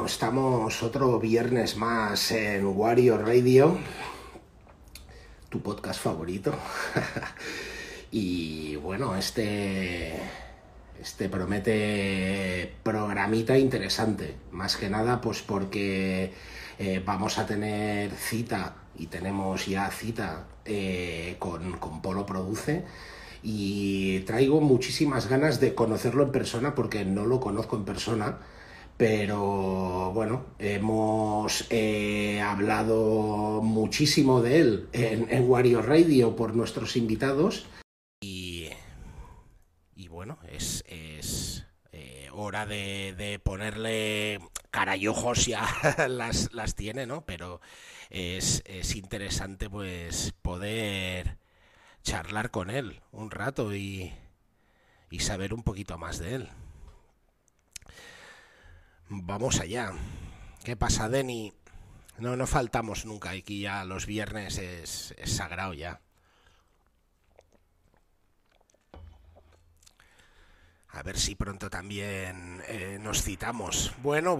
Bueno, estamos otro viernes más en Wario Radio, tu podcast favorito. Y bueno, este promete programita interesante, más que nada pues porque vamos a tener cita, y tenemos ya cita con Polo Produce, y traigo muchísimas ganas de conocerlo en persona porque no lo conozco en persona. Pero bueno, hemos hablado muchísimo de él en Wario Radio por nuestros invitados. Y bueno, es hora de ponerle cara y ojos, ya las tiene, ¿no? Pero es interesante pues poder charlar con él un rato y saber un poquito más de él. Vamos allá. ¿Qué pasa, Denny? No faltamos nunca. Aquí ya los viernes es sagrado ya. A ver si pronto también nos citamos. Bueno.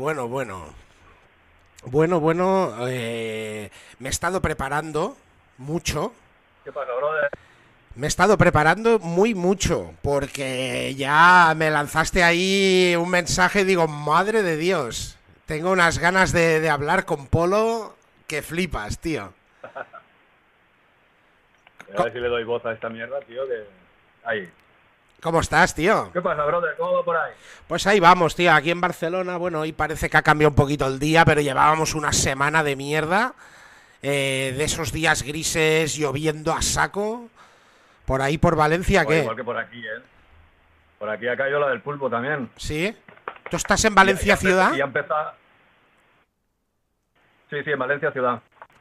Me he estado preparando mucho. ¿Qué pasa, brother? Me he estado preparando muy mucho, porque ya me lanzaste ahí un mensaje y digo, madre de Dios, tengo unas ganas de hablar con Polo que flipas, tío. A ver si le doy voz a esta mierda, tío, que... Ahí. ¿Cómo estás, tío? ¿Qué pasa, brother? ¿Cómo va por ahí? Pues ahí vamos, tío, aquí en Barcelona, bueno, hoy parece que ha cambiado un poquito el día, pero llevábamos una semana de mierda, de esos días grises, lloviendo a saco. Por ahí, por Valencia, Pues ¿qué? igual que por aquí, ¿eh? Por aquí ha caído la del pulpo también. ¿Sí? ¿Tú estás en Y, Valencia ciudad? y ha empezado... Sí, en Valencia ciudad.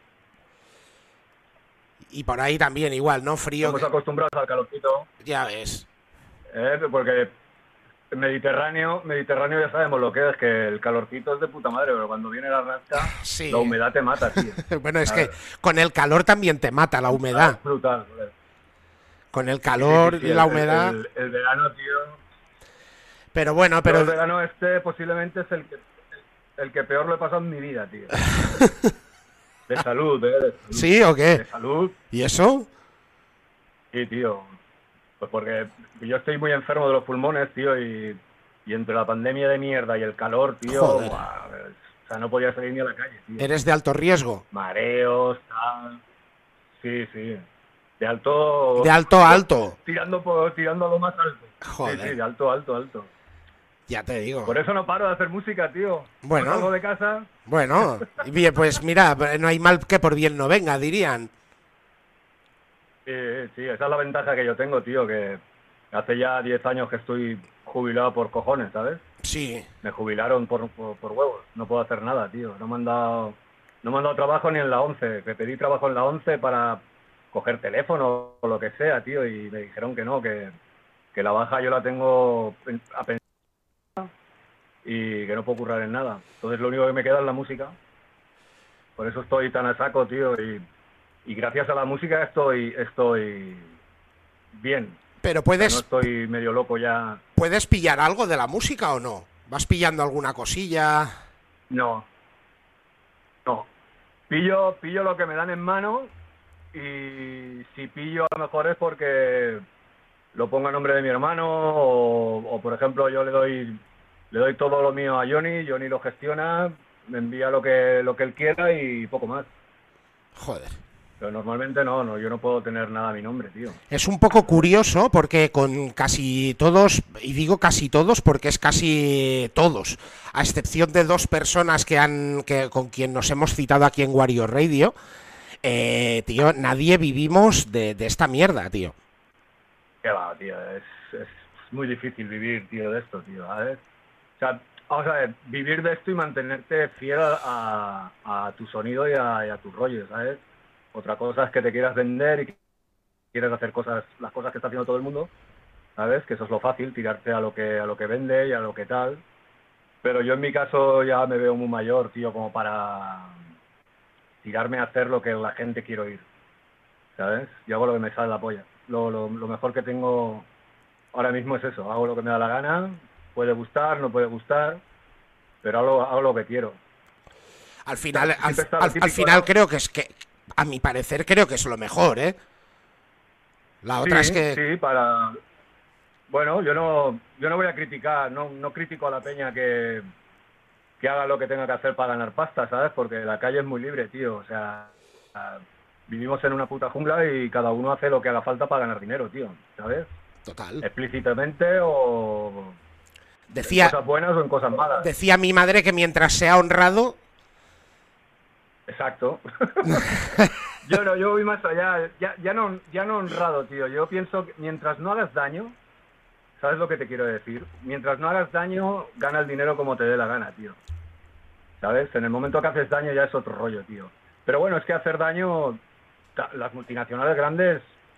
Y por ahí también igual, ¿no? Frío. Estamos acostumbrados al calorcito, Ya ves. porque Mediterráneo ya sabemos lo que es, que el calorcito es de puta madre, pero cuando viene la rasca, Sí. la humedad te mata, tío. Bueno, es que con el calor también te mata la humedad. Es brutal, joder. Con el calor Sí, y la humedad. el verano, tío... Pero bueno, Pero el pero... verano posiblemente es el que peor lo he pasado en mi vida, tío. De salud, de salud. ¿Sí o qué? De salud. ¿Y eso? Sí, tío. Pues porque yo estoy muy enfermo de los pulmones, tío, y entre la pandemia de mierda y el calor, tío, Joder. buah, o sea, no podía salir ni a la calle, tío. ¿Eres de alto riesgo? Mareos, tal. Sí, sí. De alto... De alto a alto. Tirando a lo más alto. Joder. Sí, de alto, alto. Ya te digo. Por eso no paro de hacer música, tío. Bueno. No salgo de casa. Bueno. Bien, pues mira, no hay mal que por bien no venga, dirían. Sí, esa es la ventaja que yo tengo, tío, que hace ya 10 años que estoy jubilado por cojones, ¿sabes? Sí. Me jubilaron por huevos, no puedo hacer nada, tío. No me han dado trabajo ni en la 11. Me pedí trabajo en la 11 para coger teléfono o lo que sea, tío, y me dijeron que no, que la baja yo la tengo a pensar y que no puedo currar en nada. Entonces lo único que me queda es la música. Por eso estoy tan a saco, tío, y gracias a la música estoy bien. Pero O sea, puedes... no estoy medio loco ya. ¿Puedes pillar algo de la música o no? ¿Vas pillando alguna cosilla? No. Pillo lo que me dan en mano, y si pillo a lo mejor es porque lo pongo a nombre de mi hermano o por ejemplo yo le doy todo lo mío a Johnny lo gestiona, me envía lo que él quiera y poco más. Joder. Pero normalmente no, yo no puedo tener nada a mi nombre, tío. Es un poco curioso porque con casi todos, y digo casi todos porque es casi todos, a excepción de dos personas con quien nos hemos citado aquí en Wario Radio, tío, nadie vivimos de esta mierda, tío. Qué va, tío, es muy difícil vivir, tío, de esto, tío, ¿sabes? O sea, vamos a ver, vivir de esto y mantenerte fiel a tu sonido y a tu rollo, ¿sabes? Otra cosa es que te quieras vender y quieres hacer las cosas que está haciendo todo el mundo, ¿sabes? Que eso es lo fácil, tirarte a lo que vende y a lo que tal. Pero yo en mi caso ya me veo muy mayor, tío, como para tirarme a hacer lo que la gente quiere oír, ¿sabes? Yo hago lo que me sale la polla. Lo mejor que tengo ahora mismo es eso, hago lo que me da la gana, puede gustar, no puede gustar, pero hago lo que quiero. Al final, Siempre al final creo que es que, a mi parecer, creo que es lo mejor, ¿eh? La otra es Sí, que... sí, bueno, yo no voy a criticar, no critico a la peña que haga lo que tenga que hacer para ganar pasta, ¿sabes? Porque la calle es muy libre, tío. O sea, vivimos en una puta jungla y cada uno hace lo que haga falta para ganar dinero, tío, ¿sabes? Total. Explícitamente o en Decía, cosas buenas o en cosas malas. decía mi madre que mientras sea honrado... Exacto. Yo voy más allá. Ya no honrado, tío. Yo pienso que mientras no hagas daño, ¿sabes lo que te quiero decir? Mientras no hagas daño, gana el dinero como te dé la gana, tío. ¿Sabes? En el momento que haces daño ya es otro rollo, tío. Pero bueno, es que hacer daño, las multinacionales grandes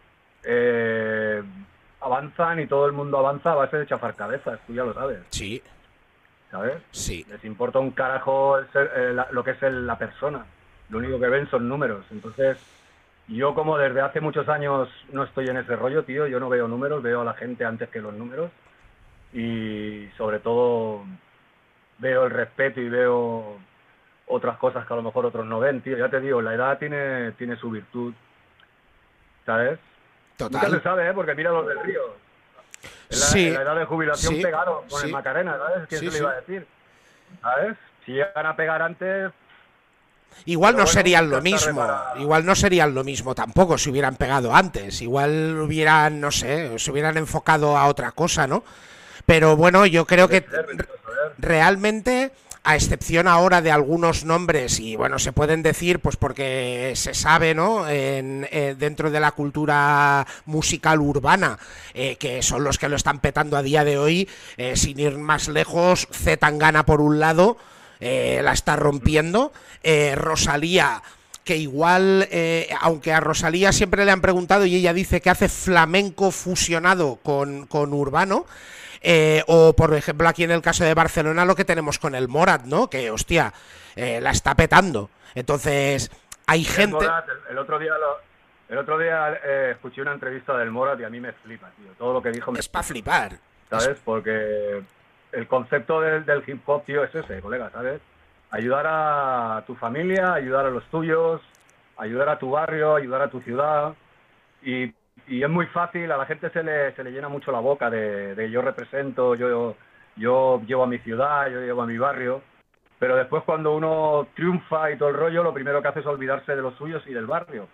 avanzan y todo el mundo avanza a base de chafar cabezas, tú ya lo sabes, Sí, ¿sabes? sí. Les importa un carajo lo que es la persona. Lo único que ven son números. Entonces, yo como desde hace muchos años no estoy en ese rollo, tío, yo no veo números, veo a la gente antes que los números. Y sobre todo veo el respeto y veo otras cosas que a lo mejor otros no ven, tío. Ya te digo, la edad tiene su virtud, ¿sabes? Nunca Total. se sabe, ¿eh? Porque mira los del Río. En Sí, la edad de jubilación sí, pegaron con el sí, Macarena, ¿sabes? ¿Quién sí, se lo sí. iba a decir? ¿Sabes? Si llegan a pegar antes, Igual pero no bueno, serían nunca lo es tarde mismo, para... igual no serían lo mismo tampoco si hubieran pegado antes, igual hubieran, no sé, se hubieran enfocado a otra cosa, ¿no? Pero bueno, yo creo que Vete a saber. realmente, a excepción ahora de algunos nombres, y bueno, se pueden decir, pues porque se sabe, ¿no? Dentro de la cultura musical urbana, que son los que lo están petando a día de hoy, sin ir más lejos, Z Tangana por un lado, la está rompiendo, Rosalía que igual, aunque a Rosalía siempre le han preguntado y ella dice que hace flamenco fusionado con urbano, o por ejemplo aquí en el caso de Barcelona lo que tenemos con el Morat, ¿no? Que hostia, la está petando. Entonces, hay El gente... Morat, el otro día escuché una entrevista del Morat y a mí me flipa, tío. Todo lo que dijo me Es para flipa, flipar. ¿sabes? Porque el concepto del hip hop, tío, es ese, colega, ¿sabes? Ayudar a tu familia, ayudar a los tuyos, ayudar a tu barrio, ayudar a tu ciudad. Y, y es muy fácil, a la gente se le llena mucho la boca de yo represento, yo llevo a mi ciudad, yo llevo a mi barrio. Pero después cuando uno triunfa y todo el rollo, lo primero que hace es olvidarse de los suyos y del barrio.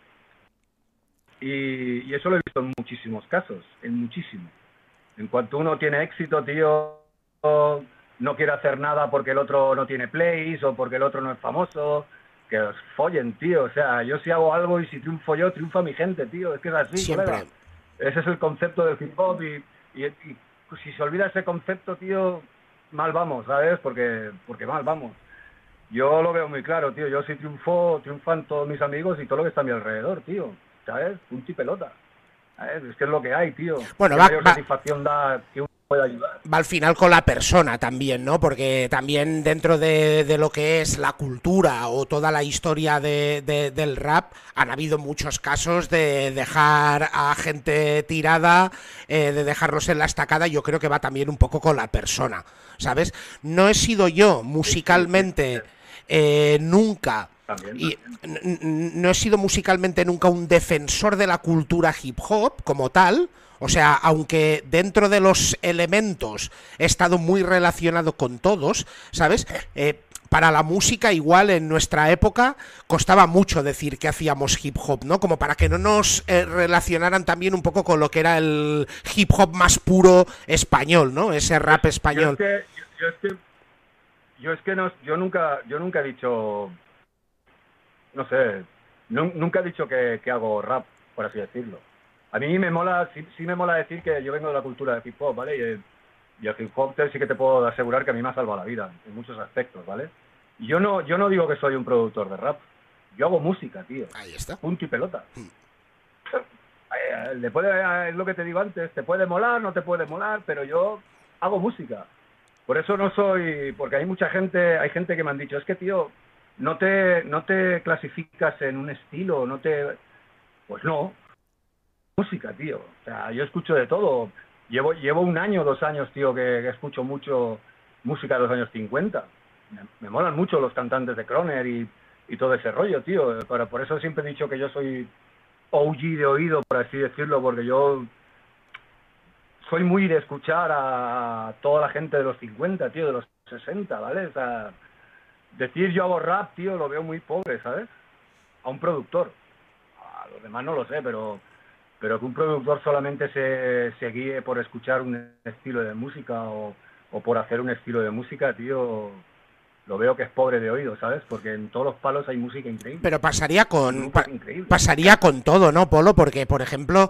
Y eso lo he visto en muchísimos casos, en muchísimos. En cuanto uno tiene éxito, tío, no quiere hacer nada porque el otro no tiene plays o porque el otro no es famoso. Que os follen, tío. O sea, yo si hago algo y si triunfo yo, triunfa mi gente, tío. Es que es así, colega. Siempre. Ese es el concepto del hip hop y si se olvida ese concepto, tío, mal vamos, ¿sabes? Porque mal vamos. Yo lo veo muy claro, tío. Yo si triunfo, triunfan todos mis amigos y todo lo que está a mi alrededor, tío. ¿Sabes? Punto y pelota. ¿Sabes? Es que es lo que hay, tío. Bueno, ¿Qué mayor satisfacción da que uno pueda ayudar? va al final con la persona también, ¿no? Porque también dentro de lo que es la cultura o toda la historia del rap han habido muchos casos de dejar a gente tirada, de dejarlos en la estacada. Yo creo que va también un poco con la persona, ¿sabes? No he sido yo musicalmente nunca... También, Y también. no he sido musicalmente nunca un defensor de la cultura hip hop como tal. O sea, aunque dentro de los elementos he estado muy relacionado con todos, ¿sabes? Para la música, igual en nuestra época, costaba mucho decir que hacíamos hip hop, ¿no? Como para que no nos relacionaran también un poco con lo que era el hip hop más puro español, ¿no? Ese rap español. Yo es que no, yo nunca he dicho, no sé, nunca he dicho que hago rap, por así decirlo. A mí me mola, sí me mola decir que yo vengo de la cultura de hip hop, ¿vale? Y el hip hop sí que te puedo asegurar que a mí me ha salvado la vida, en muchos aspectos, ¿vale? Yo no digo que soy un productor de rap, yo hago música, tío. Ahí está. Punto y pelota. Es lo que te digo antes, te puede molar, no te puede molar, pero yo hago música. Por eso no soy, porque hay gente que me han dicho, es que tío, no te clasificas en un estilo, pues no, música, tío. O sea, yo escucho de todo. Llevo un año, 2 años, tío, que escucho mucho música de los años 50. me molan mucho los cantantes de Kroner y todo ese rollo, tío. Pero por eso siempre he dicho que yo soy OG de oído, por así decirlo, porque yo soy muy de escuchar a toda la gente de los 50, tío, de los 60, ¿vale? O sea, decir yo hago rap, tío, lo veo muy pobre, ¿sabes? A un productor. A los demás no lo sé, pero que un productor solamente se guíe por escuchar un estilo de música o por hacer un estilo de música, tío, lo veo que es pobre de oído, ¿sabes? Porque en todos los palos hay música increíble. Pero pasaría pasaría con todo, ¿no, Polo? Porque, por ejemplo,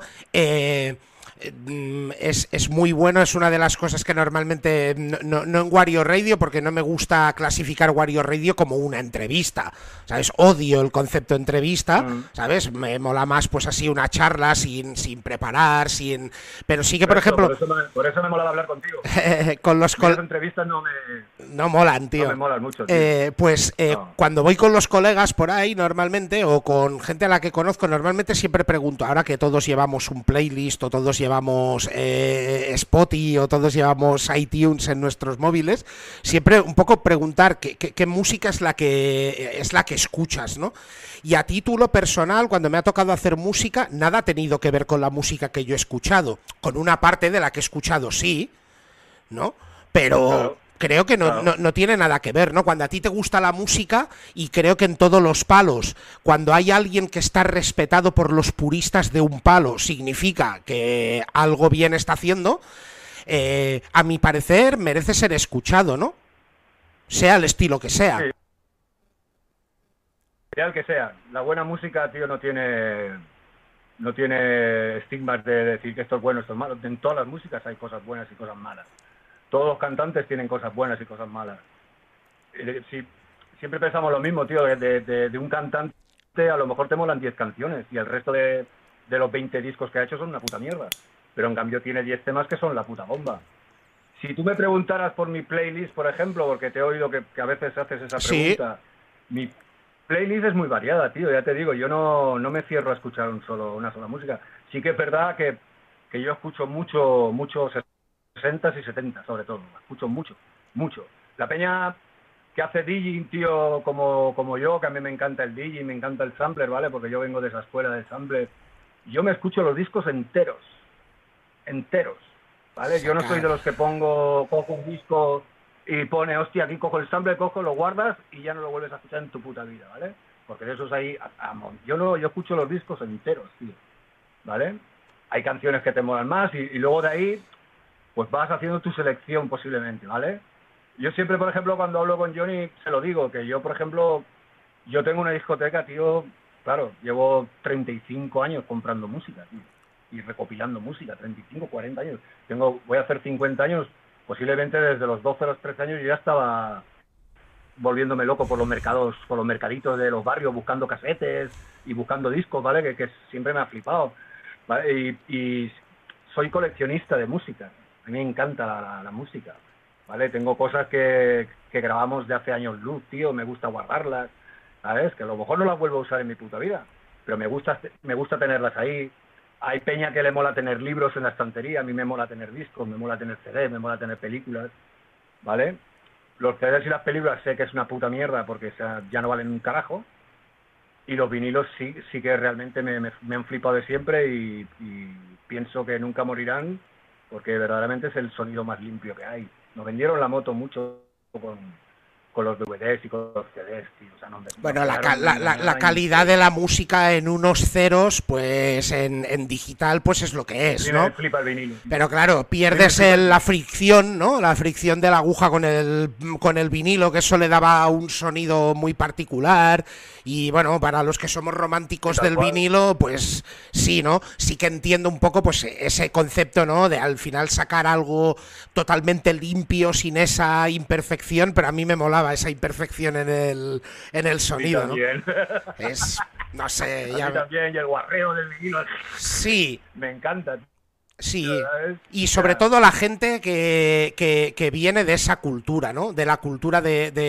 es muy bueno, es una de las cosas que normalmente, no en Wario Radio, porque no me gusta clasificar Wario Radio como una entrevista, ¿sabes? Odio el concepto de entrevista, ¿sabes? Me mola más pues así una charla sin preparar, pero sí que, por ejemplo... Por eso me mola hablar contigo. Con las entrevistas no molan, tío. No me molan mucho, tío. Cuando voy con los colegas por ahí normalmente, o con gente a la que conozco, normalmente siempre pregunto, ahora que todos llevamos un playlist o todos llevamos Spotify o todos llevamos iTunes en nuestros móviles, siempre un poco preguntar qué música es la que escuchas, ¿no? Y a título personal, cuando me ha tocado hacer música, nada ha tenido que ver con la música que yo he escuchado. Con una parte de la que he escuchado sí, ¿no? Pero... Claro. Creo que no tiene nada que ver, ¿no? Cuando a ti te gusta la música, y creo que en todos los palos, cuando hay alguien que está respetado por los puristas de un palo, significa que algo bien está haciendo, a mi parecer merece ser escuchado, ¿no? Sea el estilo que sea. Sí. Sea el que sea. La buena música, tío, no tiene estigmas de decir que esto es bueno, esto es malo. En todas las músicas hay cosas buenas y cosas malas. Todos los cantantes tienen cosas buenas y cosas malas. Siempre pensamos lo mismo, tío, de un cantante a lo mejor te molan 10 canciones y el resto de los 20 discos que ha hecho son una puta mierda. Pero en cambio tiene 10 temas que son la puta bomba. Si tú me preguntaras por mi playlist, por ejemplo, porque te he oído que a veces haces esa pregunta, ¿sí? Mi playlist es muy variada, tío, ya te digo, yo no me cierro a escuchar una sola música. Sí que es verdad que yo escucho mucho 60s y 70s, sobre todo. Escucho mucho. La peña que hace DJing, tío, como yo, que a mí me encanta el DJing, me encanta el sampler, ¿vale? Porque yo vengo de esa escuela de sampler. Yo me escucho los discos enteros, ¿vale? Yo no soy de los que cojo un disco y pone, hostia, aquí cojo el sampler, lo guardas y ya no lo vuelves a escuchar en tu puta vida, ¿vale? Porque de esos hay... Yo escucho los discos enteros, tío, ¿vale? Hay canciones que te molan más y luego de ahí... pues vas haciendo tu selección posiblemente, ¿vale? Yo siempre, por ejemplo, cuando hablo con Johnny, se lo digo, que yo, por ejemplo, yo tengo una discoteca, tío, claro, llevo 35 años comprando música, tío, y recopilando música, 35, 40 años. Voy a hacer 50 años, posiblemente desde los 12 a los 13 años yo ya estaba volviéndome loco por los mercados, por los mercaditos de los barrios, buscando casetes y buscando discos, ¿vale? Que siempre me ha flipado, ¿vale? Y soy coleccionista de música. A mí me encanta la música, ¿vale? Tengo cosas que grabamos de hace años luz, tío, me gusta guardarlas, ¿sabes? Que a lo mejor no las vuelvo a usar en mi puta vida, pero me gusta tenerlas ahí. Hay peña que le mola tener libros en la estantería, a mí me mola tener discos, me mola tener CDs, me mola tener películas, ¿vale? Los CDs y las películas sé que es una puta mierda porque ya no valen un carajo, y los vinilos sí que realmente me han flipado de siempre y pienso que nunca morirán, porque verdaderamente es el sonido más limpio que hay. Nos vendieron la moto mucho con los DVDs y con los CDs, tío. O sea, bueno, la calidad de la música en unos ceros, pues en digital, pues es lo que es, ¿no? Me flipa el vinilo. Pero claro, pierdes la fricción, ¿no? La fricción de la aguja con el vinilo, que eso le daba un sonido muy particular. Y bueno, para los que somos románticos del vinilo, pues sí, ¿no? Sí que entiendo un poco pues ese concepto, ¿no? De al final sacar algo totalmente limpio, sin esa imperfección, pero a mí me molaba esa imperfección en el sonido, ¿no? Es, no sé, ya... también, y el guarreo del vinilo. Sí. Me encanta. Sí, y sobre todo la gente que viene de esa cultura, ¿no? De la cultura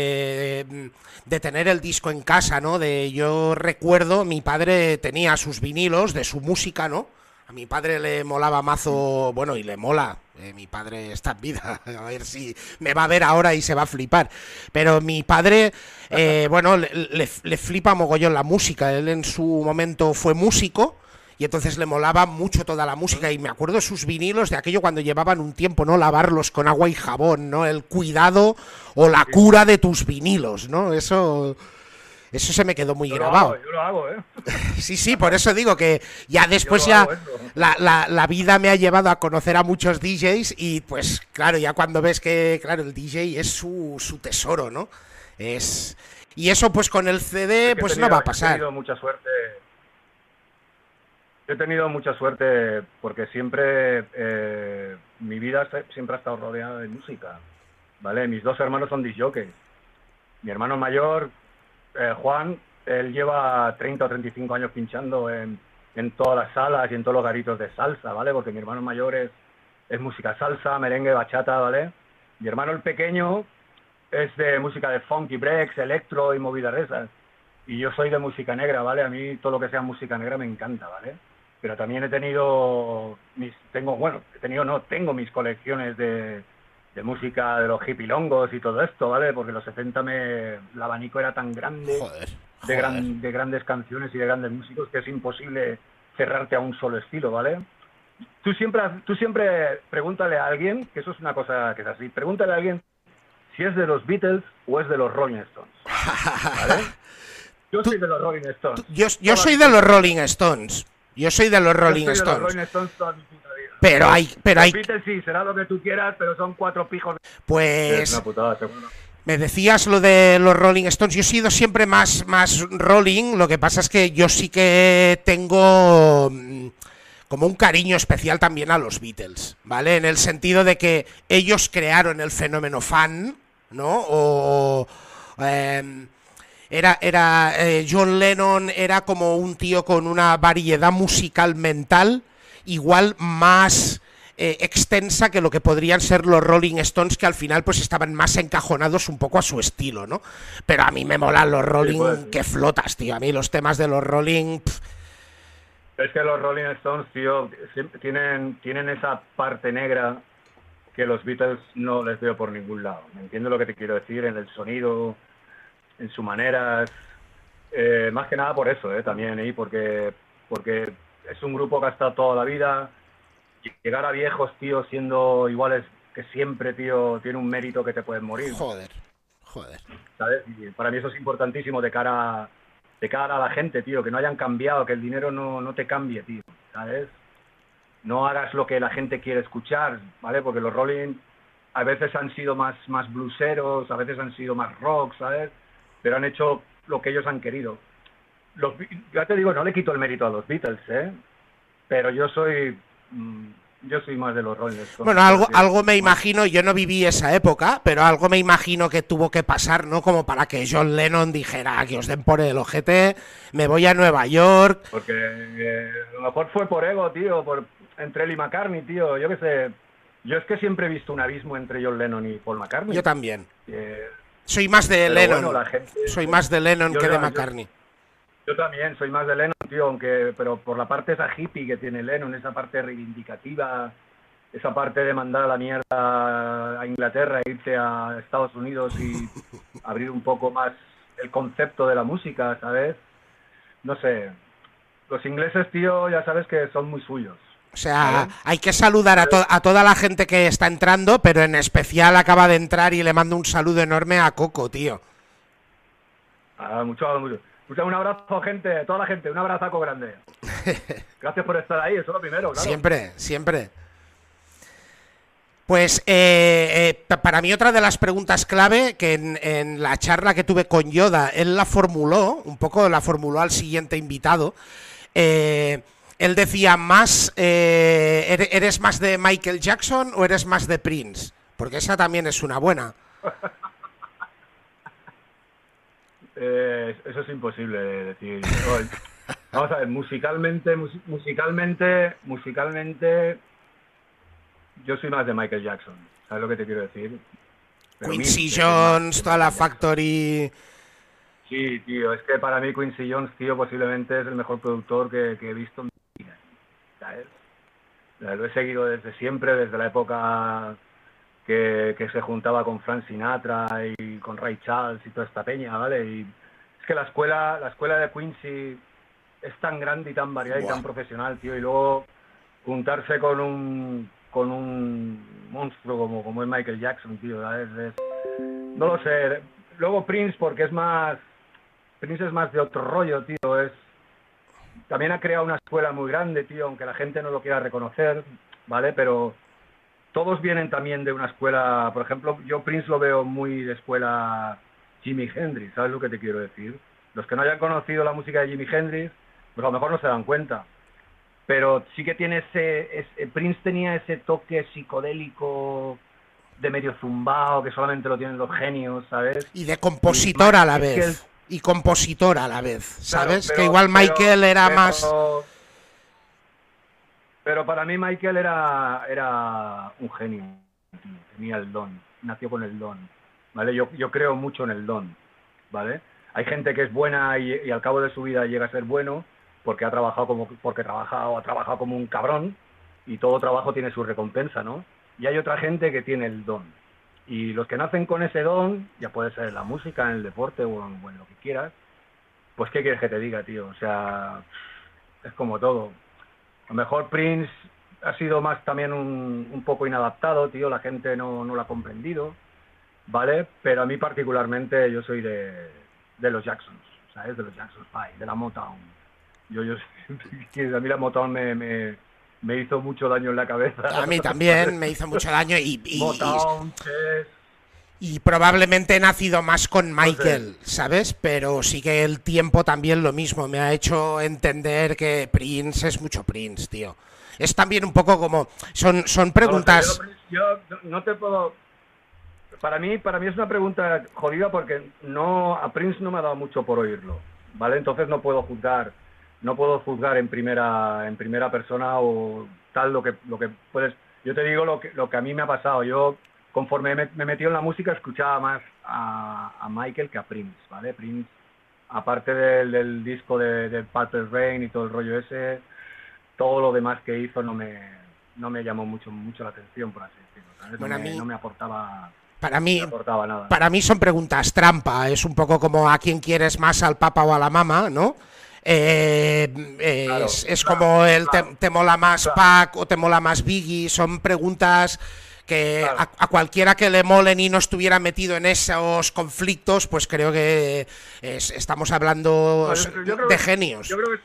de tener el disco en casa, ¿no? Yo recuerdo, mi padre tenía sus vinilos de su música, ¿no? A mi padre le molaba mazo, bueno, y le mola Mi padre está en vida, a ver si me va a ver ahora y se va a flipar. Pero mi padre, bueno, le flipa mogollón la música. Él en su momento fue músico y entonces le molaba mucho toda la música. Y me acuerdo de sus vinilos de aquello cuando llevaban un tiempo, ¿no? Lavarlos con agua y jabón, ¿no? El cuidado o la cura de tus vinilos, ¿no? Eso se me quedó muy grabado. Yo lo hago, ¿eh? Sí, sí, por eso digo que ya después ya la vida me ha llevado a conocer a muchos DJs y pues claro, ya cuando ves que, claro, el DJ es su tesoro, ¿no? Y eso pues con el CD pues no va a pasar. He tenido mucha suerte. He tenido mucha suerte porque siempre mi vida siempre ha estado rodeada de música, ¿vale? Mis dos hermanos son discjockeys. Mi hermano mayor, Juan, él lleva 30 o 35 años pinchando en todas las salas y en todos los garitos de salsa, ¿vale? Porque mi hermano mayor es música salsa, merengue, bachata, ¿vale? Mi hermano el pequeño es de música de funky breaks, electro y movidas de esas. Y yo soy de música negra, ¿vale? A mí todo lo que sea música negra me encanta, ¿vale? Pero también tengo mis colecciones de música de los hipilongos y todo esto, ¿vale? Porque en los 70 el abanico era tan grande, de grandes canciones y de grandes músicos que es imposible cerrarte a un solo estilo, ¿vale? Tú siempre pregúntale a alguien, que eso es una cosa que es así, pregúntale a alguien si es de los Beatles o es de los Rolling Stones, ¿vale? Yo soy de los Rolling Stones. Yo soy de los Rolling Stones. Yo soy de los Rolling Stones. De los Rolling Stones toda mi puta vida. Pero hay... Los Beatles sí, será lo que tú quieras, pero son 4 pijos. Pues... Es una putada, seguro. Me decías lo de los Rolling Stones. Yo he sido siempre más Rolling. Lo que pasa es que yo sí que tengo como un cariño especial también a los Beatles, ¿vale? En el sentido de que ellos crearon el fenómeno fan, ¿no? John Lennon era como un tío con una variedad musical mental igual más extensa que lo que podrían ser los Rolling Stones, que al final pues estaban más encajonados un poco a su estilo, ¿no? Pero a mí me molan los Rolling, sí, pues, que flotas, tío. A mí los temas de los Rolling... Es que los Rolling Stones, tío, tienen esa parte negra que los Beatles no les veo por ningún lado. ¿Me entiendes lo que te quiero decir? En el sonido, en su manera, más que nada por eso, también, porque es un grupo que ha estado toda la vida. Llegar a viejos, tío, siendo iguales que siempre, tío, tiene un mérito que te puedes morir. Joder. ¿Sabes? Y para mí eso es importantísimo de cara a la gente, tío, que no hayan cambiado, que el dinero no te cambie, tío, ¿sabes? No hagas lo que la gente quiere escuchar, ¿vale? Porque los Rolling a veces han sido más blueseros, a veces han sido más rock, ¿sabes? Pero han hecho lo que ellos han querido. Ya te digo, no le quito el mérito a los Beatles, pero yo soy más de los Rolling Stones. Bueno, algo me imagino, yo no viví esa época, pero algo me imagino que tuvo que pasar, ¿no? Como para que John Lennon dijera que os den por el ojete, me voy a Nueva York. Porque a lo mejor fue por ego, tío, entre él y McCartney, tío, yo qué sé. Yo es que siempre he visto un abismo entre John Lennon y Paul McCartney. Yo también. Soy más de Lennon. Bueno, soy más de Lennon que de McCartney. Yo también soy más de Lennon, tío, pero por la parte esa hippie que tiene Lennon, esa parte reivindicativa, esa parte de mandar a la mierda a Inglaterra e irse a Estados Unidos y abrir un poco más el concepto de la música, ¿sabes? No sé. Los ingleses, tío, ya sabes que son muy suyos. O sea, hay que saludar a toda la gente que está entrando, pero en especial acaba de entrar y le mando un saludo enorme a Coco, tío. Mucho. Un abrazo, gente, toda la gente, un abrazaco grande. Gracias por estar ahí, eso es lo primero, claro. Siempre. Pues para mí otra de las preguntas clave, que en la charla que tuve con Yoda, él la formuló al siguiente invitado. Él decía ¿eres más de Michael Jackson o eres más de Prince? Porque esa también es una buena. Eso es imposible de decir. Vamos a ver, musicalmente, yo soy más de Michael Jackson. ¿Sabes lo que te quiero decir? Quincy Jones, toda la Factory. Sí, tío, es que para mí Quincy Jones, tío, posiblemente es el mejor productor que he visto en mi vida, ¿sabes? Lo he seguido desde siempre, desde la época que se juntaba con Frank Sinatra y con Ray Charles y toda esta peña, ¿vale? Y es que la escuela de Quincy es tan grande y tan variada y tan profesional, tío, y luego juntarse con un monstruo como es Michael Jackson, tío, ¿sabes? No lo sé. Luego Prince, porque Prince es más de otro rollo, tío, también ha creado una escuela muy grande, tío, aunque la gente no lo quiera reconocer, ¿vale? Pero todos vienen también de una escuela, por ejemplo, yo Prince lo veo muy de escuela Jimi Hendrix, ¿sabes lo que te quiero decir? Los que no hayan conocido la música de Jimi Hendrix, pues a lo mejor no se dan cuenta, pero sí que tiene Prince tenía ese toque psicodélico de medio zumbao que solamente lo tienen los genios, ¿sabes? Y de compositor a la vez. Y compositor a la vez, ¿sabes? Claro, que igual Michael era más... Pero para mí Michael era un genio, tenía el don, nació con el don, ¿vale? Yo creo mucho en el don, ¿vale? Hay gente que es buena y al cabo de su vida llega a ser bueno porque ha trabajado como un cabrón, y todo trabajo tiene su recompensa, ¿no? Y hay otra gente que tiene el don. Y los que nacen con ese don, ya puede ser en la música, en el deporte o en lo que quieras, pues ¿qué quieres que te diga, tío? O sea, es como todo. A lo mejor Prince ha sido más también un poco inadaptado, tío, la gente no lo ha comprendido, ¿vale? Pero a mí particularmente yo soy de los Jacksons, ¿sabes? De los Jackson 5, de la Motown. A mí la Motown me hizo mucho daño en la cabeza. A mí también me hizo mucho daño Motown, y probablemente he nacido más con Michael, ¿sabes? Pero sí que el tiempo también lo mismo, me ha hecho entender que Prince es mucho Prince, tío. Es también un poco como... Son preguntas... Yo no te puedo... Para mí es una pregunta jodida porque a Prince no me ha dado mucho por oírlo, ¿vale? Entonces no puedo juzgar en primera persona o tal lo que puedes... Yo te digo lo que a mí me ha pasado. Yo, conforme me metí en la música, escuchaba más a Michael que a Prince, ¿vale? Prince, aparte del disco de Purple Rain y todo el rollo ese, todo lo demás que hizo no me llamó mucho la atención, por así decirlo, ¿sabes? Bueno, no me aportaba... Para mí, no aportaba nada. Para mí son preguntas trampa, es un poco como a quién quieres más, al papa o a la mama, ¿no? Claro, como te mola más Pac o te mola más Biggie, son preguntas que a cualquiera que le molen y no estuviera metido en esos conflictos, pues creo que estamos hablando de genios. Yo creo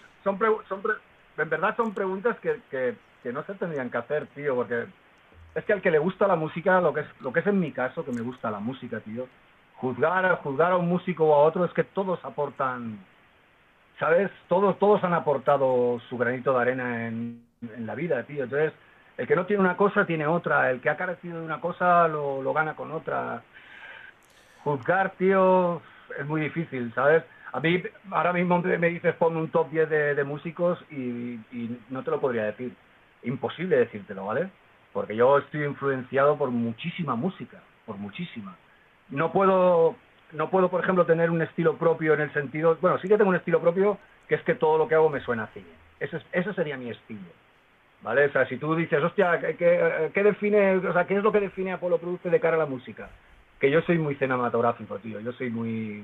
que en verdad son preguntas que no se tendrían que hacer, tío, porque es que al que le gusta la música, lo que es en mi caso, que me gusta la música, tío, juzgar a un músico o a otro es que todos aportan, ¿sabes? Todos han aportado su granito de arena en la vida, tío. Entonces, el que no tiene una cosa tiene otra, el que ha carecido de una cosa lo gana con otra. Juzgar, tío, es muy difícil, ¿sabes? A mí, ahora mismo me dices ponme un top 10 de músicos y no te lo podría decir. Imposible decírtelo, ¿vale? Porque yo estoy influenciado por muchísima música, por muchísima. No puedo, por ejemplo, tener un estilo propio en el sentido... Bueno, sí que tengo un estilo propio, que es que todo lo que hago me suena a cine. Ese sería mi estilo, ¿vale? O sea, si tú dices, hostia, ¿qué define, o sea, qué es lo que define Apollo Produce de cara a la música? Que yo soy muy cinematográfico, tío. Yo soy muy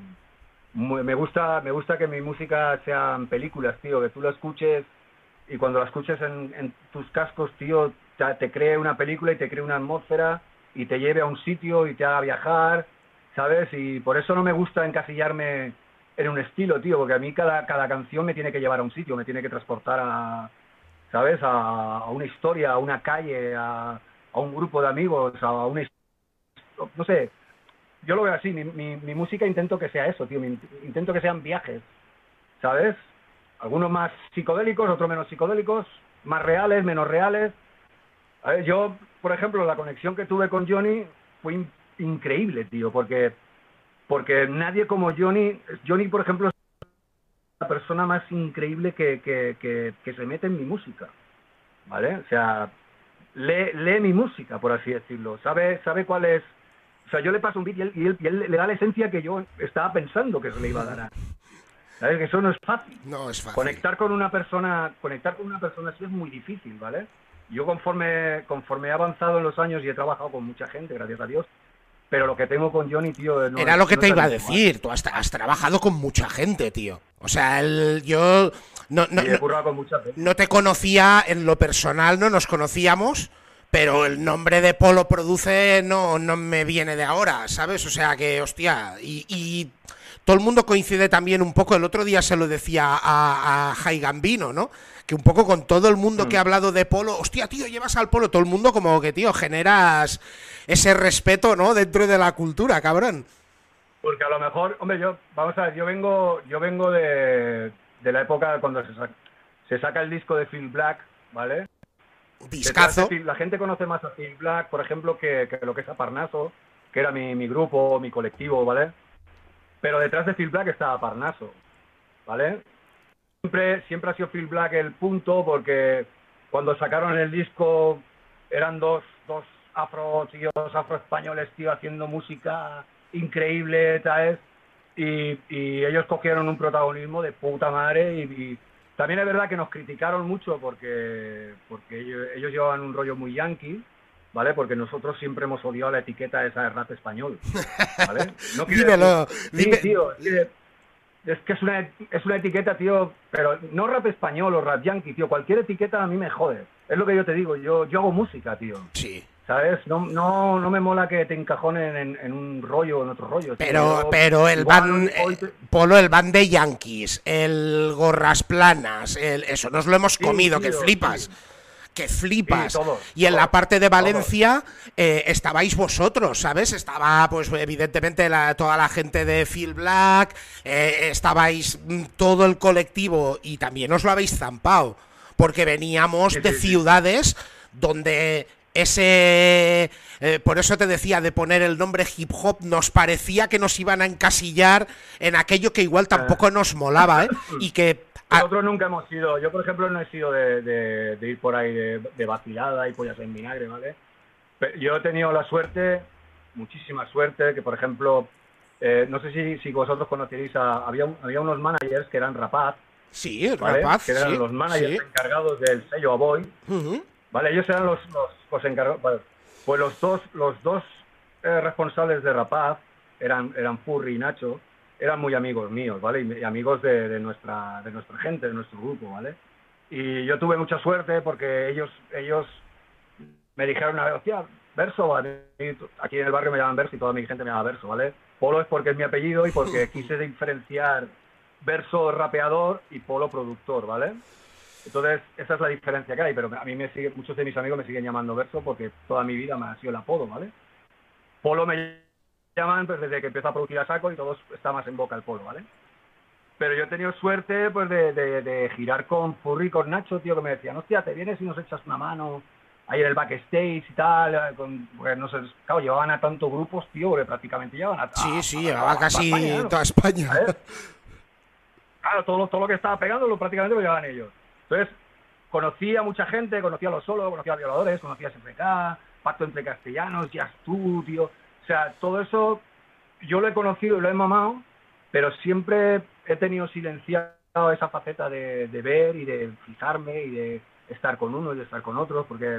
me gusta que mi música sean películas, tío, que tú la escuches y cuando la escuches en tus cascos, tío, te cree una película y te cree una atmósfera y te lleve a un sitio y te haga viajar, ¿sabes? Y por eso no me gusta encasillarme en un estilo, tío, porque a mí cada canción me tiene que llevar a un sitio, me tiene que transportar ¿sabes? A una historia, a una calle, a un grupo de amigos, a una... No sé, yo lo veo así, mi música intento que sea eso, tío, intento que sean viajes, ¿sabes? Algunos más psicodélicos, otros menos psicodélicos, más reales, menos reales. A ver, yo, por ejemplo, la conexión que tuve con Johnny fue increíble, tío, porque nadie como Johnny, por ejemplo, es la persona más increíble que se mete en mi música, ¿vale? O sea, lee mi música, por así decirlo, sabe cuál es. O sea, yo le paso un beat y él le da la esencia que yo estaba pensando que se le iba a dar. ¿Sabes? Que eso no es fácil. No es fácil. Conectar con una persona así es muy difícil, ¿vale? yo conforme he avanzado en los años y he trabajado con mucha gente, gracias a Dios, pero lo que tengo con Johnny, tío, no Era lo que no te es iba a algo igual. decir. Tú has trabajado con mucha gente, tío. O sea, yo Y he currado con mucha gente. no te conocía en lo personal, no nos conocíamos, pero el nombre de Polo Produce no me viene de ahora, ¿sabes? O sea que, hostia, y todo el mundo coincide también un poco, el otro día se lo decía a Jai Gambino, ¿no? Que un poco con todo el mundo que ha hablado de Polo, hostia, tío, llevas al Polo, todo el mundo como que, tío, generas ese respeto, ¿no? Dentro de la cultura, cabrón. Porque a lo mejor, hombre, vamos a ver, yo vengo de la época cuando se saca el disco de Phil Black, ¿vale? Detrás de Discazo. Phil, la gente conoce más a Phil Black, por ejemplo, que lo que es a Parnaso, que era mi grupo, mi colectivo, ¿vale? Pero detrás de Phil Black estaba Parnaso, ¿vale? Siempre ha sido Phil Black el punto, porque cuando sacaron el disco eran dos tío, dos afro españoles, tío, haciendo música increíble, ¿sabes? Y ellos cogieron un protagonismo de puta madre y también es verdad que nos criticaron mucho porque ellos llevaban un rollo muy yankee, ¿vale? Porque nosotros siempre hemos odiado la etiqueta esa de rap español, ¿vale? No quiere decir... Dímelo, Sí, dime. tío, es que es una etiqueta, tío, pero no rap español o rap yankee, tío. Cualquier etiqueta a mí me jode. Es lo que yo te digo, yo hago música, tío. Sí. ¿Sabes? No me mola que te encajonen en un rollo o en otro rollo, tío. Pero el Igual van hoy Polo, el van de Yankees, el gorras planas, eso nos lo hemos sí, comido, que tío, flipas. sí. Que Sí, flipas. todos, Y en la todos, parte de todos. Valencia estabais vosotros, ¿sabes? Estaba, pues, evidentemente, toda la gente de Phil Black, estabais todo el colectivo y también os lo habéis zampado, porque veníamos Sí, de sí, sí. ciudades donde ese... por eso te decía de poner el nombre hip hop, nos parecía que nos iban a encasillar en aquello que igual Eh, tampoco nos molaba, ¿eh? Y que... Nosotros nunca hemos sido, yo por ejemplo no he sido de ir por ahí de vacilada y pollas en vinagre, ¿vale? Yo he tenido la suerte, muchísima suerte, que por ejemplo, no sé si vosotros conoceréis, había unos managers que eran Rapaz, Sí, ¿vale? rapaz, Que eran sí, los managers sí. encargados del sello Aboy, ¿vale? Ellos eran los encargados, vale. Pues los dos responsables de Rapaz eran Furry y Nacho, eran muy amigos míos, ¿vale? Y amigos de nuestra gente, de nuestro grupo, ¿vale? Y yo tuve mucha suerte porque ellos me dijeron una vez, hostia, Verso, ¿vale? Aquí en el barrio me llaman Verso y toda mi gente me llama Verso, ¿vale? Polo es porque es mi apellido y porque quise diferenciar Verso rapeador y Polo productor, ¿vale? Entonces, esa es la diferencia que hay, pero a mí muchos de mis amigos me siguen llamando Verso porque toda mi vida me ha sido el apodo, ¿vale? Polo me llaman pues, desde que empiezo a producir a saco y todos está más en boca el Polo, ¿vale? Pero yo he tenido suerte pues de girar con Furry y con Nacho, tío, que me decían, hostia, te vienes y nos echas una mano ahí en el backstage y tal, pues no sé, claro, llevaban a tantos grupos, tío, que prácticamente llevaban Sí, sí, a llevaba toda España, casi ¿no? toda España. ¿Sabes? Claro, todo lo que estaba pegando prácticamente lo llevaban ellos. Entonces, conocí a mucha gente, conocí a Los Solos, conocí a Violadores, conocí a SFK, Pacto entre Castellanos, Jazz Tú, tío. O sea, todo eso yo lo he conocido y lo he mamado, pero siempre he tenido silenciado esa faceta de ver y de fijarme y de estar con uno y de estar con otros, porque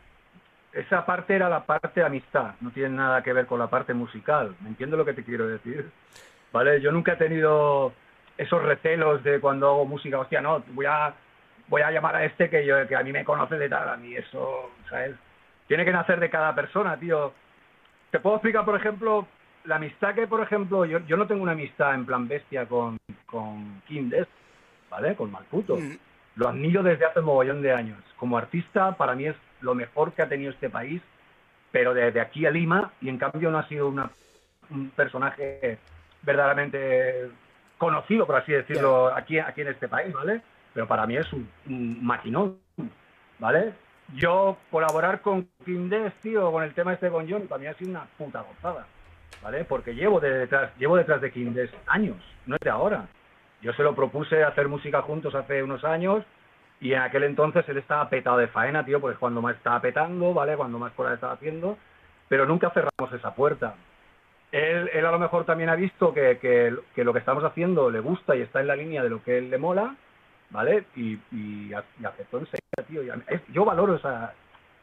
esa parte era la parte de amistad, no tiene nada que ver con la parte musical. ¿Me entiendes lo que te quiero decir? ¿Vale? Yo nunca he tenido esos recelos de cuando hago música, hostia, no, voy a llamar a este que a mí me conoce de tal, a mí eso, ¿sabes? Tiene que nacer de cada persona, tío. Te puedo explicar, por ejemplo, la amistad que, por ejemplo, yo no tengo una amistad en plan bestia con Kim Death, ¿vale? Con Malputo. Lo admiro desde hace un mogollón de años. Como artista, para mí es lo mejor que ha tenido este país, pero desde aquí a Lima, y en cambio no ha sido un personaje verdaderamente conocido, por así Ya. decirlo, aquí en este país, ¿vale? Pero para mí es un maquinón, ¿vale? Yo colaborar con Kim Death, tío, con el tema este con John, para mí ha sido una puta gozada, ¿vale? Porque llevo detrás de Kim Death años, no es de ahora. Yo se lo propuse hacer música juntos hace unos años y en aquel entonces él estaba petado de faena, tío, porque es cuando más estaba petando, ¿vale? Cuando más cosas estaba haciendo, pero nunca cerramos esa puerta. Él a lo mejor también ha visto que lo que estamos haciendo le gusta y está en la línea de lo que él le mola, ¿vale? Y aceptó enseguida, tío. Yo valoro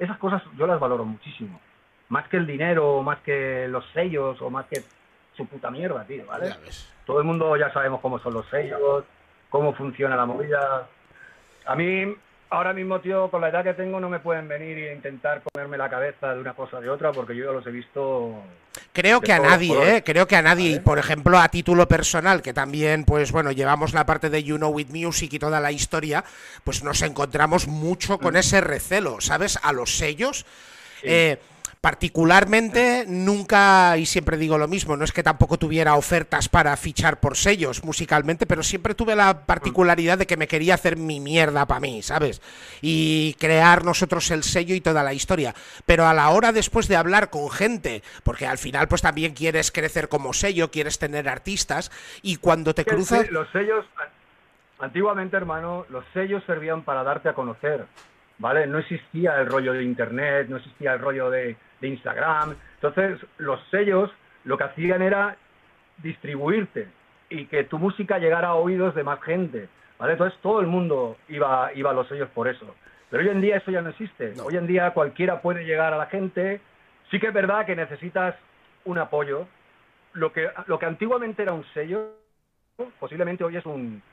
esas cosas yo las valoro muchísimo. Más que el dinero, más que los sellos, o más que su puta mierda, tío, ¿vale? Todo el mundo ya sabemos cómo son los sellos, cómo funciona la movida. A mí, ahora mismo, tío, con la edad que tengo, no me pueden venir e intentar ponerme la cabeza de una cosa o de otra, porque yo ya los he visto. Creo que a nadie, creo que a nadie. ¿Vale? Y por ejemplo, a título personal, que también, pues bueno, llevamos la parte de You Know With Music y toda la historia, pues nos encontramos mucho con ese recelo, ¿sabes? A los sellos. Sí. Particularmente, nunca, y siempre digo lo mismo, no es que tampoco tuviera ofertas para fichar por sellos musicalmente, pero siempre tuve la particularidad de que me quería hacer mi mierda para mí, ¿sabes? Y crear nosotros el sello y toda la historia. Pero a la hora después de hablar con gente, porque al final pues también quieres crecer como sello, quieres tener artistas, y cuando te cruzas... Los sellos, antiguamente, hermano, los sellos servían para darte a conocer, ¿vale? No existía el rollo de internet, no existía el rollo de Instagram. Entonces, los sellos lo que hacían era distribuirte y que tu música llegara a oídos de más gente, ¿vale? Entonces, todo el mundo iba a los sellos por eso. Pero hoy en día eso ya no existe. No. Hoy en día cualquiera puede llegar a la gente. Sí que es verdad que necesitas un apoyo. Lo que antiguamente era un sello, posiblemente hoy es un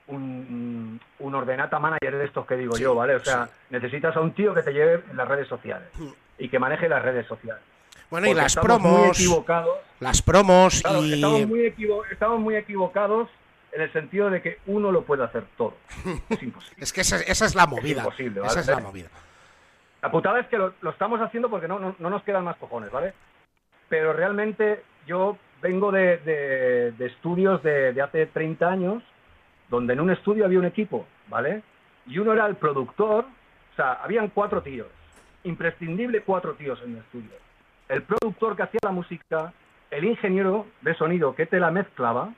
ordenata manager de estos que digo yo, ¿vale? O sea, necesitas a un tío que te lleve en las redes sociales y que maneje las redes sociales. Bueno, Porque y las estamos muy promos, equivocados. las promos Claro, y... estamos muy equivocados en el sentido de que uno lo puede hacer todo. Es imposible. Es que esa es la movida. Es imposible, ¿vale? Esa es la movida. La putada es que lo estamos haciendo porque no nos quedan más cojones, ¿vale? Pero realmente yo vengo de estudios de hace 30 años, donde en un estudio había un equipo, ¿vale? Y uno era el productor, o sea, habían 4 tíos, imprescindible 4 tíos en el estudio. El productor que hacía la música, el ingeniero de sonido que te la mezclaba,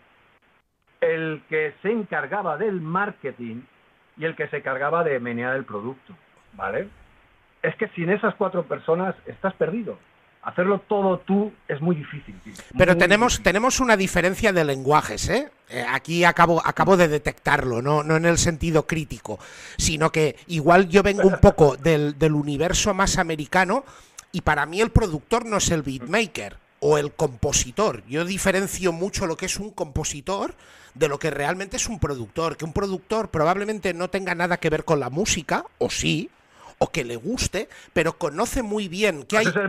el que se encargaba del marketing y el que se encargaba de menear el producto, ¿vale? Es que sin esas 4 personas estás perdido. Hacerlo todo tú es muy difícil, tío. Pero muy difícil. tenemos una diferencia de lenguajes, ¿eh? Aquí acabo de detectarlo, no en el sentido crítico, sino que igual yo vengo un poco del universo más americano y para mí el productor no es el beatmaker o el compositor. Yo diferencio mucho lo que es un compositor de lo que realmente es un productor, que un productor probablemente no tenga nada que ver con la música, o sí, o que le guste, pero conoce muy bien que hay... No,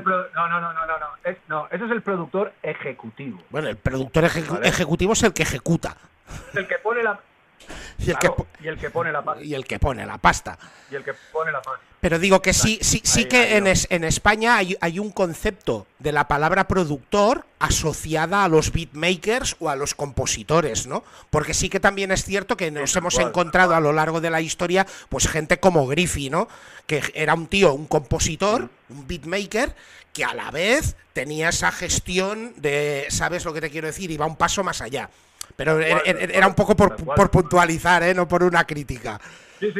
ese es el productor ejecutivo. Bueno, el productor ejecutivo es el que ejecuta. El que pone la... Y el que pone la pasta. Y el que pone la pasta. Y el que pone la pasta. Pero digo que sí que no. en España hay un concepto de la palabra productor asociada a los beatmakers o a los compositores, ¿no? Porque sí que también es cierto que nos hemos encontrado a lo largo de la historia, pues gente como Griffey, ¿no? Que era un tío, un compositor, un beatmaker, que a la vez tenía esa gestión de, ¿sabes lo que te quiero decir? Iba un paso más allá. Pero era un poco por puntualizar, ¿eh? No por una crítica. Sí.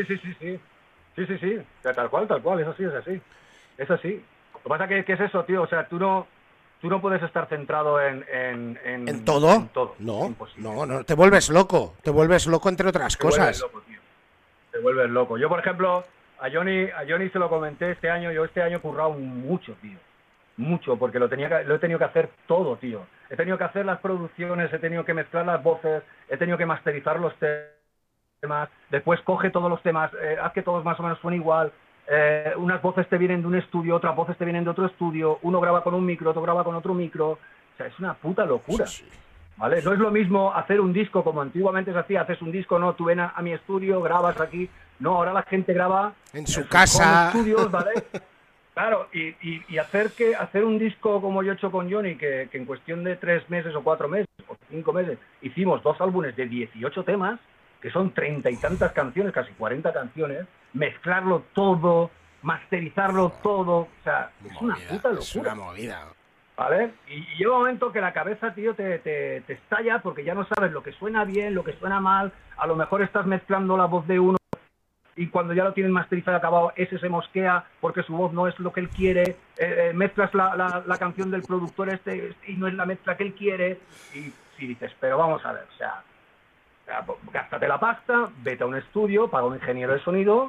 Sí. Tal cual, eso sí, es así. Es así. Lo que pasa que es eso, tío. O sea, tú no puedes estar centrado ¿En todo? En todo. No. Te vuelves loco. Te vuelves loco entre otras cosas. Vuelves loco, tío. Te vuelves loco. Yo, por ejemplo, a Johnny se lo comenté este año. Yo este año he currado mucho, tío. Mucho, porque lo he tenido que hacer todo, tío. He tenido que hacer las producciones, he tenido que mezclar las voces, he tenido que masterizar los temas, después coge todos los temas, haz que todos más o menos suenen igual, unas voces te vienen de un estudio, otras voces te vienen de otro estudio, uno graba con un micro, otro graba con otro micro, o sea, es una puta locura, ¿vale? No es lo mismo hacer un disco como antiguamente se hacía, haces un disco, no, tú ven a mi estudio, grabas aquí, no, ahora la gente graba en su casa, estudios, ¿vale? Claro, y hacer un disco como yo he hecho con Johnny, que en cuestión de 3 meses o 4 meses o 5 meses hicimos 2 álbumes de 18 temas, que son 30 y tantas canciones, casi 40 canciones, mezclarlo todo, masterizarlo todo, o sea, es una puta locura. Es una movida. ¿Vale? Y llega un momento que la cabeza, tío, te estalla porque ya no sabes lo que suena bien, lo que suena mal, a lo mejor estás mezclando la voz de uno y cuando ya lo tienen masterizado y acabado, ese se mosquea porque su voz no es lo que él quiere, mezclas la canción del productor y no es la mezcla que él quiere, y dices, pero vamos a ver, o sea, gástate la pasta, vete a un estudio, paga un ingeniero de sonido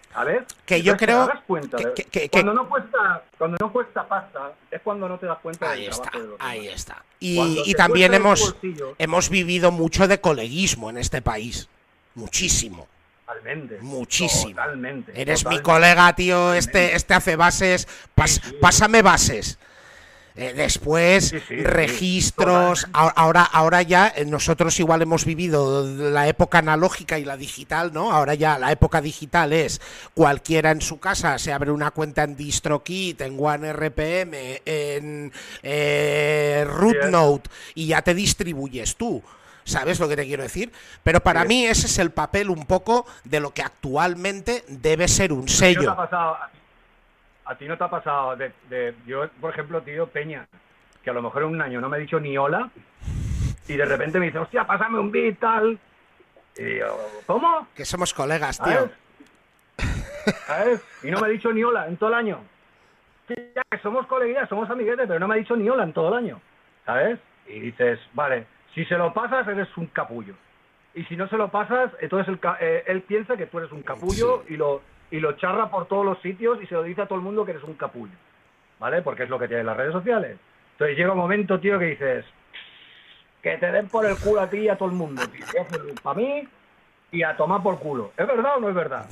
¿sabes? Que yo Entonces, creo te das cuenta cuando no cuesta pasta, es cuando no te das cuenta del trabajo de los demás. Ahí está. Y también hemos vivido mucho de coleguismo en este país. Muchísimo. Totalmente. Muchísimo. Totalmente. Eres totalmente, mi colega, tío, totalmente. este hace bases, pásame bases. Después, registros, ahora ya nosotros igual hemos vivido la época analógica y la digital, ¿no? Ahora ya la época digital es cualquiera en su casa se abre una cuenta en DistroKit, en OneRPM, en RootNote y ya te distribuyes tú. ¿Sabes lo que te quiero decir? Pero para mí ese es el papel un poco de lo que actualmente debe ser un sello. ¿A ti no te ha pasado yo, por ejemplo, tío, Peña, que a lo mejor en un año no me ha dicho ni hola y de repente me dice, hostia, pásame un beat, tal? Y digo, ¿cómo? Que somos colegas, tío. ¿Sabes? Y no me ha dicho ni hola en todo el año. Ya que somos colegas, somos amiguetes, pero no me ha dicho ni hola en todo el año. ¿Sabes? Y dices, vale, si se lo pasas eres un capullo. Y si no se lo pasas, entonces él piensa que tú eres un capullo y lo charra por todos los sitios y se lo dice a todo el mundo que eres un capullo, ¿vale? Porque es lo que tienen las redes sociales. Entonces llega un momento, tío, que dices, que te den por el culo a ti y a todo el mundo, tío. Para mí y a tomar por culo. ¿Es verdad o no es verdad?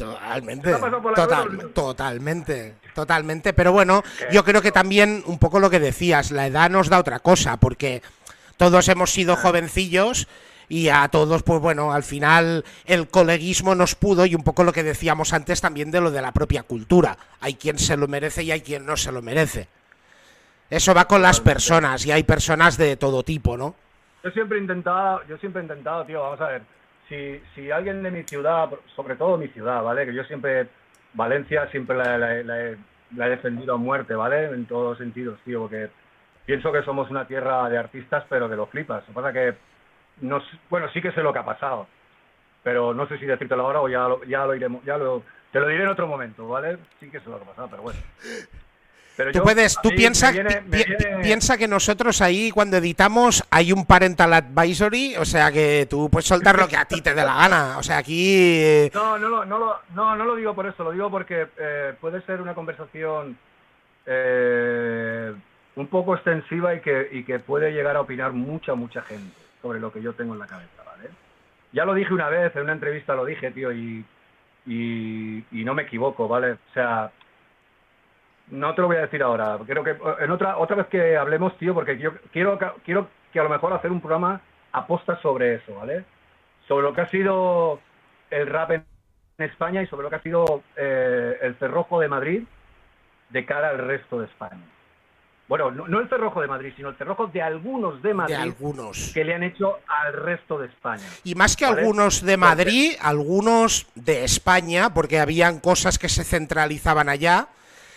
Totalmente. Pero bueno, yo creo que también un poco lo que decías, la edad nos da otra cosa, porque todos hemos sido jovencillos y a todos, pues bueno, al final el coleguismo nos pudo, y un poco lo que decíamos antes también de lo de la propia cultura. Hay quien se lo merece y hay quien no se lo merece. Eso va con las personas, y hay personas de todo tipo, ¿no? Yo siempre he intentado, tío, vamos a ver, si alguien de mi ciudad, sobre todo mi ciudad, ¿vale? Que yo siempre, Valencia siempre la he defendido a muerte, ¿vale? En todos los sentidos, tío, porque pienso que somos una tierra de artistas, pero que lo flipas. Lo que pasa que bueno, sí que sé lo que ha pasado, pero no sé si decírtelo ahora o ya lo iremos, te lo diré en otro momento, ¿vale? Sí que sé lo que ha pasado, pero bueno. Pero tú piensa que nosotros ahí cuando editamos hay un parental advisory, o sea que tú puedes soltar lo que a ti te dé la gana, o sea aquí... No lo digo por eso, lo digo porque puede ser una conversación un poco extensiva y que puede llegar a opinar mucha gente sobre lo que yo tengo en la cabeza, ¿vale? Ya lo dije una vez, en una entrevista lo dije, tío, y no me equivoco, ¿vale? O sea, no te lo voy a decir ahora, creo que en otra vez que hablemos, tío, porque yo quiero que a lo mejor hacer un programa aposta sobre eso, ¿vale? Sobre lo que ha sido el rap en España y sobre lo que ha sido el cerrojo de Madrid de cara al resto de España. Bueno, no el cerrojo de Madrid, sino el cerrojo de algunos de Madrid que le han hecho al resto de España. Y más que algunos de Madrid, algunos de España, porque habían cosas que se centralizaban allá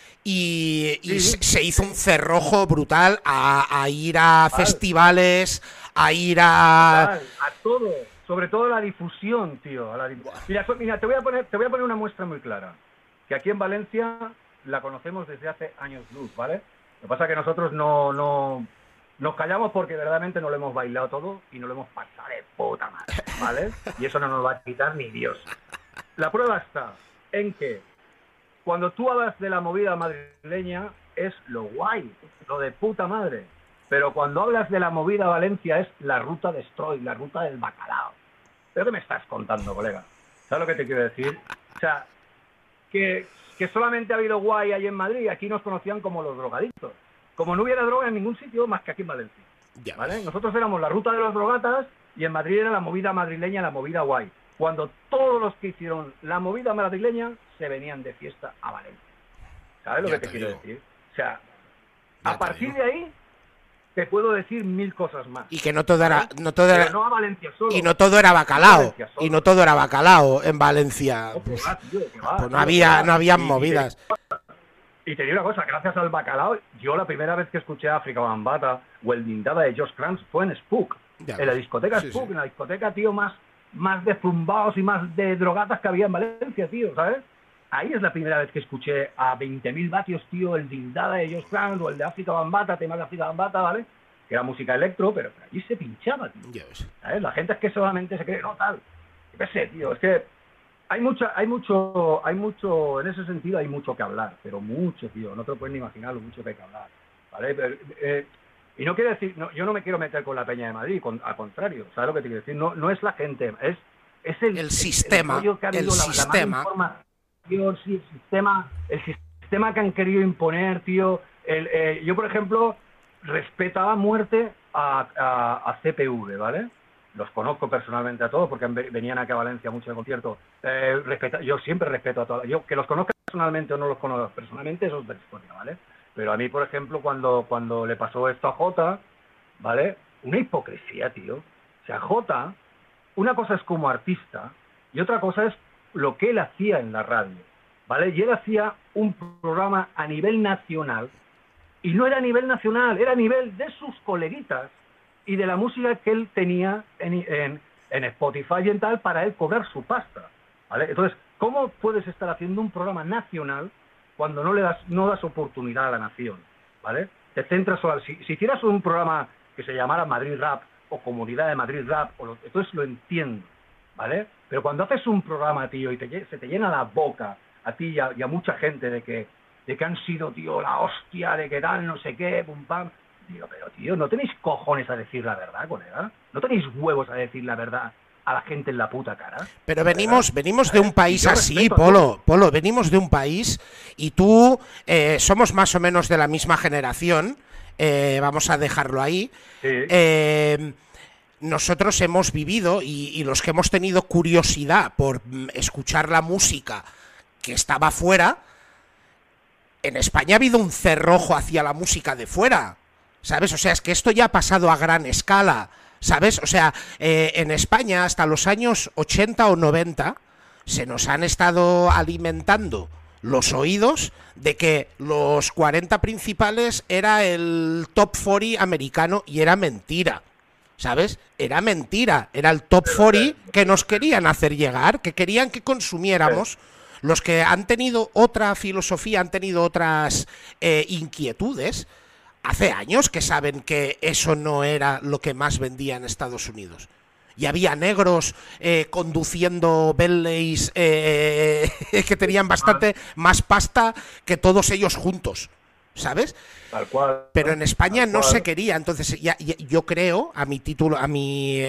y se hizo un cerrojo brutal a ir a festivales, a ir a todo, sobre todo la difusión, tío. Mira, te voy a poner una muestra muy clara, que aquí en Valencia la conocemos desde hace años luz, ¿vale? Lo que pasa es que nosotros no nos callamos porque verdaderamente no lo hemos bailado todo y no lo hemos pasado de puta madre, ¿vale? Y eso no nos va a quitar ni Dios. La prueba está en que cuando tú hablas de la movida madrileña es lo guay, lo de puta madre. Pero cuando hablas de la movida Valencia es la ruta de Stroy, la ruta del bacalao. ¿Pero qué me estás contando, colega? ¿Sabes lo que te quiero decir? O sea, que solamente ha habido guay ahí en Madrid, aquí nos conocían como los drogadictos. Como no hubiera droga en ningún sitio más que aquí en Valencia, ¿vale? Nosotros éramos la ruta de los drogatas y en Madrid era la movida madrileña, la movida guay. Cuando todos los que hicieron la movida madrileña se venían de fiesta a Valencia. ¿Sabes lo que te quiero decir? O sea, a partir de ahí te puedo decir mil cosas más. Y que no todo era, no a Valencia solo. Y no todo era bacalao. Y no todo era bacalao en Valencia. Pues no había movidas. Y te digo una cosa, gracias al bacalao, yo la primera vez que escuché África Bambata o el Dindada de Josh Kranz fue en Spook. En la discoteca Spook, en la discoteca, tío, más de zumbaos y más de drogatas que había en Valencia, tío, ¿sabes? Ahí es la primera vez que escuché a 20.000 vatios, tío, el Dindada de Josh Kranz o el de África Bambata, temas de África Bambata, ¿vale? Que era música electro, pero allí se pinchaba, tío. ¿Sabes? La gente es que solamente se cree, no, tal. Yo qué sé, tío, es que en ese sentido hay mucho que hablar, pero mucho, tío, no te lo puedes ni imaginar lo mucho que hay que hablar, ¿vale? Pero, y no quiero decir, no, yo no me quiero meter con la Peña de Madrid, al contrario, ¿sabes lo que te quiero decir? No, no es la gente, es El sistema, rollo que ha habido, el la mala sistema. información, sí, el sistema que han querido imponer, tío. Yo, por ejemplo, respetaba a muerte a CPV, ¿vale? Los conozco personalmente a todos porque venían aquí a Valencia mucho de concierto. Yo siempre respeto a todos. Yo que los conozca personalmente o no los conozco personalmente, eso es de historia, ¿vale? Pero a mí, por ejemplo, cuando le pasó esto a Jota, ¿vale? Una hipocresía, tío. O sea, Jota, una cosa es como artista y otra cosa es lo que él hacía en la radio, ¿vale? Y él hacía un programa a nivel nacional y no era a nivel nacional, era a nivel de sus coleguitas y de la música que él tenía en Spotify y en tal para él cobrar su pasta, ¿vale? Entonces, ¿cómo puedes estar haciendo un programa nacional cuando no das oportunidad a la nación, ¿vale? Te centras solo, si hicieras un programa que se llamara Madrid Rap o Comunidad de Madrid Rap, entonces lo entiendo, ¿vale? Pero cuando haces un programa, tío, y se te llena la boca a ti y a mucha gente de que han sido, tío, la hostia, de que tal, no sé qué, pum, pam. Digo, pero, tío, ¿no tenéis cojones a decir la verdad, colega? ¿No tenéis huevos a decir la verdad a la gente en la puta cara? Pero venimos de un país así, Polo, venimos de un país y tú, somos más o menos de la misma generación, vamos a dejarlo ahí. Sí. Nosotros hemos vivido y los que hemos tenido curiosidad por escuchar la música que estaba fuera, en España ha habido un cerrojo hacia la música de fuera, ¿sabes? O sea, es que esto ya ha pasado a gran escala, ¿sabes? O sea, en España hasta los años 80 o 90 se nos han estado alimentando los oídos de que los 40 principales era el top 40 americano y era mentira. ¿Sabes? Era mentira, era el top 40 que nos querían hacer llegar, que querían que consumiéramos. Los que han tenido otra filosofía, han tenido otras inquietudes, hace años que saben que eso no era lo que más vendía en Estados Unidos. Y había negros conduciendo Bentleys que tenían bastante más pasta que todos ellos juntos, ¿sabes? Tal cual. Pero en España no se quería, entonces yo creo, a mi título, a mi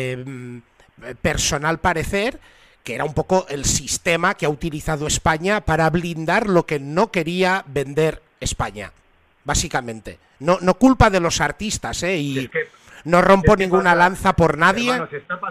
personal parecer, que era un poco el sistema que ha utilizado España para blindar lo que no quería vender España, básicamente. No culpa de los artistas, y es que, no rompo ninguna lanza por nadie. Hermano, se está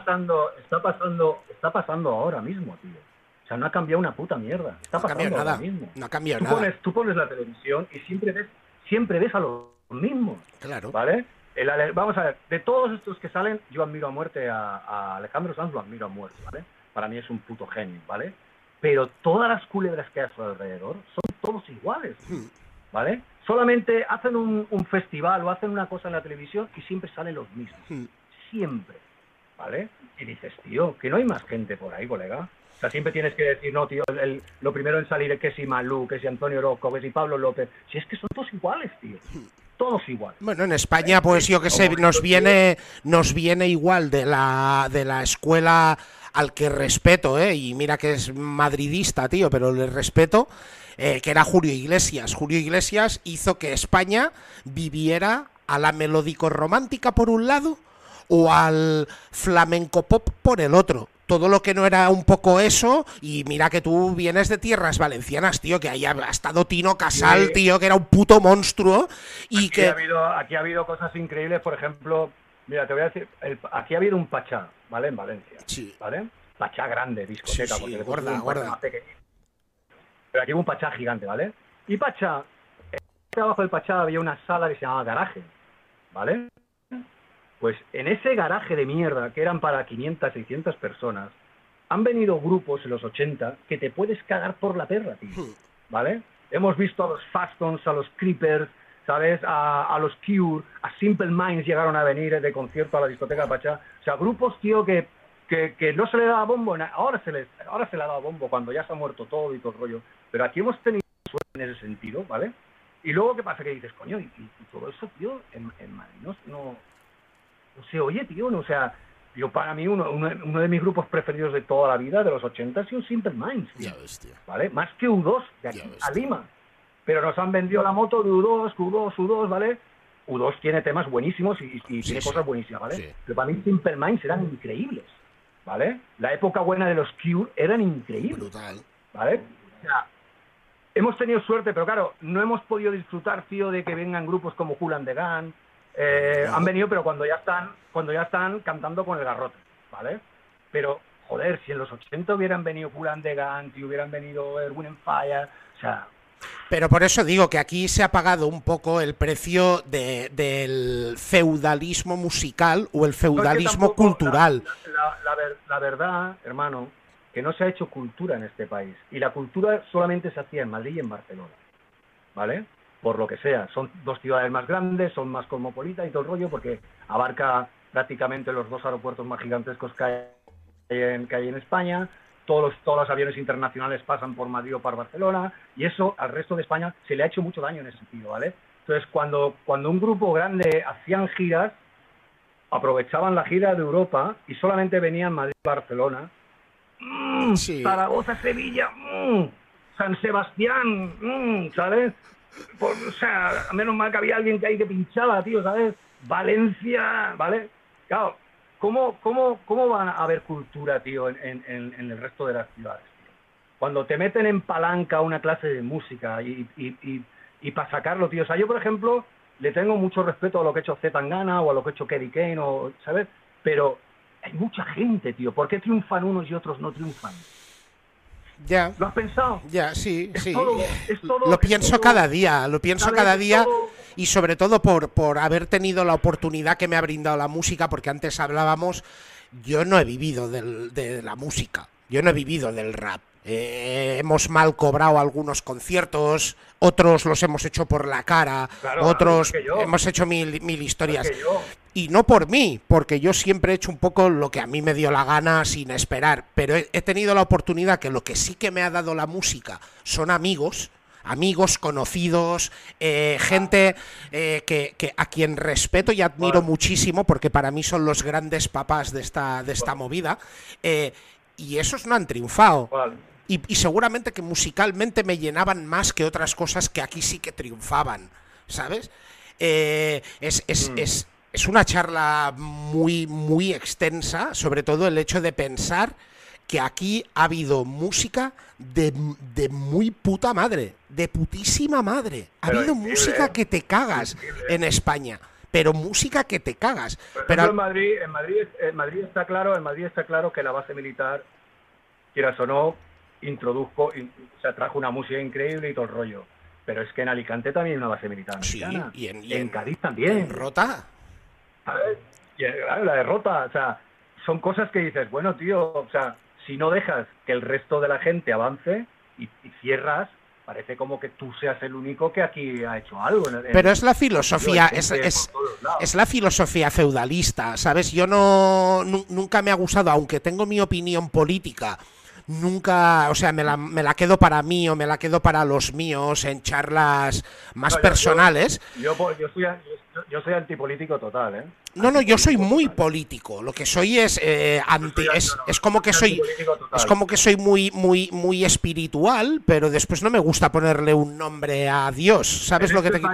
pasando ahora mismo, tío. O sea, no ha cambiado una puta mierda. Está pasando ahora mismo. No ha cambiado nada. Tú pones la televisión y siempre ves a los mismos. Claro. ¿Vale? Vamos a ver, de todos estos que salen, yo admiro a muerte a Alejandro Sanz, lo admiro a muerte, ¿vale? Para mí es un puto genio, ¿vale? Pero todas las culebras que hay a su alrededor son todos iguales, ¿vale? Solamente hacen un festival o hacen una cosa en la televisión y siempre salen los mismos. Siempre, ¿vale? Y dices, tío, que no hay más gente por ahí, colega. O sea, siempre tienes que decir, no, tío, lo primero en salir es que si Malú, que si Antonio Orozco, que si Pablo López. Si es que son todos iguales, tío. Todos iguales. Bueno, en España, pues yo que sé, nos viene igual de la escuela al que respeto, y mira que es madridista, tío, pero le respeto, que era Julio Iglesias. Julio Iglesias hizo que España viviera a la melódico romántica por un lado o al flamenco pop por el otro. Todo lo que no era un poco eso, y mira que tú vienes de tierras valencianas, tío, que ahí ha estado Tino Casal, tío, que era un puto monstruo, y aquí ha habido cosas increíbles, por ejemplo, mira, te voy a decir, aquí ha habido un Pachá, ¿vale? En Valencia, sí. ¿vale? Pachá grande, discoteca, sí, porque gorda. Pero aquí hubo un Pachá gigante, ¿vale? Y Pachá, abajo del Pachá había una sala que se llamaba Garaje, ¿vale? Pues en ese garaje de mierda, que eran para 500, 600 personas, han venido grupos en los 80 que te puedes cagar por la perra, tío, ¿vale? Hemos visto a los Fastons, a los Creepers, ¿sabes? A los Cure, a Simple Minds llegaron a venir de concierto a la discoteca Pachá. O sea, grupos, tío, que no se le daba bombo, ahora se le ha dado bombo cuando ya se ha muerto todo y todo el rollo. Pero aquí hemos tenido suerte en ese sentido, ¿vale? Y luego, ¿qué pasa? Que dices, coño, y todo eso, tío, en Madrid no se oye, tío, no, o sea, Yo para mí uno de mis grupos preferidos de toda la vida, de los 80, ha sido Simple Minds. Ya ves, tío. ¿Vale? Más que U2, de aquí a Lima. Pero nos han vendido la moto de U2, ¿vale? U2 tiene temas buenísimos y tiene cosas buenísimas, ¿vale? Sí. Pero para mí Simple Minds eran increíbles, ¿vale? La época buena de los Cure eran increíbles. Brutal. ¿Vale? O sea, hemos tenido suerte, pero claro, no hemos podido disfrutar, tío, de que vengan grupos como Kool and the Gang. Han venido, pero cuando ya están cantando con el garrote, ¿vale? Pero, joder, si en los 80 hubieran venido Kool and the Gang, si hubieran venido Erwin and Fire, o sea... Pero por eso digo que aquí se ha pagado un poco el precio del feudalismo musical o el feudalismo cultural. La verdad, hermano, que no se ha hecho cultura en este país. Y la cultura solamente se hacía en Madrid y en Barcelona, ¿vale? Por lo que sea. Son dos ciudades más grandes, son más cosmopolitas y todo el rollo, porque abarca prácticamente los dos aeropuertos más gigantescos que hay en España. Todos los aviones internacionales pasan por Madrid o por Barcelona, y eso al resto de España se le ha hecho mucho daño en ese sentido, ¿vale? Entonces, cuando un grupo grande hacían giras, aprovechaban la gira de Europa y solamente venían Madrid y Barcelona, Zaragoza, Sevilla, San Sebastián, ¿sabes? O sea, menos mal que había alguien que ahí que pinchaba, tío, ¿sabes? Valencia, ¿vale? Claro. ¿Cómo van a haber cultura, tío, en el resto de las ciudades, tío? Cuando te meten en palanca una clase de música y para sacarlo, tío. O sea, yo, por ejemplo, le tengo mucho respeto a lo que ha hecho C. Tangana o a lo que ha hecho Kerry Kane, ¿sabes? Pero hay mucha gente, tío. ¿Por qué triunfan unos y otros no triunfan? Ya. ¿Lo has pensado? Ya, sí, es sí. Todo, lo pienso cada día, todo... y sobre todo por haber tenido la oportunidad que me ha brindado la música, porque antes hablábamos, yo no he vivido de la música, yo no he vivido del rap. Hemos mal cobrado algunos conciertos, otros los hemos hecho por la cara, claro, otros hemos hecho mil historias. Y no por mí, porque yo siempre he hecho un poco lo que a mí me dio la gana sin esperar, pero he tenido la oportunidad que lo que sí que me ha dado la música son amigos, conocidos, gente que a quien respeto y admiro muchísimo, porque para mí son los grandes papás de esta movida, y esos no han triunfado. Y seguramente que musicalmente me llenaban más que otras cosas que aquí sí que triunfaban, ¿sabes? Es una charla muy, muy extensa, sobre todo el hecho de pensar que aquí ha habido música de muy puta madre, de putísima madre. Ha habido música que te cagas en España, pero música que te cagas. Por ejemplo, en Madrid está claro que la base militar, quieras o no, trajo una música increíble y todo el rollo. Pero es que en Alicante también hay una base militar americana. Sí, y en Cádiz también. En Rota. ¿Sabes? Y la derrota, o sea, son cosas que dices, bueno, tío, o sea, si no dejas que el resto de la gente avance y cierras, parece como que tú seas el único que aquí ha hecho algo. Pero es la filosofía, es la filosofía feudalista, ¿sabes? Yo nunca me ha gustado, aunque tengo mi opinión política, nunca, o sea, me la quedo para mí o me la quedo para los míos en charlas más personales. Yo soy antipolítico total, ¿eh? No, yo soy muy político. Lo que soy es es como que soy muy espiritual, pero después no me gusta ponerle un nombre a Dios. ¿Sabes lo que te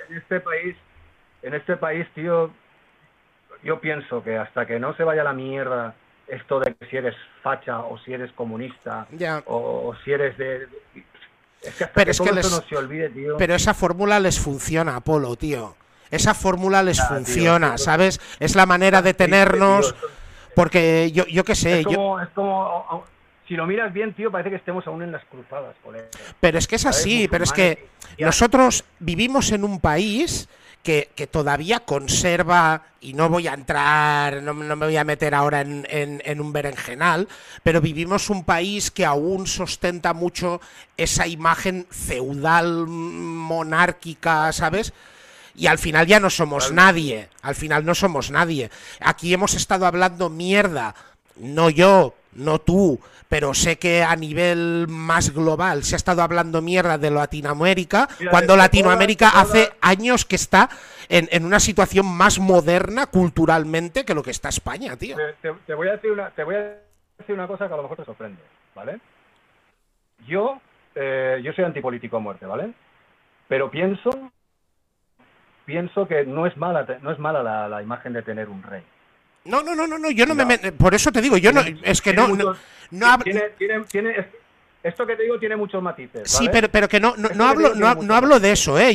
En este país, tío, yo pienso que hasta que no se vaya a la mierda esto de que si eres facha o si eres comunista o si eres de... Es que hasta esto no se olvide, tío. Pero esa fórmula les funciona, Apolo, tío. Esa fórmula les funciona, tío, ¿sabes? Es la manera de tenernos, porque yo qué sé... Es como, si lo miras bien, tío, parece que estemos aún en las cruzadas, joder. Pero es que es así, pero es que nosotros vivimos en un país que todavía conserva, y no voy a entrar, no me voy a meter ahora en un berenjenal, pero vivimos un país que aún sustenta mucho esa imagen feudal, monárquica, ¿sabes? Y al final ya no somos nadie, Aquí hemos estado hablando mierda, no yo, no tú, pero sé que a nivel más global se ha estado hablando mierda de Latinoamérica, Mira, cuando Latinoamérica te puedo hace dar- años que está en una situación más moderna culturalmente que lo que está España, tío. te voy a decir una cosa que a lo mejor te sorprende, ¿vale? Yo soy antipolítico a muerte, ¿vale? Pero pienso que no es mala la imagen de tener un rey. No, yo no me... No. Por eso te digo, yo no... Es que Tiene no... muchos, no hab- esto que te digo tiene muchos matices, Sí, ¿vale? pero que no Esto que te digo tiene no muchos hablo de matices. eso, ¿eh?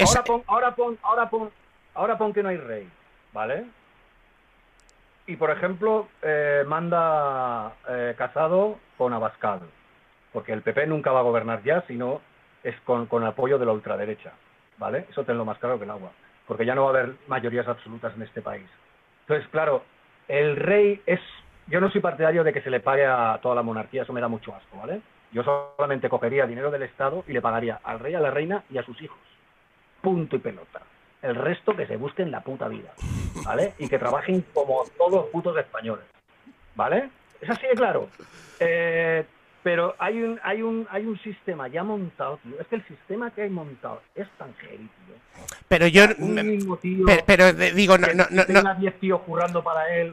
Ahora pon que no hay rey, ¿vale? Y por ejemplo, manda Casado con Abascal, porque el PP nunca va a gobernar ya, sino es con apoyo de la ultraderecha, ¿vale? Eso tenlo más claro que el agua, porque ya no va a haber mayorías absolutas en este país. Entonces, claro, el rey es... Yo no soy partidario de que se le pague a toda la monarquía, eso me da mucho asco, ¿vale? Yo solamente cogería dinero del Estado y le pagaría al rey, a la reina y a sus hijos. Punto y pelota. El resto que se busquen la puta vida, ¿vale? Y que trabajen como todos los putos españoles, ¿vale? Es así de claro. Pero hay un sistema ya montado, tío. Es que el sistema que hay montado es tan heavy, tío. Pero yo... Un mismo tío digo, que tenga 10 tíos currando para él.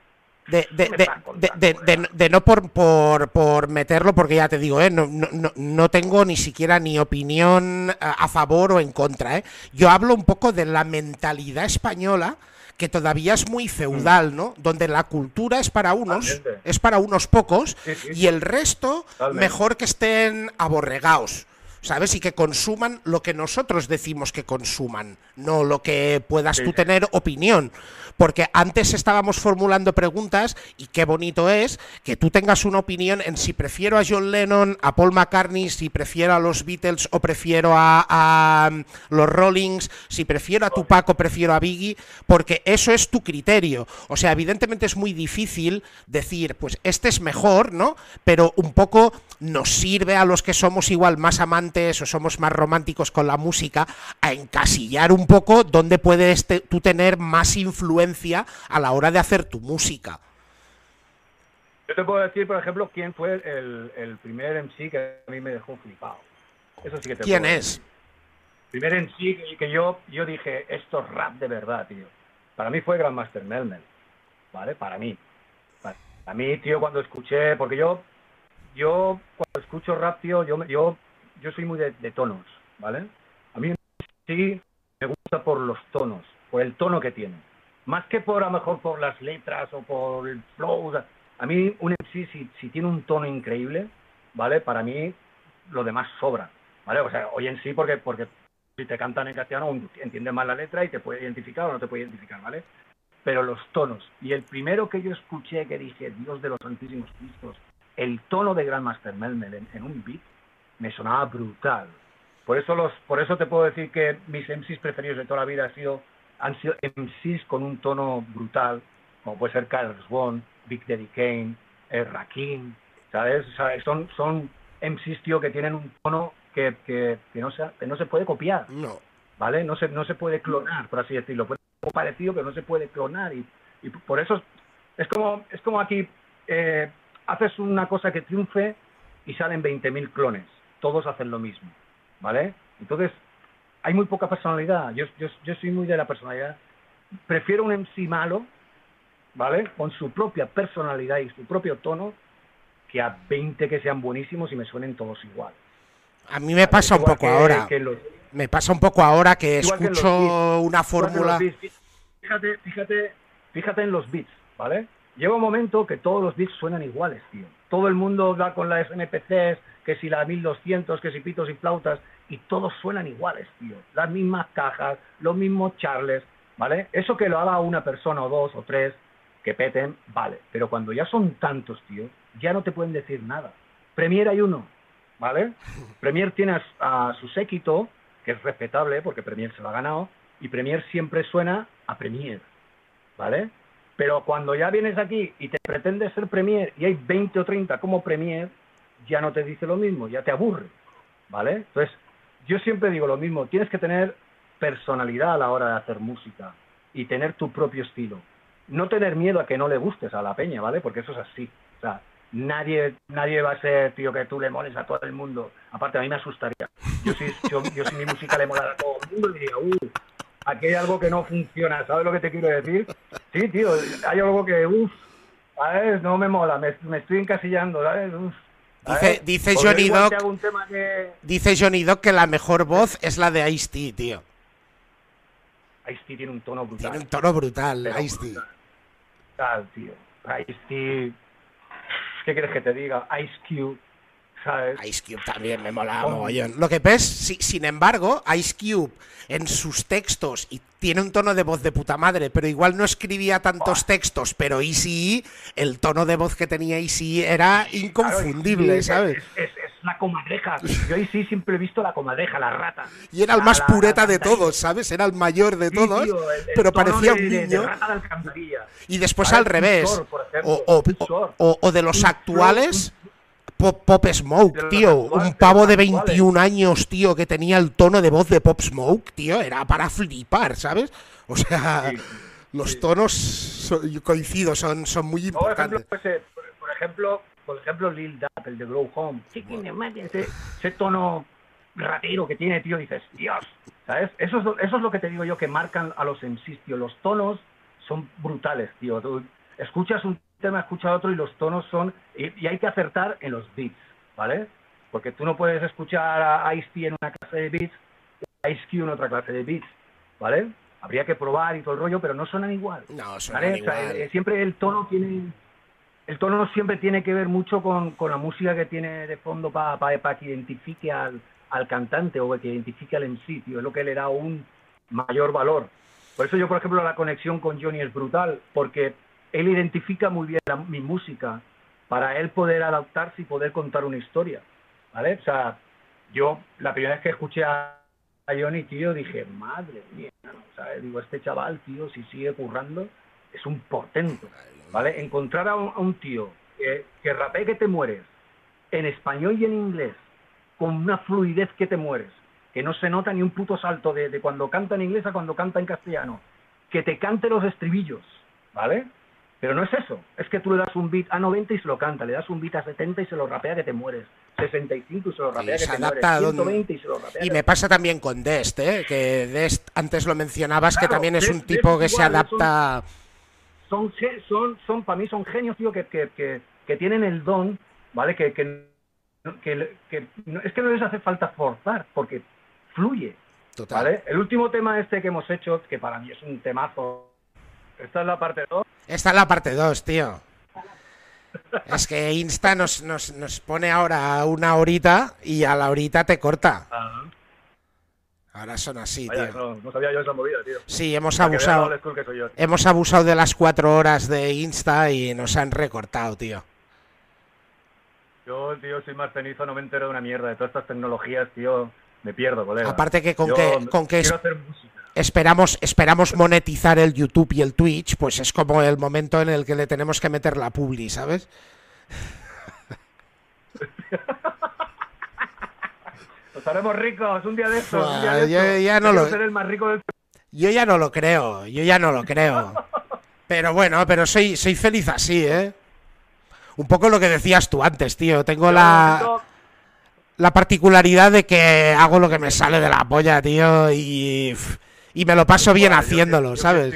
de no por meterlo, porque ya te digo, no tengo ni siquiera ni opinión a favor o en contra, ¿eh? Yo hablo un poco de la mentalidad española, que todavía es muy feudal, ¿no? Donde la cultura es para unos, es para unos pocos, y el resto, mejor que estén aborregados, ¿sabes? Y que consuman lo que nosotros decimos que consuman, no lo que puedas tú tener opinión. Porque antes estábamos formulando preguntas y qué bonito es que tú tengas una opinión en si prefiero a John Lennon, a Paul McCartney, si prefiero a los Beatles o prefiero a los Rollings, si prefiero a Tupac o prefiero a Biggie, porque eso es tu criterio. O sea, evidentemente es muy difícil decir, pues este es mejor, ¿no? Pero un poco nos sirve a los que somos igual más amantes o somos más románticos con la música a encasillar un poco dónde puedes tú tener más influencia a la hora de hacer tu música. Yo te puedo decir, por ejemplo, quién fue el primer MC que a mí me dejó flipado. Eso sí que te ¿Quién puedo es? decir. Primer MC que yo dije, esto es rap de verdad, tío. Para mí fue Grandmaster Mel, ¿vale? Para mí, tío, cuando escuché... Porque yo cuando escucho rap, tío, yo soy muy de tonos, ¿vale? A mí sí me gusta por los tonos, por el tono que tiene. Más que a lo mejor por las letras o por el flow. O sea, a mí un MC si tiene un tono increíble, ¿vale? Para mí lo demás sobra, ¿vale? O sea, hoy en sí porque si te cantan en castellano entiendes más la letra y te puede identificar o no te puede identificar, ¿vale? Pero los tonos. Y el primero que yo escuché que dije, Dios de los Santísimos Cristos, el tono de Grandmaster Mel en un beat me sonaba brutal. Por eso te puedo decir que mis MCs preferidos de toda la vida han sido MCs con un tono brutal, como puede ser Carlos One, Big Daddy Kane, Rakim, ¿sabes? O sea, son MCs, tío, que tienen un tono que no se puede copiar, no, ¿vale? No se puede clonar, por así decirlo. Puede ser parecido, pero no se puede clonar. Y por eso es como aquí, haces una cosa que triunfe y salen 20.000 clones. Todos hacen lo mismo, ¿vale? Entonces, hay muy poca personalidad. Yo soy muy de la personalidad. Prefiero un MC malo, ¿vale? Con su propia personalidad y su propio tono, que a 20 que sean buenísimos y me suenen todos igual. A mí me pasa un poco ahora. Me pasa un poco ahora que igual escucho una fórmula. Fíjate en los beats, ¿vale? Llega un momento que todos los beats suenan iguales, tío. Todo el mundo va con las MPCs, que si la 1200, que si pitos y flautas, y todos suenan iguales, tío. Las mismas cajas, los mismos charles, ¿vale? Eso que lo haga una persona o dos o tres que peten, vale. Pero cuando ya son tantos, tío, ya no te pueden decir nada. Premier hay uno, ¿vale? Premier tiene a su séquito, que es respetable porque Premier se lo ha ganado, y Premier siempre suena a Premier, ¿vale? Pero cuando ya vienes aquí y te pretendes ser Premier y hay 20 o 30 como Premier, ya no te dice lo mismo, ya te aburre, ¿vale? Entonces, yo siempre digo lo mismo, tienes que tener personalidad a la hora de hacer música y tener tu propio estilo. No tener miedo a que no le gustes a la peña, ¿vale? Porque eso es así. O sea, nadie va a ser, tío, que tú le moles a todo el mundo. Aparte, a mí me asustaría. Yo si mi música le molara a todo el mundo, diría, aquí hay algo que no funciona, ¿sabes lo que te quiero decir? Sí, tío, hay algo que, ¿sabes? No me mola, me estoy encasillando, ¿sabes? Dice Johnny Doc que la mejor voz es la de Ice-T, tío. Ice-T tiene un tono brutal. Tiene un tono brutal, Ice-T. Brutal, tío. Ice-T... ¿Qué quieres que te diga? Ice Cube, ¿sabes? Ice Cube también me mola mogollón. Lo que ves, sin embargo, Ice Cube en sus textos y tiene un tono de voz de puta madre, pero igual no escribía tantos textos, pero Eazy, el tono de voz que tenía Eazy era inconfundible, claro, ¿sabes? Es la comadreja. Yo Eazy siempre he visto la comadreja, la rata. Y era el más pureta de todos, ¿sabes? Era el mayor de todos, tío, pero parecía un niño. De rata de alcantarilla. Y después al revés. O de los actuales... Pop Smoke, tío, un pavo de 21 años, tío, que tenía el tono de voz de Pop Smoke, tío, era para flipar, ¿sabes? O sea, los tonos coincido, son muy importantes. Por ejemplo, Lil Dap, el de Grow Home, ese tono ratero que tiene, tío, dices, Dios, ¿sabes? Eso es lo que te digo yo, que marcan a los MCs, tío, los tonos son brutales, tío, tú escuchas un tema, escucha otro y los tonos son... Y hay que acertar en los beats, ¿vale? Porque tú no puedes escuchar a Ice-T en una clase de beats y a Ice-Q en otra clase de beats, ¿vale? Habría que probar y todo el rollo, pero no suenan igual. No, suenan igual. O sea, siempre el tono siempre tiene que ver mucho con la música que tiene de fondo para que identifique al cantante o que identifique al MC, tío. Es lo que le da un mayor valor. Por eso yo, por ejemplo, la conexión con Johnny es brutal, porque él identifica muy bien mi música para él poder adaptarse y poder contar una historia, ¿vale? O sea, yo la primera vez que escuché a Johnny, tío, dije, madre mía, ¿no? O sea, digo, este chaval, tío, si sigue currando, es un portento, ¿vale? Encontrar a un tío que rapee que te mueres, en español y en inglés, con una fluidez que te mueres, que no se nota ni un puto salto de cuando canta en inglés a cuando canta en castellano, que te cante los estribillos, ¿vale? Pero no es eso, es que tú le das un beat a 90 y se lo canta, le das un beat a 70 y se lo rapea que te mueres, 65 y se lo rapea que te mueres, 120 y se lo rapea. Y me pasa también con Dest, que Dest, antes lo mencionabas, claro, que también es un tipo que se adapta... Para mí son genios, tío, que tienen el don, ¿vale? Que es que no les hace falta forzar, porque fluye, total. ¿Vale? El último tema que hemos hecho, que para mí es un temazo, esta es la parte 2. Esta es la parte 2, tío. Es que Insta nos pone ahora una horita y a la horita te corta. Ajá. Ahora son así, vaya, tío. No sabía yo esa movida, tío. Sí, hemos abusado de las 4 horas de Insta y nos han recortado, tío. Yo, tío, soy más cenizo, no me entero de una mierda. De todas estas tecnologías, tío, me pierdo, colega. Aparte que con que quiero hacer música. Esperamos monetizar el YouTube y el Twitch, pues es como el momento en el que le tenemos que meter la publi, ¿sabes? Nos haremos ricos un día de estos. Yo ya no ser el más rico del... Yo ya no lo creo. Pero bueno, pero soy feliz así, ¿eh? Un poco lo que decías tú antes, tío. Tengo la particularidad de que hago lo que me sale de la polla, tío, y me lo paso bien haciéndolo, ¿sabes?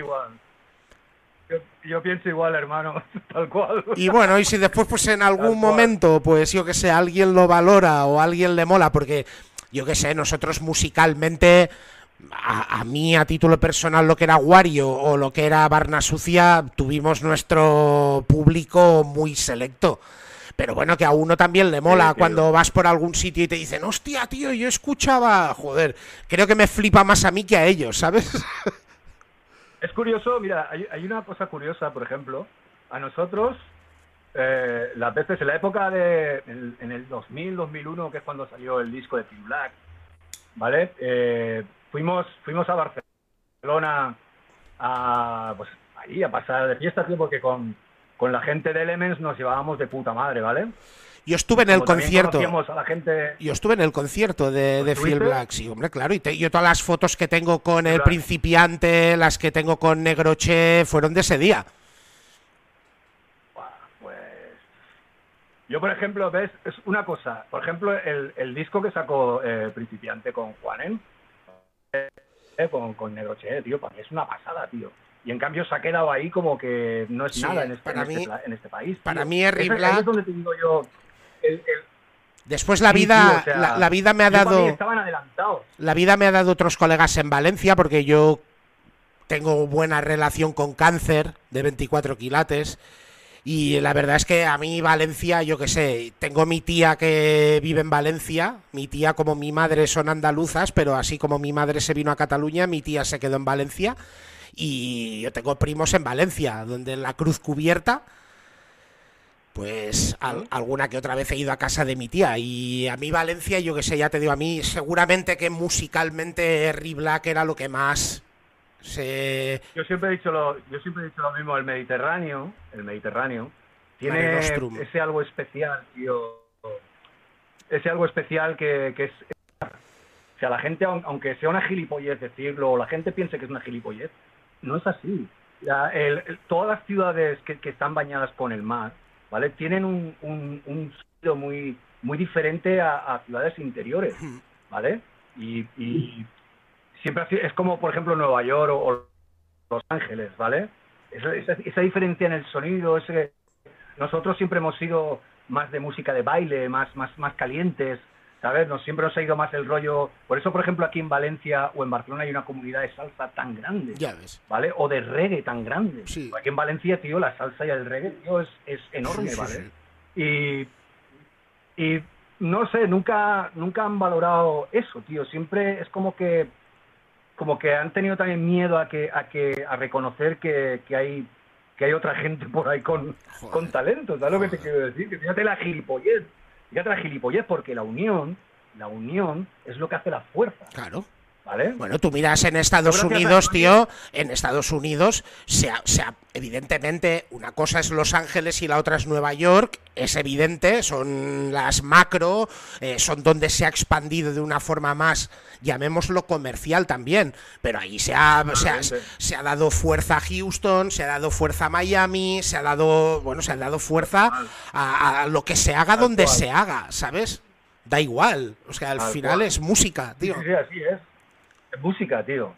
Yo pienso igual, hermano, tal cual. Y bueno, y si después pues en algún momento, pues yo que sé, alguien lo valora o alguien le mola, porque yo que sé, nosotros musicalmente, a mí a título personal lo que era Wario o lo que era Barna Sucia, tuvimos nuestro público muy selecto. Pero bueno, que a uno también le mola cuando vas por algún sitio y te dicen, hostia, tío, yo escuchaba... Joder, creo que me flipa más a mí que a ellos, ¿sabes? Es curioso, mira, hay una cosa curiosa, por ejemplo, a nosotros, las veces en la época en el 2000, 2001, que es cuando salió el disco de Pink Black, ¿vale? Fuimos a Barcelona pues ahí a pasar de fiesta, tío, porque con la gente de Elements nos llevábamos de puta madre, ¿vale? Yo estuve en el concierto. A la gente... Yo estuve en el concierto de Phil Black, sí, hombre, claro. Y yo todas las fotos que tengo con El Principiante, las que tengo con Negroche, fueron de ese día. Yo, por ejemplo, ves, es una cosa, por ejemplo, el disco que sacó Principiante con Juanen, con Negroche, tío, para mí es una pasada, tío. Y en cambio se ha quedado ahí como que no es nada en este país. Para tío. mí es Black... es donde te digo yo... Después la vida, tío, o sea, la vida me ha dado... Estaban adelantados. La vida me ha dado otros colegas en Valencia, porque yo tengo buena relación con Cáncer, de 24 quilates, y la verdad es que a mí Valencia, yo qué sé, tengo mi tía que vive en Valencia, mi tía como mi madre son andaluzas, pero así como mi madre se vino a Cataluña, mi tía se quedó en Valencia, y yo tengo primos en Valencia, donde en la Cruz Cubierta, pues alguna que otra vez he ido a casa de mi tía. Y a mí Valencia, yo que sé, ya te digo, a mí seguramente que musicalmente Black era lo que más se... Yo siempre he dicho lo mismo, el Mediterráneo tiene ese algo especial, tío. Ese algo especial que es... O sea, la gente, aunque sea una gilipollez decirlo, o la gente piense que es una gilipollez, no es así. Todas las ciudades que están bañadas con el mar, ¿vale? Tienen un sonido muy diferente a ciudades interiores, ¿vale? Y siempre es como, por ejemplo, Nueva York o Los Ángeles, ¿vale? Esa diferencia en el sonido, nosotros siempre hemos sido más de música de baile, más calientes, ¿sabes? Siempre nos ha ido más el rollo... Por eso, por ejemplo, aquí en Valencia o en Barcelona hay una comunidad de salsa tan grande, ya ves, ¿vale? O de reggae tan grande. Sí. Aquí en Valencia, tío, la salsa y el reggae, tío, es enorme, sí, ¿vale? Sí. Y no sé, nunca han valorado eso, tío. Siempre es como que han tenido también miedo a reconocer que hay otra gente por ahí con talento, ¿sabes lo que te quiero decir? Que fíjate la gilipollez, porque la unión es lo que hace la fuerza. Claro. ¿Vale? Bueno, tú miras en Estados Unidos, tío, en Estados Unidos, evidentemente, una cosa es Los Ángeles y la otra es Nueva York, es evidente, son las macro, son donde se ha expandido de una forma más, llamémoslo comercial también, pero ahí se ha dado fuerza a Houston, se ha dado fuerza a Miami, se ha dado fuerza a lo que se haga donde se haga, ¿sabes? Da igual, o sea, al final es música, tío. Sí, así es. Es música, tío.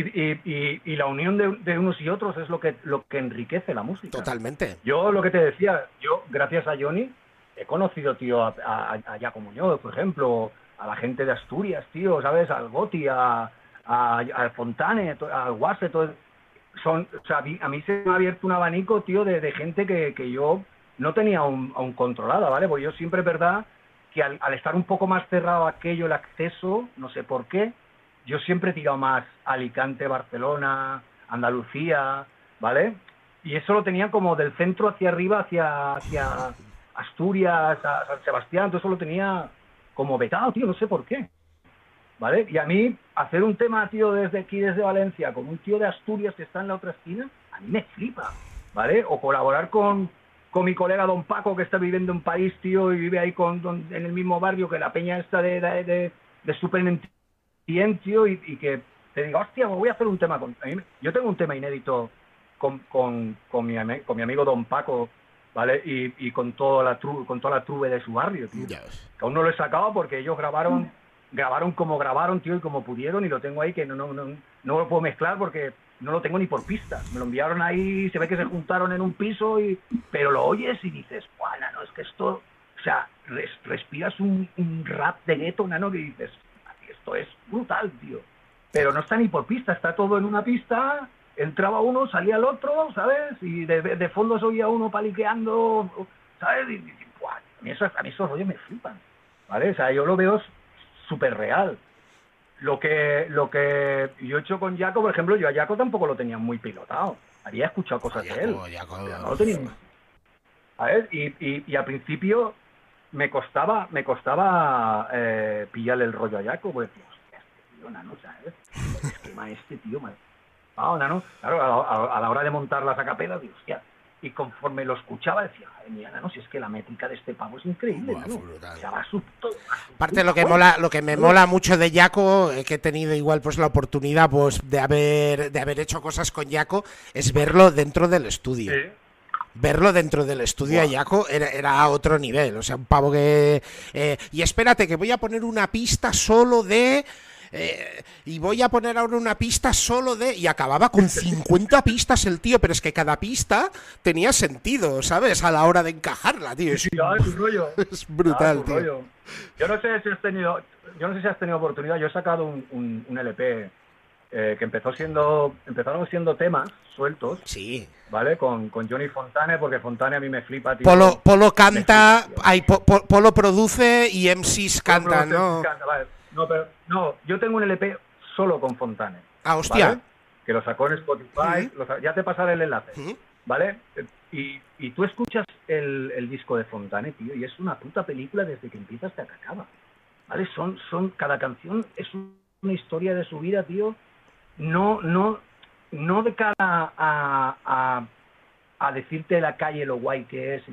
Y la unión de unos y otros es lo que enriquece la música. Totalmente. Yo lo que te decía, gracias a Johnny, he conocido, tío, a Jaco Muñoz, por ejemplo, a la gente de Asturias, tío, ¿sabes? Al Goti, al Fontane, al Guase, todo. O sea, a mí se me ha abierto un abanico, tío, de gente que yo no tenía aún controlada, ¿vale? Porque yo siempre es verdad que al estar un poco más cerrado aquello, el acceso, no sé por qué, yo siempre he tirado más Alicante, Barcelona, Andalucía, ¿vale? Y eso lo tenía como del centro hacia arriba, hacia Asturias, a San Sebastián, todo eso lo tenía como vetado, tío, no sé por qué, ¿vale? Y a mí, hacer un tema, tío, desde aquí, desde Valencia, con un tío de Asturias que está en la otra esquina, a mí me flipa, ¿vale? O colaborar con mi colega Don Paco, que está viviendo en París, tío, y vive ahí en el mismo barrio que la peña esta de Super tío, y que te diga, hostia, me voy a hacer un tema yo tengo un tema inédito con mi amigo Don Paco, ¿vale? Y con toda la trube de su barrio, tío. Yes. Que aún no lo he sacado porque ellos grabaron como grabaron, tío, y como pudieron, y lo tengo ahí que no lo puedo mezclar porque no lo tengo ni por pista. Me lo enviaron ahí, se ve que se juntaron en un piso, pero lo oyes y dices, ¡guau, nano, es que esto... O sea, respiras un rap de gueto, nano, que dices... Esto es brutal, tío. Pero no está ni por pista, está todo en una pista, entraba uno, salía el otro, ¿sabes? Y de fondo se oía uno paliqueando, ¿sabes? Y ¡buah! A mí esos rollos me flipan, ¿vale? O sea, yo lo veo súper real. Lo que yo he hecho con Jaco, por ejemplo, yo a Jaco tampoco lo tenía muy pilotado. Había escuchado cosas de él. Pero no lo tenía. ¿Sabes? Y al principio... me costaba pillarle el rollo a Jaco, pues, hostia, este tío, nano, ¿sabes? El esquema este tío, nano. Claro, a la hora de montar las acapelas, digo, hostia, y conforme lo escuchaba decía, ay, mira, nano, si es que la métrica de este pavo es increíble, nano. O sea, va aparte lo que me mola mucho de Jaco, que he tenido igual pues la oportunidad pues de haber hecho cosas con Jaco, es verlo dentro del estudio. Sí. verlo dentro del estudio de Yaco era otro nivel. O sea, un pavo que... y espérate, que voy a poner una pista solo de... y voy a poner ahora una pista solo de... Y acababa con 50 pistas el tío, pero es que cada pista tenía sentido, ¿sabes? A la hora de encajarla, tío. Sí, es un rollo. Es brutal, tío. Rollo. Yo no sé si has tenido oportunidad. Yo he sacado un LP que empezaron siendo temas sueltos. Sí. ¿Vale? Con Johnny Fontane, porque Fontane a mí me flipa, tío. Polo canta, Polo produce y MCs cantan, ¿no? Vale. No, yo tengo un LP solo con Fontane. Ah, hostia. ¿Vale? Que lo sacó en Spotify, ya te pasaré el enlace, ¿vale? Y tú escuchas el disco de Fontane, tío, y es una puta película desde que empieza hasta que acaba, ¿vale? Cada canción es una historia de su vida, tío, no de cara a decirte a la calle lo guay que es,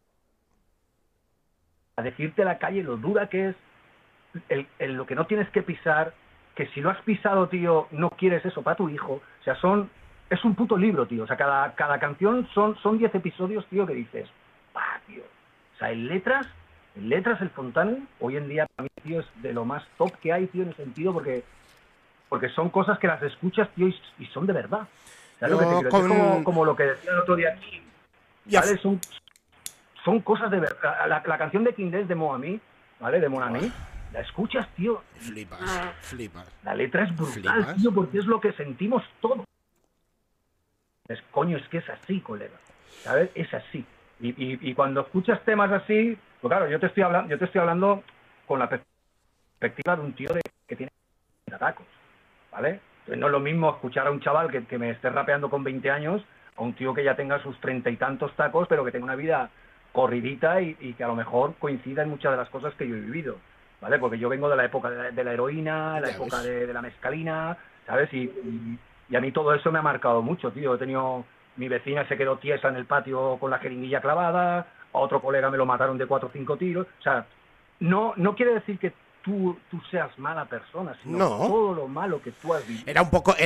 a decirte a la calle lo dura que es, lo que no tienes que pisar, que si lo has pisado, tío, no quieres eso para tu hijo. O sea, es un puto libro, tío. O sea, cada canción son 10 episodios, tío, que dices, tío. O sea, en letras el Fontane, hoy en día para mí, tío, es de lo más top que hay, tío, en el sentido, porque son cosas que las escuchas, tío, y son de verdad. ¿Sabes lo que te quiero decir? Como lo que decía el otro día aquí, ¿vale? Son cosas de verdad. La canción de King Des de Mon Ami, ¿vale? De Mon Ami, la escuchas, tío. Flipas. La letra es brutal, Flipas. tío, porque es lo que sentimos todos. Coño, es que es así, colega. ¿Sabes? Es así. Y cuando escuchas temas así, pues claro, yo te estoy hablando con la perspectiva de un tío que tiene tacos, ¿vale? Entonces, no es lo mismo escuchar a un chaval que me esté rapeando con 20 años a un tío que ya tenga sus 30 y tantos tacos, pero que tenga una vida corridita y que a lo mejor coincida en muchas de las cosas que yo he vivido, ¿vale? Porque yo vengo de la época de la heroína, la época de la mescalina, ¿sabes? Y a mí todo eso me ha marcado mucho, tío. Mi vecina se quedó tiesa en el patio con la jeringuilla clavada, a otro colega me lo mataron de 4 o 5 tiros. O sea, no quiere decir que tú seas mala persona, sino todo lo malo que tú has vivido. Era un poco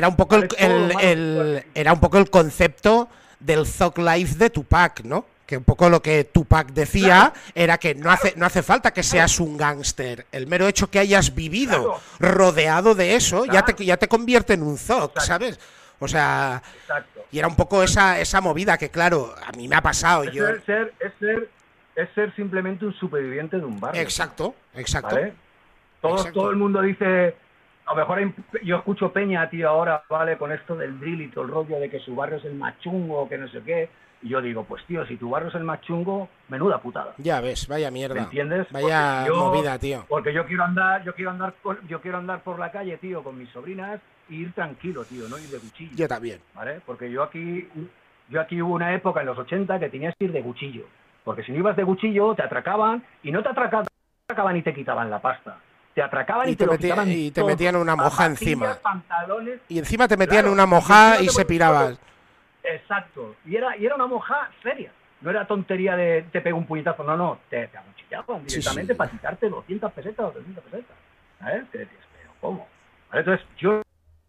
el concepto del Thug Life de Tupac, ¿no? Que un poco lo que Tupac decía era que no hace falta que seas un gángster. El mero hecho que hayas vivido rodeado de eso ya te convierte en un thug, ¿sabes? O sea, y era un poco esa movida que, claro, a mí me ha pasado. Es ser simplemente un superviviente de un barrio. Exacto. ¿Vale? Todo el mundo dice, a lo mejor yo escucho peña, tío, ahora, ¿vale? Con esto del drill y todo el rollo de que su barrio es el más chungo, que no sé qué. Y yo digo, pues tío, si tu barrio es el más chungo, menuda putada. Ya ves, vaya mierda. ¿Me entiendes? Vaya movida, tío. Porque yo quiero andar por la calle, tío, con mis sobrinas e ir tranquilo, tío, no ir de cuchillo. Yo también. ¿Vale? Porque yo aquí hubo una época en los 80 que tenías que ir de cuchillo. Porque si no ibas de cuchillo, te atracaban y no te atracaban y te quitaban la pasta. Te atracaban y te lo quitaban y te metían una moja encima. Pantalones. Y encima te metían una moja y se piraban. Exacto. Y era una moja seria. No era tontería de te pego un puñetazo. No. Te acuchillaban directamente para quitarte 200 pesetas o 300 pesetas. ¿Sabes? Que decías, pero ¿cómo? ¿Vale? Entonces, yo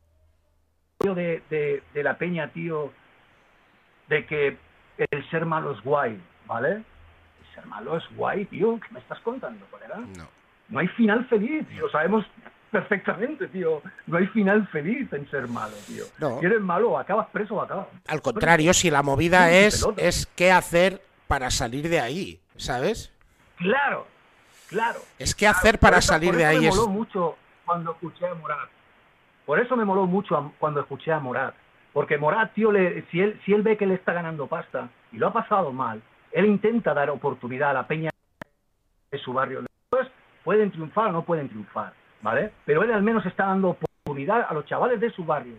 de la peña, tío, de que el ser malo es guay, ¿vale? El ser malo es guay, tío. ¿Qué me estás contando, colega? No hay final feliz, tío. Lo sabemos perfectamente, tío. No hay final feliz en ser malo, tío. No. Si eres malo, acabas preso o acabas. Al contrario, si la movida es qué hacer para salir de ahí, ¿sabes? Claro. Es qué hacer para salir de ahí. Me moló mucho cuando escuché a Morat. Por eso me moló mucho cuando escuché a Morat. Porque Morat, tío, si él ve que le está ganando pasta y lo ha pasado mal, él intenta dar oportunidad a la peña de su barrio. Después pueden triunfar o no pueden triunfar, ¿vale? Pero él al menos está dando oportunidad a los chavales de su barrio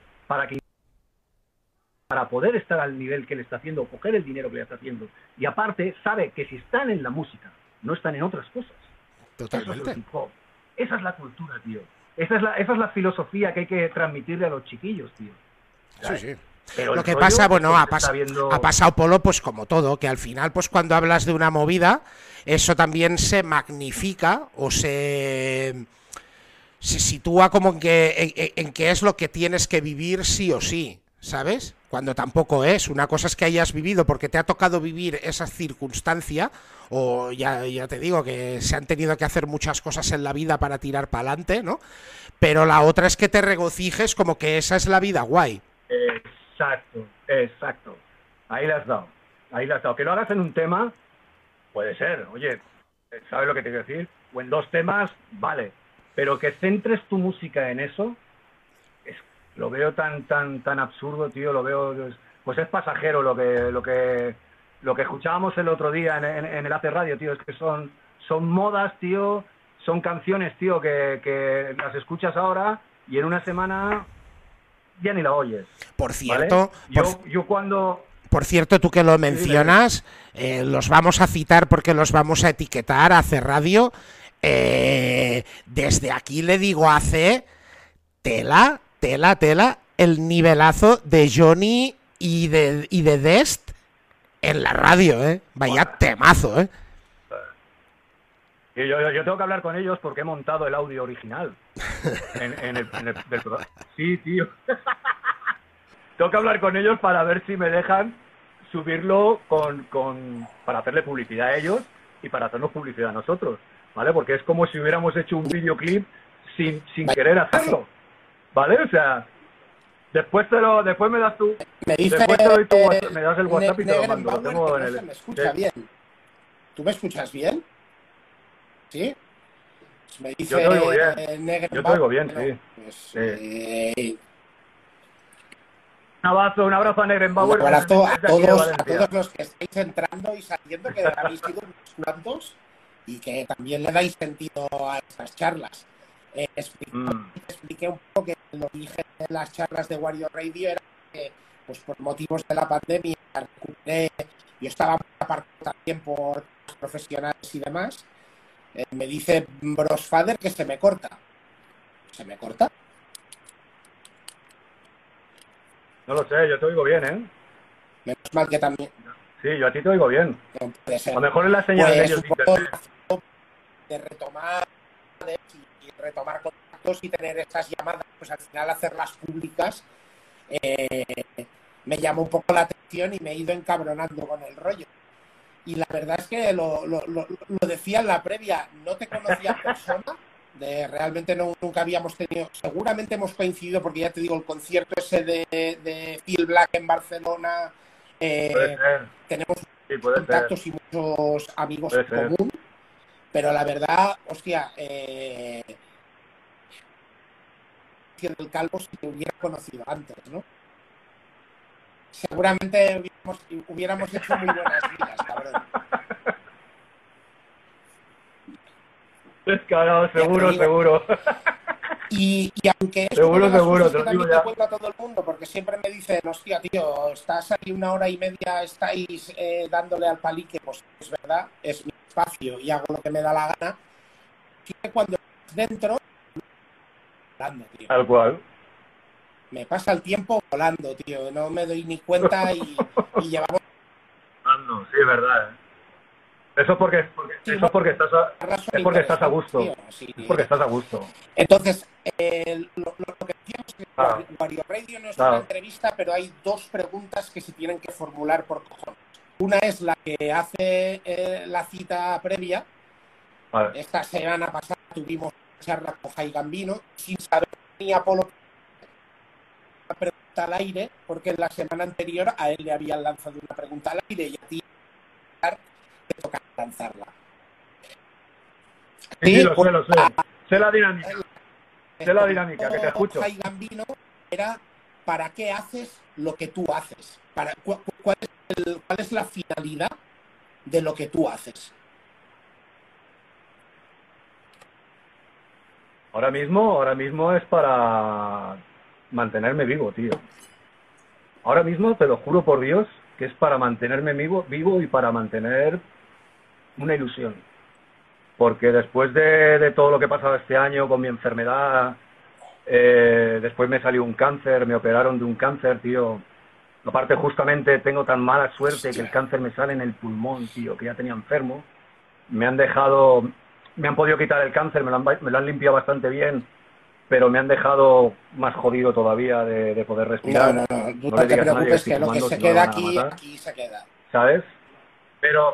para poder estar al nivel que le está haciendo, coger el dinero que le está haciendo. Y aparte, sabe que si están en la música, no están en otras cosas. Totalmente. Eso es el hip hop. Esa es la cultura, tío. Esa es la filosofía que hay que transmitirle a los chiquillos, tío. ¿Sabes? Sí. Pero lo que pasa, bueno, ha pasado, Polo, pues como todo, que al final, pues cuando hablas de una movida, eso también se magnifica o se sitúa como en que es lo que tienes que vivir sí o sí, ¿sabes? Cuando tampoco es. Una cosa es que hayas vivido porque te ha tocado vivir esa circunstancia, o ya te digo que se han tenido que hacer muchas cosas en la vida para tirar para adelante, ¿no? Pero la otra es que te regocijes como que esa es la vida guay. Exacto. Ahí la has dado. Que lo hagas en un tema, puede ser. Oye, ¿sabes lo que te quiero decir? O en 2 temas, vale. Pero que centres tu música en eso, lo veo tan absurdo, tío. Lo veo, pues es pasajero lo que escuchábamos el otro día en el Hace Radio, tío. Es que son modas, tío. Son canciones, tío, que las escuchas ahora y en una semana ya ni la oyes. Por cierto, ¿vale? Yo cuando... Por cierto, tú que lo mencionas, los vamos a citar porque los vamos a etiquetar a Hace Radio. Desde aquí le digo a C, tela, el nivelazo de Johnny y de Dest en la radio, ¿eh? Vaya temazo, ¿eh? Yo tengo que hablar con ellos porque he montado el audio original en el programa. Sí, tío. Tengo que hablar con ellos para ver si me dejan subirlo para hacerle publicidad a ellos y para hacernos publicidad a nosotros, ¿vale? Porque es como si hubiéramos hecho un videoclip sin querer hacerlo, ¿vale? O sea, después me das tú, me das el WhatsApp y te lo mando. Lo tengo en el... ¿Me escucha bien? ¿Tú me escuchas bien? ¿Sí? Pues me dice, yo te oigo bien. Yo te oigo bien, sí. Pues, un abrazo a Negrenbauer. Un abrazo a todos los que estáis entrando y saliendo, que habéis sido unos cuantos y que también le dais sentido a estas charlas. Expliqué un poco que lo dije en las charlas de Wario Radio era que, pues por motivos de la pandemia, yo estaba muy apartado también por profesionales y demás. Me dice Brosfather que se me corta. ¿Se me corta? No lo sé, yo te oigo bien, ¿eh? Menos mal que también. Sí, yo a ti te oigo bien. No puede ser. A lo mejor es la señal de ellos. De retomar contactos y tener estas llamadas, pues al final hacerlas públicas, me llamó un poco la atención y me he ido encabronando con el rollo. Y la verdad es que lo decía en la previa, no te conocía en persona, realmente nunca habíamos tenido, seguramente hemos coincidido porque ya te digo, el concierto ese de Phil Black en Barcelona, tenemos contactos y muchos amigos en común, pero la verdad, hostia, el Calvo si te hubiera conocido antes, ¿no? Seguramente hubiéramos hecho muy buenas vidas, cabrón. Descarado, seguro. Y aunque es seguro, que también te cuento a todo el mundo, porque siempre me dicen, hostia, tío, estás ahí 1 hora y media, estáis dándole al palique, pues es verdad, es mi espacio y hago lo que me da la gana. Sí que cuando estás dentro, volando, tío. Tal cual. Me pasa el tiempo volando, tío, no me doy ni cuenta y llevamos... Sí, es verdad, ¿eh? Eso es porque estás a gusto. Tío, sí, es porque estás a gusto. Entonces, lo que decíamos es que Wario Radio no es una entrevista, pero hay 2 preguntas que se tienen que formular por cojones. Una es la que hace la cita previa. Vale. Esta semana pasada tuvimos una charla con Jai Gambino, sin saber ni Apolo una pregunta al aire, porque en la semana anterior a él le habían lanzado una pregunta al aire y a ti te toca lanzarla. Sí, lo sé. Sé la dinámica, que te escucho. Jai Gambino era ¿para qué haces lo que tú haces? ¿Cuál es la finalidad de lo que tú haces? Ahora mismo es para mantenerme vivo, tío. Ahora mismo, te lo juro por Dios, que es para mantenerme vivo y para mantener una ilusión. Porque después de todo lo que ha pasado este año con mi enfermedad, después me salió un cáncer, me operaron de un cáncer, tío. Aparte, justamente tengo tan mala suerte que el cáncer me sale en el pulmón, tío, que ya tenía enfermo. Me han podido quitar el cáncer, me lo han limpiado bastante bien, pero me han dejado más jodido todavía de poder respirar. No, tú no te preocupes, que lo que se queda aquí, aquí se queda. ¿Sabes? Pero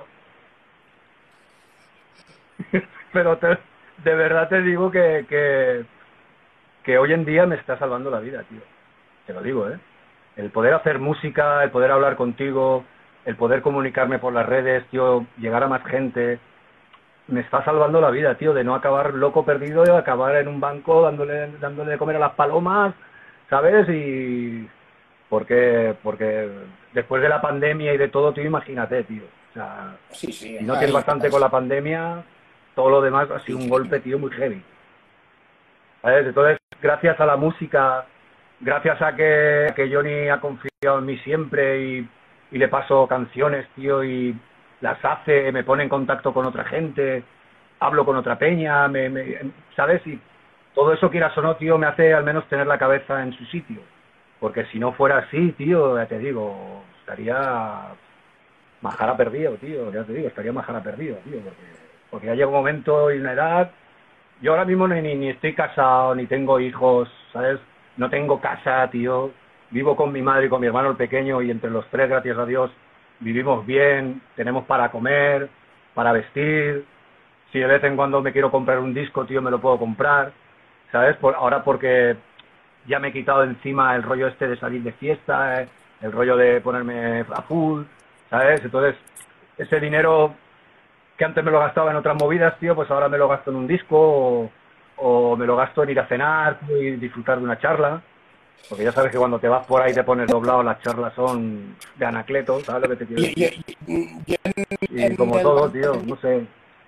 de verdad te digo que hoy en día me está salvando la vida, tío. Te lo digo, ¿eh? El poder hacer música, el poder hablar contigo, el poder comunicarme por las redes, tío, llegar a más gente, me está salvando la vida, tío, de no acabar loco perdido y acabar en un banco dándole de comer a las palomas, ¿sabes? Y porque después de la pandemia y de todo, tío, imagínate, tío. O sea, sí, si no tienes bastante con la pandemia, todo lo demás ha sido un golpe, tío, muy heavy. ¿Sabes? Entonces, gracias a la música, gracias a que Johnny ha confiado en mí siempre y le paso canciones, tío, y las hace, me pone en contacto con otra gente, hablo con otra peña, ¿sabes? Y todo eso, quieras o no, tío, me hace al menos tener la cabeza en su sitio. Porque si no fuera así, tío, ya te digo, estaría majara perdido, tío, ya te digo, estaría majara perdido, tío, porque ya llega un momento y una edad. Yo ahora mismo ni estoy casado, ni tengo hijos, ¿sabes? No tengo casa, tío. Vivo con mi madre y con mi hermano el pequeño y entre los tres, gracias a Dios, vivimos bien, tenemos para comer, para vestir. Si de vez en cuando me quiero comprar un disco, tío, me lo puedo comprar, ¿sabes? Ahora porque ya me he quitado encima el rollo este de salir de fiesta, el rollo de ponerme a full, ¿sabes? Entonces, ese dinero que antes me lo gastaba en otras movidas, tío, pues ahora me lo gasto en un disco o me lo gasto en ir a cenar, tío, y disfrutar de una charla. Porque ya sabes que cuando te vas por ahí te pones doblado, las charlas son de Anacleto, ¿sabes lo que te quiero decir? Y como todo, tío, no sé.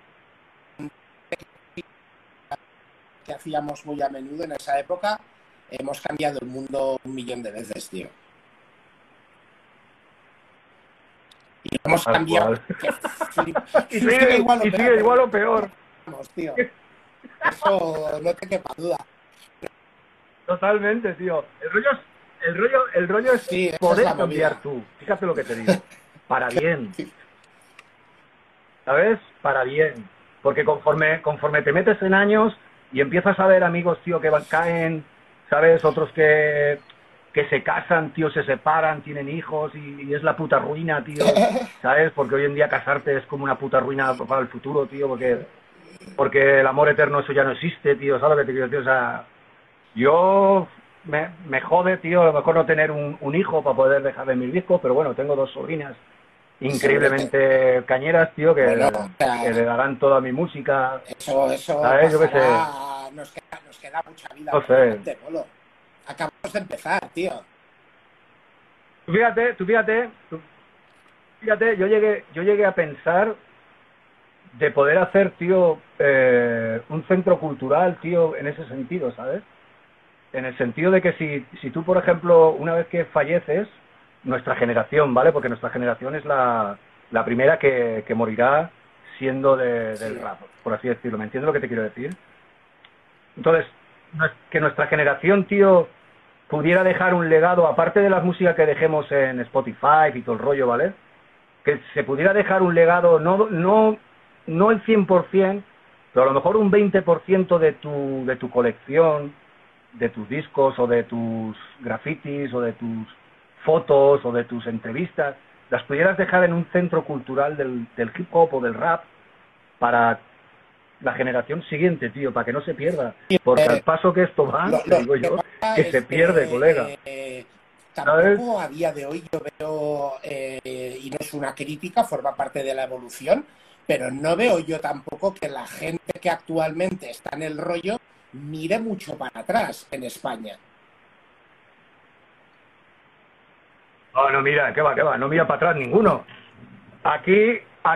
Que hacíamos muy a menudo en esa época, hemos cambiado el mundo 1.000.000 de veces, tío. Y lo hemos cambiado. Y sigue igual o peor. Vamos, tío. Eso no te quepa duda. Totalmente, tío. El rollo es sí, poder cambiar tú. Fíjate lo que te digo. Para bien. ¿Sabes? Para bien. Porque conforme te metes en años y empiezas a ver amigos, tío, que caen, ¿sabes? Otros que se casan, tío, se separan, tienen hijos y es la puta ruina, tío. ¿Sabes? Porque hoy en día casarte es como una puta ruina para el futuro, tío, porque el amor eterno eso ya no existe, tío. ¿Sabes lo que te quiero decir? O sea, yo me jode, tío, a lo mejor no tener un hijo para poder dejar de mis discos, pero bueno, tengo 2 sobrinas increíblemente cañeras, tío, que le darán toda mi música. Eso ¿sabes? Yo qué sé. Nos queda mucha vida. No sé. Acabamos de empezar, tío. Tú fíjate, yo llegué a pensar de poder hacer, tío, un centro cultural, tío, en ese sentido, ¿sabes? En el sentido de que si tú, por ejemplo, una vez que falleces, nuestra generación, ¿vale? Porque nuestra generación es la primera que morirá siendo del rap, por así decirlo. ¿Me entiendes lo que te quiero decir? Entonces, que nuestra generación, tío, pudiera dejar un legado, aparte de la música que dejemos en Spotify y todo el rollo, ¿vale? Que se pudiera dejar un legado, no el 100%, pero a lo mejor un 20% de tu colección, de tus discos o de tus grafitis o de tus fotos o de tus entrevistas, las pudieras dejar en un centro cultural del hip hop o del rap para la generación siguiente, tío, para que no se pierda. Porque al paso que esto va, te digo yo, que se pierde, colega. Tampoco a día de hoy yo veo, y no es una crítica, forma parte de la evolución, pero no veo yo tampoco que la gente que actualmente está en el rollo mire mucho para atrás en España. No, mira, ¿qué va? No mira para atrás ninguno. Aquí,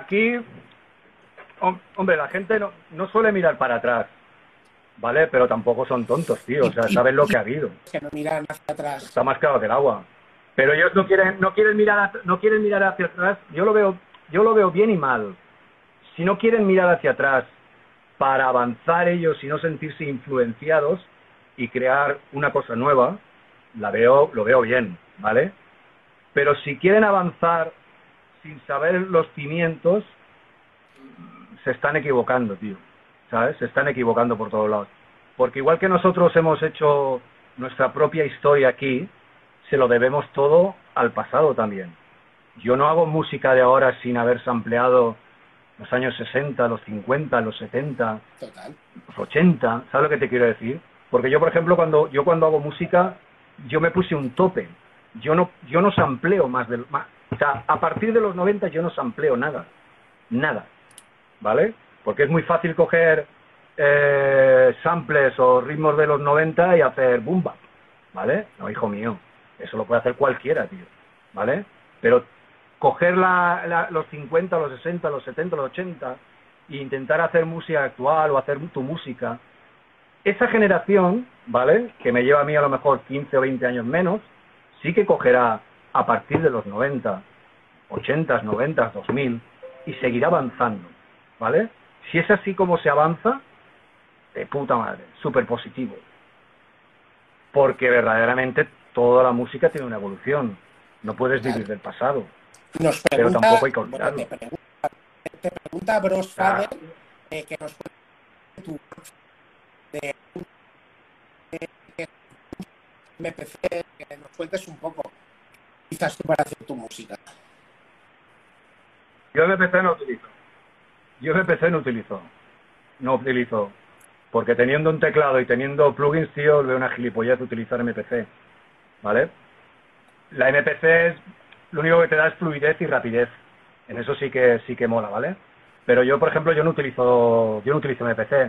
hombre, la gente no suele mirar para atrás, ¿vale? Pero tampoco son tontos, tío, o sea, saben lo que ha habido. Que no miran hacia atrás. Está más claro que el agua. Pero ellos no quieren mirar hacia atrás. Yo lo veo bien y mal. Si no quieren mirar hacia atrás para avanzar ellos y no sentirse influenciados y crear una cosa nueva, lo veo bien, ¿vale? Pero si quieren avanzar sin saber los cimientos, se están equivocando, tío, ¿sabes? Se están equivocando por todos lados. Porque igual que nosotros hemos hecho nuestra propia historia aquí, se lo debemos todo al pasado también. Yo no hago música de ahora sin haber sampleado los años 60, los 50, los 70, Total. los 80, ¿sabes lo que te quiero decir? Porque yo, por ejemplo, cuando hago música, yo me puse un tope. Yo no sampleo más del... O sea, a partir de los 90 yo no sampleo nada. Nada. ¿Vale? Porque es muy fácil coger samples o ritmos de los 90 y hacer boom bap. ¿Vale? No, hijo mío. Eso lo puede hacer cualquiera, tío. ¿Vale? Pero coger los 50, los 60, los 70, los 80 e intentar hacer música actual o hacer tu música, esa generación, ¿vale? Que me lleva a mí a lo mejor 15 o 20 años menos, sí que cogerá a partir de los 90, 80, 90, 2000 y seguirá avanzando, ¿vale? Si es así como se avanza, de puta madre, súper positivo. Porque verdaderamente toda la música tiene una evolución. No puedes vivir del pasado. Nos pregunta, pero tampoco hay que olvidarlo. Bueno, te pregunta Bros Fader que nos cuentes tu MPC, que nos cuentes un poco quizás tú para hacer tu música. Yo MPC no utilizo, porque teniendo un teclado y teniendo plugins, tío, veo una gilipollez utilizar MPC, ¿vale? La MPC es, lo único que te da es fluidez y rapidez, en eso sí que mola, ¿vale? Pero yo, por ejemplo, yo no utilizo MPC,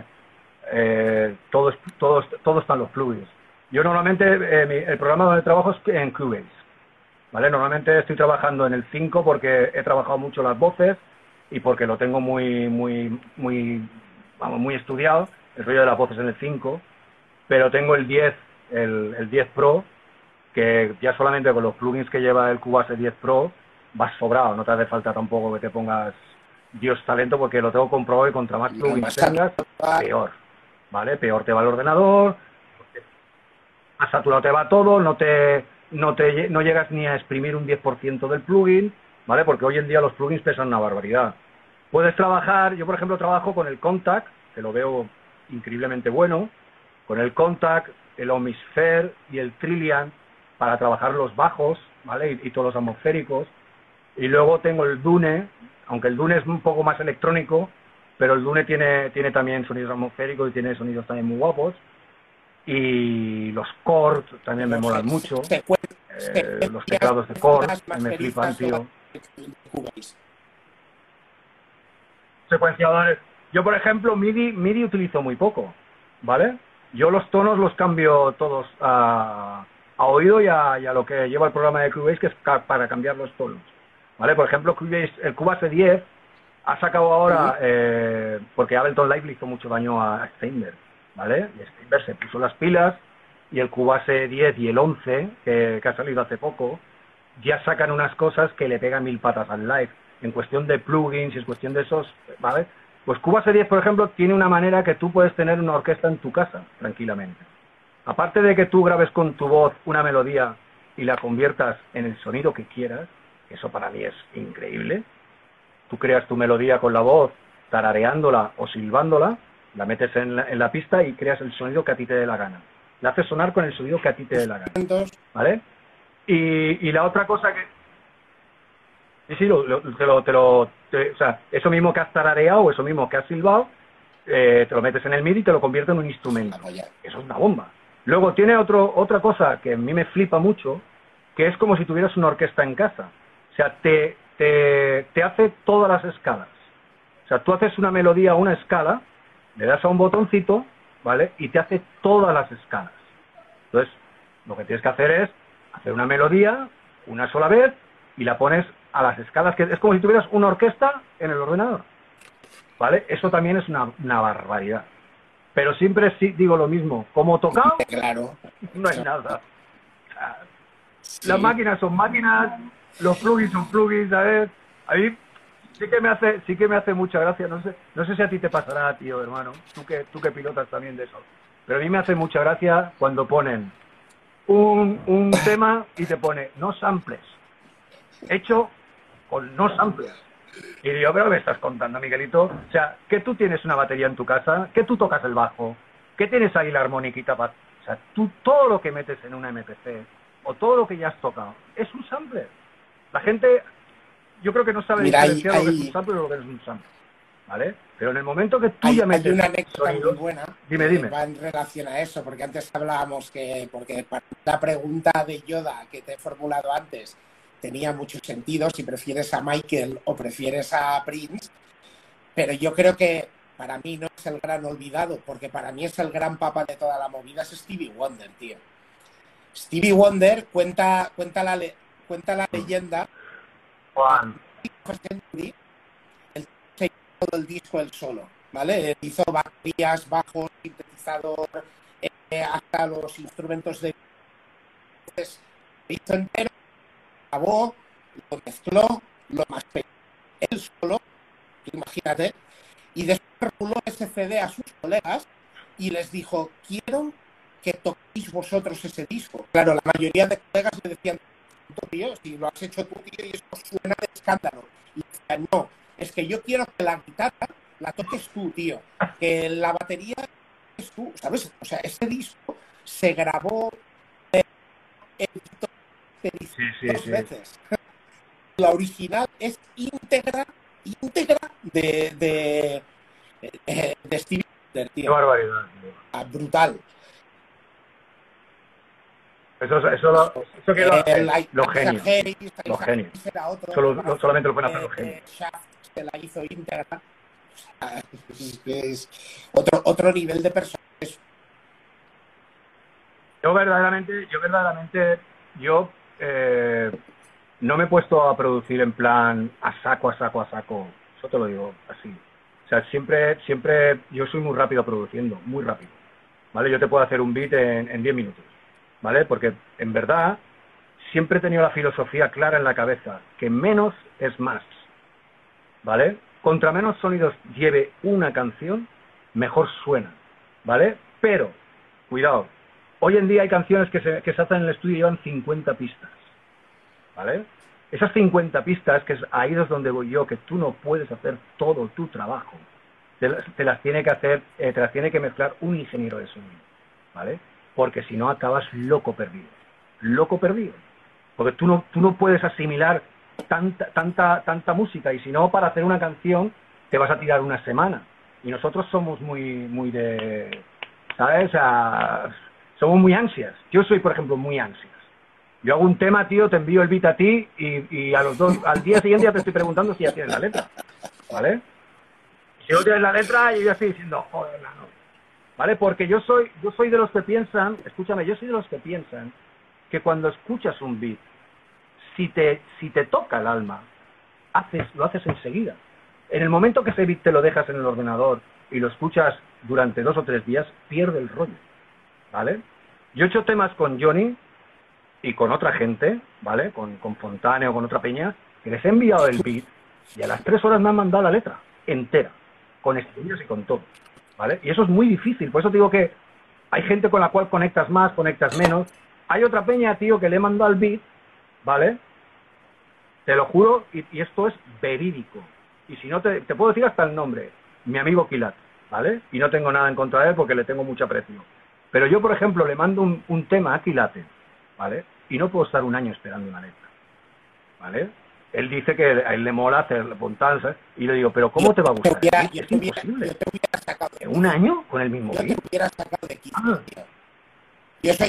todo está en los plugins. Yo normalmente, el programa donde trabajo es en Cubase, ¿vale? Normalmente estoy trabajando en el 5 porque he trabajado mucho las voces y porque lo tengo muy estudiado, el rollo de las voces en el 5, pero tengo el 10, el 10 Pro, que ya solamente con los plugins que lleva el Cubase 10 Pro vas sobrado, no te hace falta tampoco que te pongas Dios talento, porque lo tengo comprobado y contra más plugins tengas, peor, ¿vale? Peor te va el ordenador, más saturado te va todo, no llegas ni a exprimir un 10% del plugin, ¿vale? Porque hoy en día los plugins pesan una barbaridad. Puedes trabajar, yo por ejemplo trabajo con el Kontakt, que lo veo increíblemente bueno, con el Kontakt, el Omisphere y el Trillian para trabajar los bajos, ¿vale? Y todos los atmosféricos. Y luego tengo el Dune, aunque el Dune es un poco más electrónico, pero el Dune tiene también sonidos atmosféricos y tiene sonidos también muy guapos. Y los chords también me molan mucho. Los teclados de chords me flipan, tío. Secuenciadores. Yo, por ejemplo, MIDI utilizo muy poco, ¿vale? Yo los tonos los cambio todos a oído y a lo que lleva el programa de Cubase, que es para cambiar los tonos, ¿vale? Por ejemplo, el Cubase 10 ha sacado ahora, porque Ableton Live le hizo mucho daño a Steinberg, ¿vale? Y Steinberg se puso las pilas y el Cubase 10 y el 11, que ha salido hace poco, ya sacan unas cosas que le pegan mil patas al live. En cuestión de plugins y en cuestión de esos, ¿vale? Pues Cubase 10, por ejemplo, tiene una manera que tú puedes tener una orquesta en tu casa, tranquilamente. Aparte de que tú grabes con tu voz una melodía y la conviertas en el sonido que quieras, eso para mí es increíble. Tú creas tu melodía con la voz, tarareándola o silbándola, la metes en la pista y creas el sonido que a ti te dé la gana. La haces sonar con el sonido que a ti te dé la gana, ¿vale? Y la otra cosa que... Sí, o sea, eso mismo que has tarareado, eso mismo que has silbado, te lo metes en el MIDI y te lo convierte en un instrumento. Eso es una bomba. Luego tiene otra cosa que a mí me flipa mucho, que es como si tuvieras una orquesta en casa. O sea, te hace todas las escalas. O sea, tú haces una melodía, una escala, le das a un botoncito, ¿vale? Y te hace todas las escalas. Entonces, lo que tienes que hacer es hacer una melodía una sola vez y la pones a las escalas, que es como si tuvieras una orquesta en el ordenador, ¿vale? Eso también es una barbaridad. Pero siempre sí digo lo mismo, como tocado, claro, no hay nada. O sea, sí. Las máquinas son máquinas, los plugins son plugins, ¿sabes? A mí sí que me hace mucha gracia, no sé si a ti te pasará, tío, hermano, tú que pilotas también de eso, pero a mí me hace mucha gracia cuando ponen un tema y te pone no samples, hecho con no samples. Y digo, pero me estás contando, Miguelito, o sea, que tú tienes una batería en tu casa, que tú tocas el bajo, ¿qué tienes ahí la armoniquita? O sea, tú todo lo que metes en una MPC o todo lo que ya has tocado es un sampler. La gente, yo creo que no sabe diferenciar lo que es un sampler o lo que no es un sampler, ¿vale? Pero en el momento que tú ya metes... Hay una anécdota sonidos, muy buena dime. Va en relación a eso, porque antes hablábamos porque para la pregunta de Yoda que te he formulado antes tenía mucho sentido, si prefieres a Michael o prefieres a Prince, pero yo creo que para mí no es el gran olvidado, porque para mí es el gran papa de toda la movida, es Stevie Wonder, tío. Stevie Wonder cuenta la leyenda. Juan. Él se hizo todo el disco él solo, ¿vale? Él hizo baterías, bajos, sintetizador, hasta los instrumentos de... Lo hizo entero, grabó, lo mezcló, lo masterizó él solo, imagínate, y después ruló ese CD a sus colegas y les dijo, quiero que toquéis vosotros ese disco. Claro, la mayoría de colegas le decían, tío, si lo has hecho tú, tío, y esto suena de escándalo. Y decían, no, es que yo quiero que la guitarra la toques tú, tío, que la batería es tú, ¿sabes? O sea, ese disco se grabó dos veces. La original es íntegra de Stevie Wonder, tío. Qué barbaridad, tío. Brutal. Eso que los genios. Los genios. Solamente lo pueden hacer los genios. Shaft se la hizo íntegra. Es otro nivel de personas. Yo verdaderamente, no me he puesto a producir en plan a saco. Eso te lo digo así. O sea, siempre yo soy muy rápido produciendo, muy rápido. ¿Vale? Yo te puedo hacer un beat en 10 minutos. ¿Vale? Porque en verdad siempre he tenido la filosofía clara en la cabeza, que menos es más. ¿Vale? Contra menos sonidos lleve una canción, mejor suena. ¿Vale? Pero, cuidado, hoy en día hay canciones que se hacen en el estudio y llevan 50 pistas. ¿Vale? Esas 50 pistas, que es ahí es donde voy yo, que tú no puedes hacer todo tu trabajo. Te las tiene que hacer, te las tiene que mezclar un ingeniero de sonido. ¿Vale? Porque si no acabas loco perdido. Porque tú no puedes asimilar tanta música, y si no, para hacer una canción te vas a tirar una semana. Y nosotros somos muy de, ¿sabes? Somos muy ansias. Yo soy, por ejemplo, muy ansias. Yo hago un tema, tío, te envío el beat a ti y al día siguiente ya te estoy preguntando si ya tienes la letra. ¿Vale? Si no tienes la letra, yo ya estoy diciendo, joder, no. ¿Vale? Porque yo soy de los que piensan, escúchame, yo soy de los que piensan que cuando escuchas un beat, si te toca el alma, lo haces enseguida. En el momento que ese beat te lo dejas en el ordenador y lo escuchas durante 2 o 3 días, pierde el rollo. ¿Vale? Yo he hecho temas con Johnny y con otra gente, ¿vale? Con Fontane o con otra peña, que les he enviado el beat y a las 3 horas me han mandado la letra entera, con estribillos y con todo. ¿Vale? Y eso es muy difícil, por eso te digo que hay gente con la cual conectas más, conectas menos. Hay otra peña, tío, que le he mandado el beat, ¿vale? Te lo juro, y esto es verídico. Y si no, te puedo decir hasta el nombre, mi amigo Kilat, ¿vale? Y no tengo nada en contra de él porque le tengo mucho aprecio. Pero yo, por ejemplo, le mando un tema a Kilate, ¿vale? Y no puedo estar un año esperando una letra, ¿vale? Él dice que a él le mola hacer pontanzas y le digo, pero ¿cómo te va a gustar? Es imposible. ¿Un año con el mismo beat? Yo te hubiera sacado de Kilate, tío. Yo soy...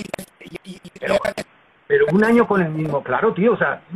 Pero un año con el mismo, claro, tío, o sea...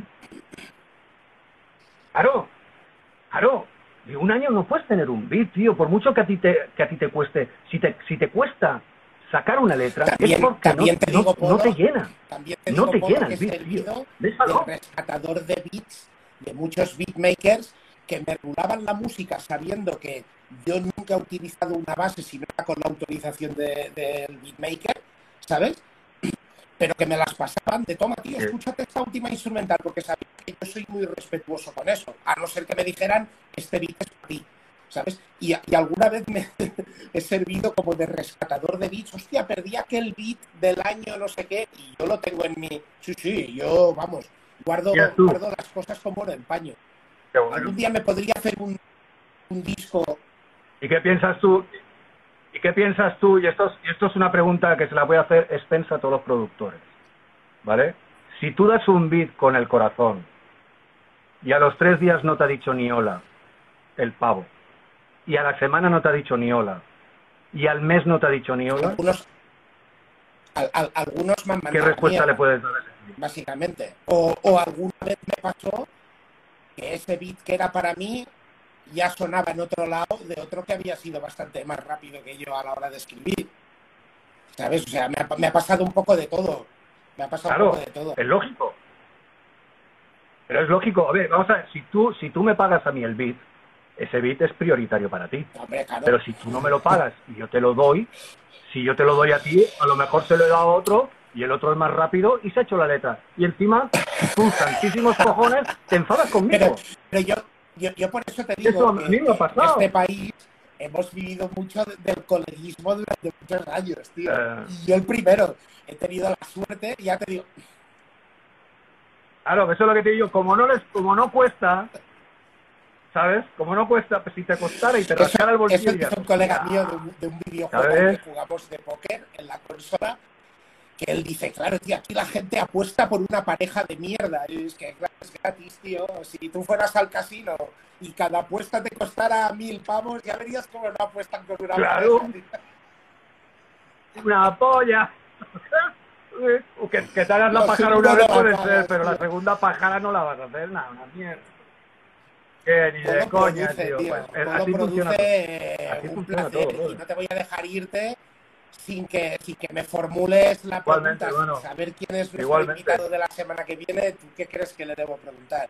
Claro. De un año no puedes tener un beat, tío, por mucho que a ti te cueste. Si te cuesta sacar una letra, también, es porque no te llena. No te llena el beat, tío. El rescatador de beats de muchos beatmakers que me rulaban la música sabiendo que yo nunca he utilizado una base sino con la autorización del beatmaker, ¿sabes? Pero que me las pasaban de toma, tío, escúchate esta última instrumental, porque sabía que yo soy muy respetuoso con eso, a no ser que me dijeran, este beat es para ti, ¿sabes? Y alguna vez me he servido como de rescatador de beats, hostia, perdí aquel beat del año no sé qué, y yo lo tengo en mi... Sí, yo, vamos, guardo las cosas como oro en paño. Bueno. Algún día me podría hacer un disco... ¿Y qué piensas tú? ¿Y qué piensas tú? Y esto es una pregunta que se la voy a hacer extensa a todos los productores, ¿vale? Si tú das un beat con el corazón y a los 3 días no te ha dicho ni hola el pavo, y a la semana no te ha dicho ni hola, y al mes no te ha dicho ni hola, algunos me han mandado ¿qué respuesta mierda, le puedes dar a ese beat? básicamente. O alguna vez me pasó que ese beat que era para mí ya sonaba en otro lado de otro que había sido bastante más rápido que yo a la hora de escribir. ¿Sabes? O sea, me ha pasado un poco de todo. Me ha pasado Claro, un poco de todo. es lógico. Pero es lógico. A ver, vamos a ver, si tú me pagas a mí el beat, ese beat es prioritario para ti. Hombre, claro. Pero si tú no me lo pagas y yo te lo doy, si yo te lo doy a ti, a lo mejor se lo he dado a otro y el otro es más rápido y se ha hecho la letra. Y encima, tus santísimos cojones, te enfadas conmigo. Pero yo por eso te digo que en este país hemos vivido mucho del coleguismo durante muchos años, tío. Y yo el primero he tenido la suerte, ya te digo. Claro, eso es lo que te digo, como no cuesta, ¿sabes? Como no cuesta, pues si te costara y te rascara el bolsillo. Eso es un colega mío de un videojuego que jugamos de póker en la consola, que él dice, claro, tío, aquí la gente apuesta por una pareja de mierda. Y es que claro, es gratis, tío. Si tú fueras al casino y cada apuesta te costara 1000 pavos, ya verías cómo no apuestan con una pareja. Una polla. Que te hagas la pájara una vez puede ser, pero la segunda pájara no la vas a hacer, nada, una mierda. Que ni de coña, tío. Pues, así funciona todo. Y no te voy a dejar irte sin que me formules la pregunta, bueno, sin saber quién es nuestro invitado de la semana que viene. ¿Tú qué crees que le debo preguntar?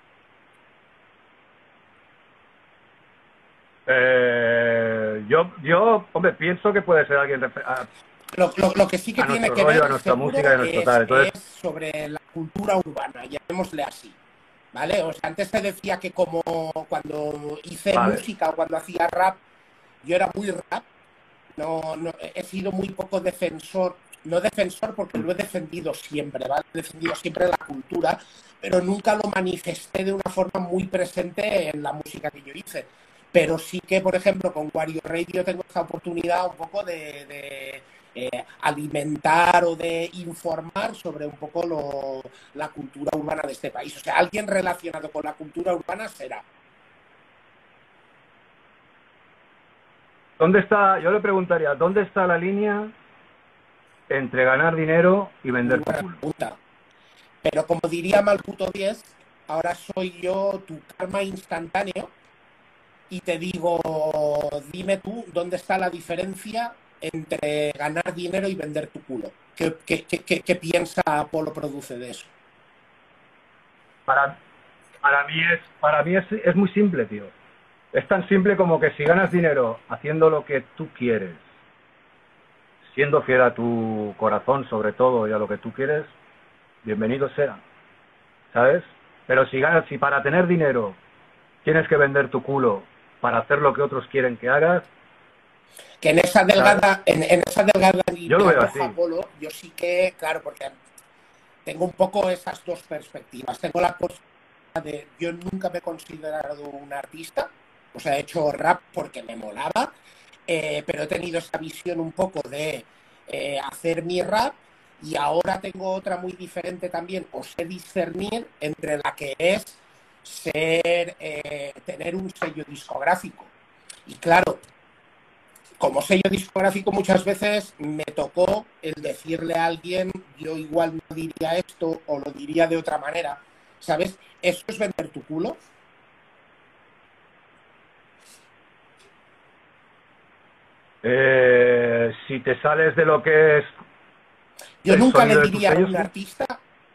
Yo, hombre, pienso que puede ser alguien... Lo que sí que tiene que ver a nuestra música y a nuestro tal. Entonces... es sobre la cultura urbana, llamémosle así, ¿vale? O sea, antes te decía que como cuando hice música o cuando hacía rap, yo era muy rap, no he sido muy poco defensor, no defensor porque lo he defendido siempre, ¿vale? He defendido siempre la cultura, pero nunca lo manifesté de una forma muy presente en la música que yo hice. Pero sí que, por ejemplo, con Wario Radio tengo esta oportunidad un poco de alimentar o de informar sobre un poco la cultura urbana de este país. O sea, alguien relacionado con la cultura urbana será. ¿Dónde está? Yo le preguntaría, ¿dónde está la línea entre ganar dinero y vender tu culo? Pero como diría Malputo 10, ahora soy yo tu karma instantáneo y te digo, dime tú, ¿dónde está la diferencia entre ganar dinero y vender tu culo? ¿Qué piensa Polo Produce de eso? Para mí es muy simple, tío. Es tan simple como que si ganas dinero haciendo lo que tú quieres, siendo fiel a tu corazón sobre todo y a lo que tú quieres, bienvenido sea, ¿sabes? Pero si para tener dinero tienes que vender tu culo para hacer lo que otros quieren que hagas, que en esa delgada yo lo veo así. Polo, yo sí que, claro, porque tengo un poco esas dos perspectivas. Tengo la posibilidad de, yo nunca me he considerado un artista, o sea, he hecho rap porque me molaba, pero he tenido esa visión un poco de hacer mi rap, y ahora tengo otra muy diferente también, o sé discernir entre la que es tener un sello discográfico. Y claro, como sello discográfico muchas veces me tocó el decirle a alguien, yo igual no diría esto o lo diría de otra manera, ¿sabes? ¿Eso es vender tu culo? Si te sales de lo que es... Yo nunca le diría a un artista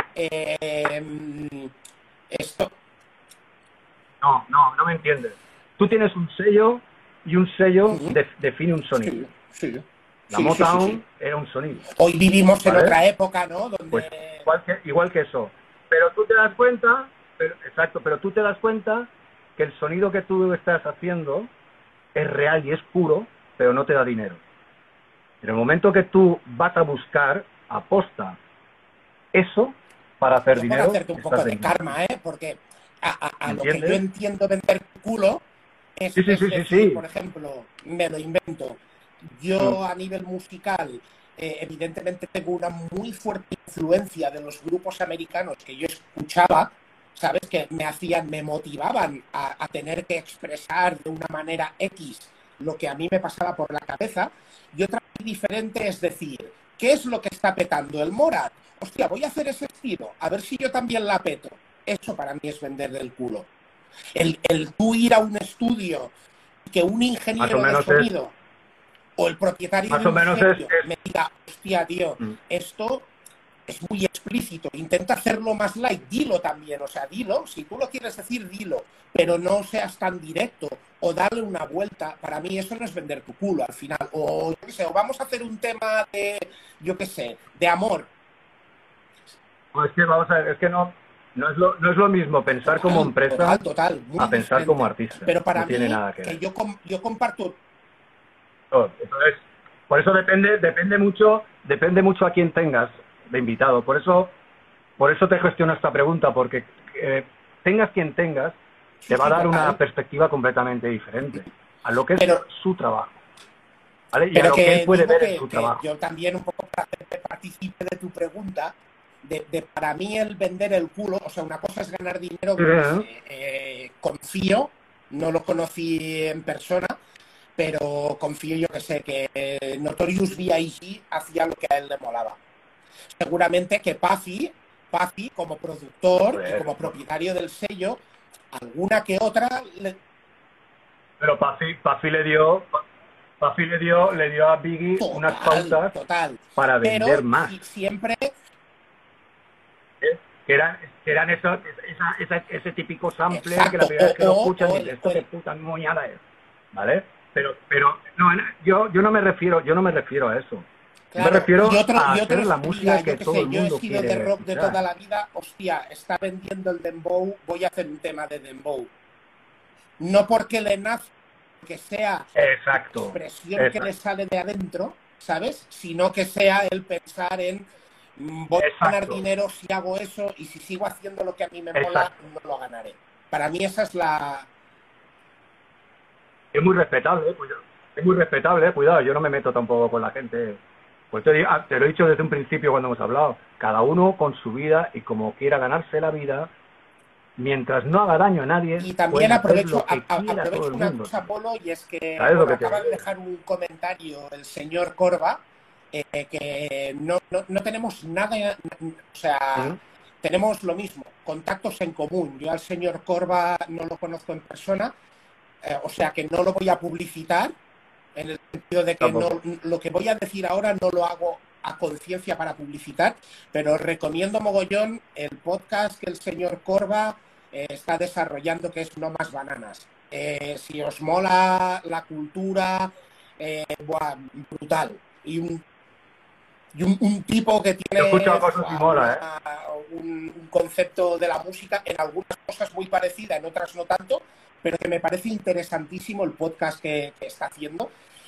esto. No me entiendes. Tú tienes un sello y un sello define un sonido. Sí. La Motown era un sonido. Hoy vivimos en otra época, ¿no? Donde... Pues, igual que eso. Pero tú te das cuenta, pero tú te das cuenta que el sonido que tú estás haciendo es real y es puro, pero no te da dinero. En el momento que tú vas a buscar, aposta, eso para hacer dinero... Para hacerte un poco de karma, porque a lo que yo entiendo vender culo es, sí. por ejemplo, me lo invento, yo a nivel musical, evidentemente tengo una muy fuerte influencia de los grupos americanos que yo escuchaba, ¿sabes? Que me motivaban a tener que expresar de una manera X lo que a mí me pasaba por la cabeza. Y otra diferente es decir, ¿qué es lo que está petando el Morat? Hostia, voy a hacer ese estilo, a ver si yo también la peto. Eso para mí es vender del culo. El tú ir a un estudio y que un ingeniero de sonido o el propietario de un sello me diga, hostia, tío, esto es muy explícito, intenta hacerlo más light, dilo también, o sea, dilo, si tú lo quieres decir, dilo, pero no seas tan directo, o darle una vuelta. Para mí eso no es vender tu culo al final, o yo qué sé, o vamos a hacer un tema de, yo qué sé, de amor. No, es que vamos a ver, es que no es lo mismo pensar total, como empresa total, a pensar diferente. Como artista. Pero para no mí, tiene nada que ver. Yo comparto. Entonces, por eso depende mucho a quién tengas de invitado. Por eso te gestiono esta pregunta, porque tengas quien tengas, te va a dar una perspectiva completamente diferente a lo que es su trabajo. ¿Vale? Y a lo que él puede ver en su trabajo. Yo también un poco para hacerte partícipe de tu pregunta, para mí el vender el culo, o sea, una cosa es ganar dinero, confío, no lo conocí en persona, pero confío, yo que sé, que Notorious B.I.G. hacía lo que a él le molaba. Seguramente que Puffy como productor y como propietario del sello, alguna que otra... Pero Puffy le dio a Biggie unas pautas para vender pero más. Siempre... Que eran ese típico sample. Exacto, que la primera vez que lo escuchan y dices, esto qué puta moñada es, ¿vale? Pero no, yo no me refiero a eso. Claro, me refiero a hacer la música que todo el mundo quiere. Yo he sido de rock de toda la vida, hostia, está vendiendo el dembow, voy a hacer un tema de dembow. No porque le nazca, que sea la expresión que le sale de adentro, ¿sabes? Sino que sea el pensar en voy a ganar dinero si hago eso, y si sigo haciendo lo que a mí me mola, no lo ganaré. Para mí esa es la... Es muy respetable, cuidado, yo no me meto tampoco con la gente. Pues te lo he dicho desde un principio cuando hemos hablado, cada uno con su vida y como quiera ganarse la vida, mientras no haga daño a nadie. Y también aprovecho una cosa, Polo, y es que acaba de dejar un comentario el señor Corba, que no tenemos nada, o sea, tenemos lo mismo, contactos en común. Yo al señor Corba no lo conozco en persona, o sea que no lo voy a publicitar, en el sentido de que lo que voy a decir ahora no lo hago a conciencia para publicitar, pero recomiendo mogollón el podcast que el señor Corba está desarrollando, que es No Más Bananas. Si os mola la cultura, brutal. Y un tipo que tiene un concepto de la música, en algunas cosas muy parecida, en otras no tanto, pero que me parece interesantísimo el podcast que está haciendo.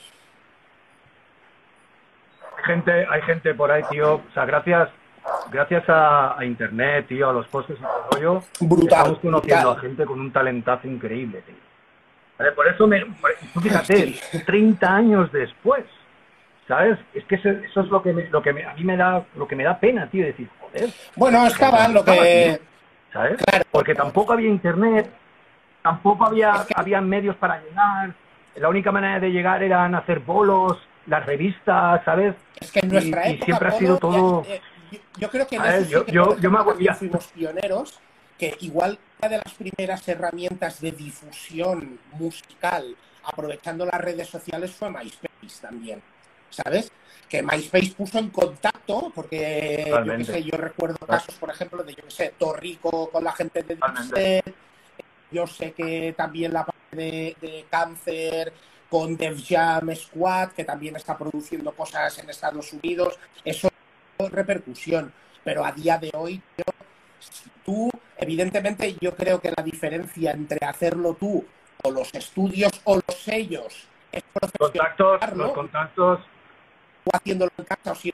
Hay gente por ahí, tío, o sea, gracias a internet, tío, a los posts y todo rollo, estamos conociendo a gente con un talentazo increíble, tío. ¿Vale? Por eso fíjate, 30 años después, ¿sabes? Es que eso es lo que a mí me da pena, tío, decir, joder. Bueno, estaba lo que... Tío, ¿sabes? Claro, porque tampoco había internet, tampoco había medios para llegar. La única manera de llegar eran hacer bolos, las revistas, ¿sabes? Es que en nuestra época, siempre ha sido todo... yo creo que en eso yo me hago... fuimos pioneros, que igual una de las primeras herramientas de difusión musical, aprovechando las redes sociales, fue MySpace también, ¿sabes? Que MySpace puso en contacto, porque yo recuerdo casos, por ejemplo, de Torrico con la gente de Dipset. Yo sé que también la parte de Cáncer con Def Jam Squad, que también está produciendo cosas en Estados Unidos. Eso es repercusión. Pero a día de hoy, tú, evidentemente, yo creo que la diferencia entre hacerlo tú o los estudios o los sellos es los contactos o haciéndolo en casa o si...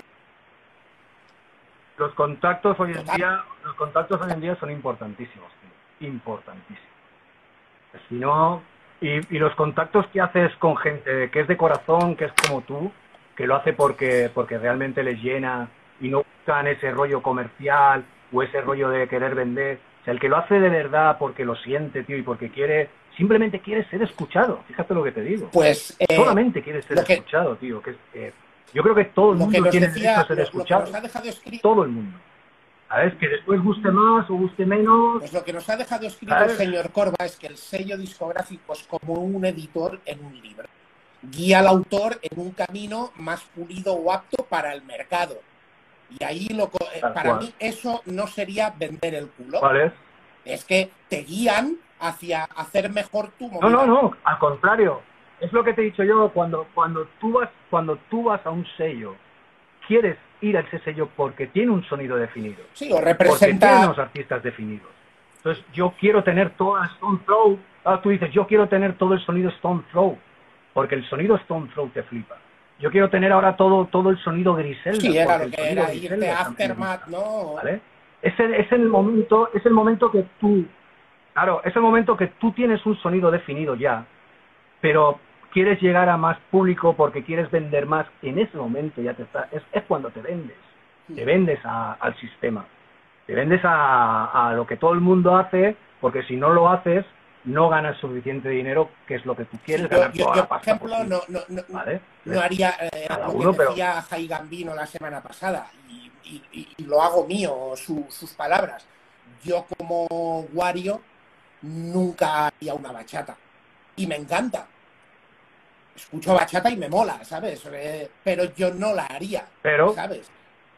Los contactos hoy en día son importantísimos, tío. Importantísimos. Si no, Y los contactos que haces con gente que es de corazón, que es como tú, que lo hace porque realmente les llena y no buscan ese rollo comercial o ese rollo de querer vender. O sea, el que lo hace de verdad porque lo siente, tío, y porque simplemente quiere ser escuchado. Fíjate lo que te digo. Pues solamente quiere ser escuchado, tío. Yo creo que todo el mundo tiene derecho a ser escuchado. Lo que nos ha dejado escrito, todo el mundo. ¿Sabes? Que después guste más o guste menos. Pues lo que nos ha dejado escrito el señor Corba es que el sello discográfico es como un editor en un libro. Guía al autor en un camino más pulido o apto para el mercado. Y ahí para mí eso no sería vender el culo. ¿Cuál es que te guían hacia hacer mejor tu movida. No, al contrario. Es lo que te he dicho yo, cuando tú vas a un sello, quieres ir a ese sello porque tiene un sonido definido. Sí, o representa... Porque tiene unos artistas definidos. Entonces, yo quiero tener toda Stone Throw. Tú dices, yo quiero tener todo el sonido Stone Throw, porque el sonido Stone Throw te flipa. Yo quiero tener ahora todo el sonido Griselda. Sí, era lo que era irte a Aftermath, ¿no? ¿Vale? Es el momento que tú... Claro, es el momento que tú tienes un sonido definido ya, pero quieres llegar a más público porque quieres vender más. En ese momento ya es cuando te vendes. Te vendes al sistema. Te vendes a lo que todo el mundo hace, porque si no lo haces, no ganas suficiente dinero, que es lo que tú quieres ganar. Yo por ejemplo, ¿vale? no haría lo que decía Jai Gambino la semana pasada, y lo hago mío, sus palabras. Yo como Wario nunca haría una bachata, y me encanta. Escucho bachata y me mola, ¿sabes? Pero yo no la haría, ¿sabes?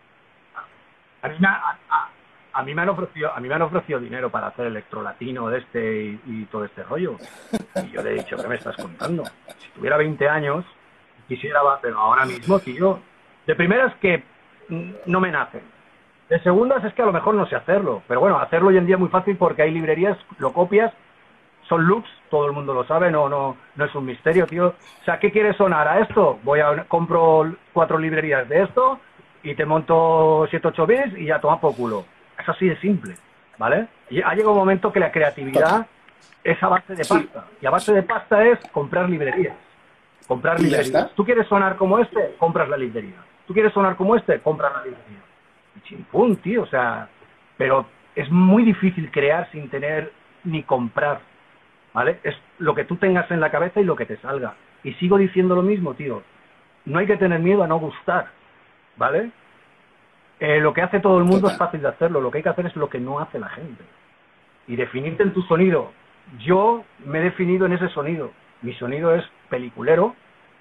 A mí me han ofrecido dinero para hacer electrolatino de y todo este rollo. Y yo le he dicho, ¿qué me estás contando? Si tuviera 20 años, quisiera, pero ahora mismo, tío, de primeras que no me nacen. De segundas es que a lo mejor no sé hacerlo. Pero bueno, hacerlo hoy en día es muy fácil porque hay librerías, lo copias, son loops, todo el mundo lo sabe, no es un misterio, tío. O sea, ¿qué quieres sonar a esto? Compro 4 librerías de esto y te monto 7, 8 bits y ya toma por culo. Es así de simple, ¿vale? Y ha llegado un momento que la creatividad es a base de pasta. Y a base de pasta es comprar librerías. Comprar librerías. ¿Tú quieres sonar como este? Compras la librería. ¿Tú quieres sonar como este? Compras la librería. Y chimpún, tío, o sea... Pero es muy difícil crear sin tener ni comprar, ¿vale? Es lo que tú tengas en la cabeza y lo que te salga. Y sigo diciendo lo mismo, tío. No hay que tener miedo a no gustar, ¿vale? Lo que hace todo el mundo es fácil de hacerlo. Lo que hay que hacer es lo que no hace la gente. Y definirte en tu sonido. Yo me he definido en ese sonido. Mi sonido es peliculero.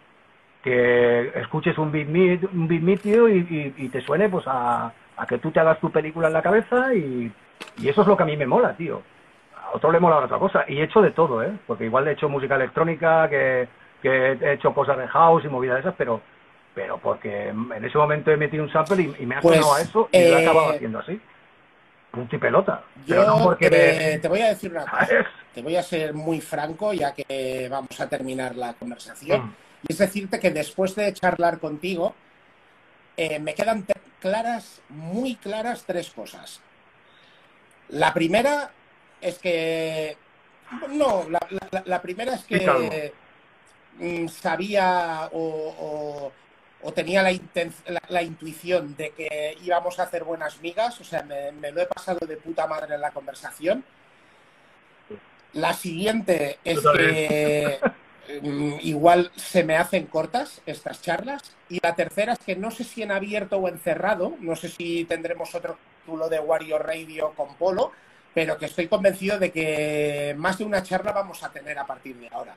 Que escuches un beat me, tío, y te suene pues a que tú te hagas tu película en la cabeza y eso es lo que a mí me mola, tío. A otro le mola otra cosa. Y he hecho de todo, ¿eh? Porque igual he hecho música electrónica, que he hecho cosas de house y movidas de esas, pero porque en ese momento he metido un sample y me ha sonado a eso y lo he acabado haciendo así. Punto y pelota. Yo no porque te voy a decir una cosa. Te voy a ser muy franco, ya que vamos a terminar la conversación. Y es decirte que después de charlar contigo, me quedan muy claras 3 cosas. La primera es que... No, la primera es que sabía o tenía la intuición de que íbamos a hacer buenas migas. O sea, me lo he pasado de puta madre en la conversación. La siguiente es que igual se me hacen cortas estas charlas. Y la tercera es que no sé si en abierto o en cerrado, no sé si tendremos otro título de Wario Radio con Polo, pero que estoy convencido de que más de una charla vamos a tener a partir de ahora.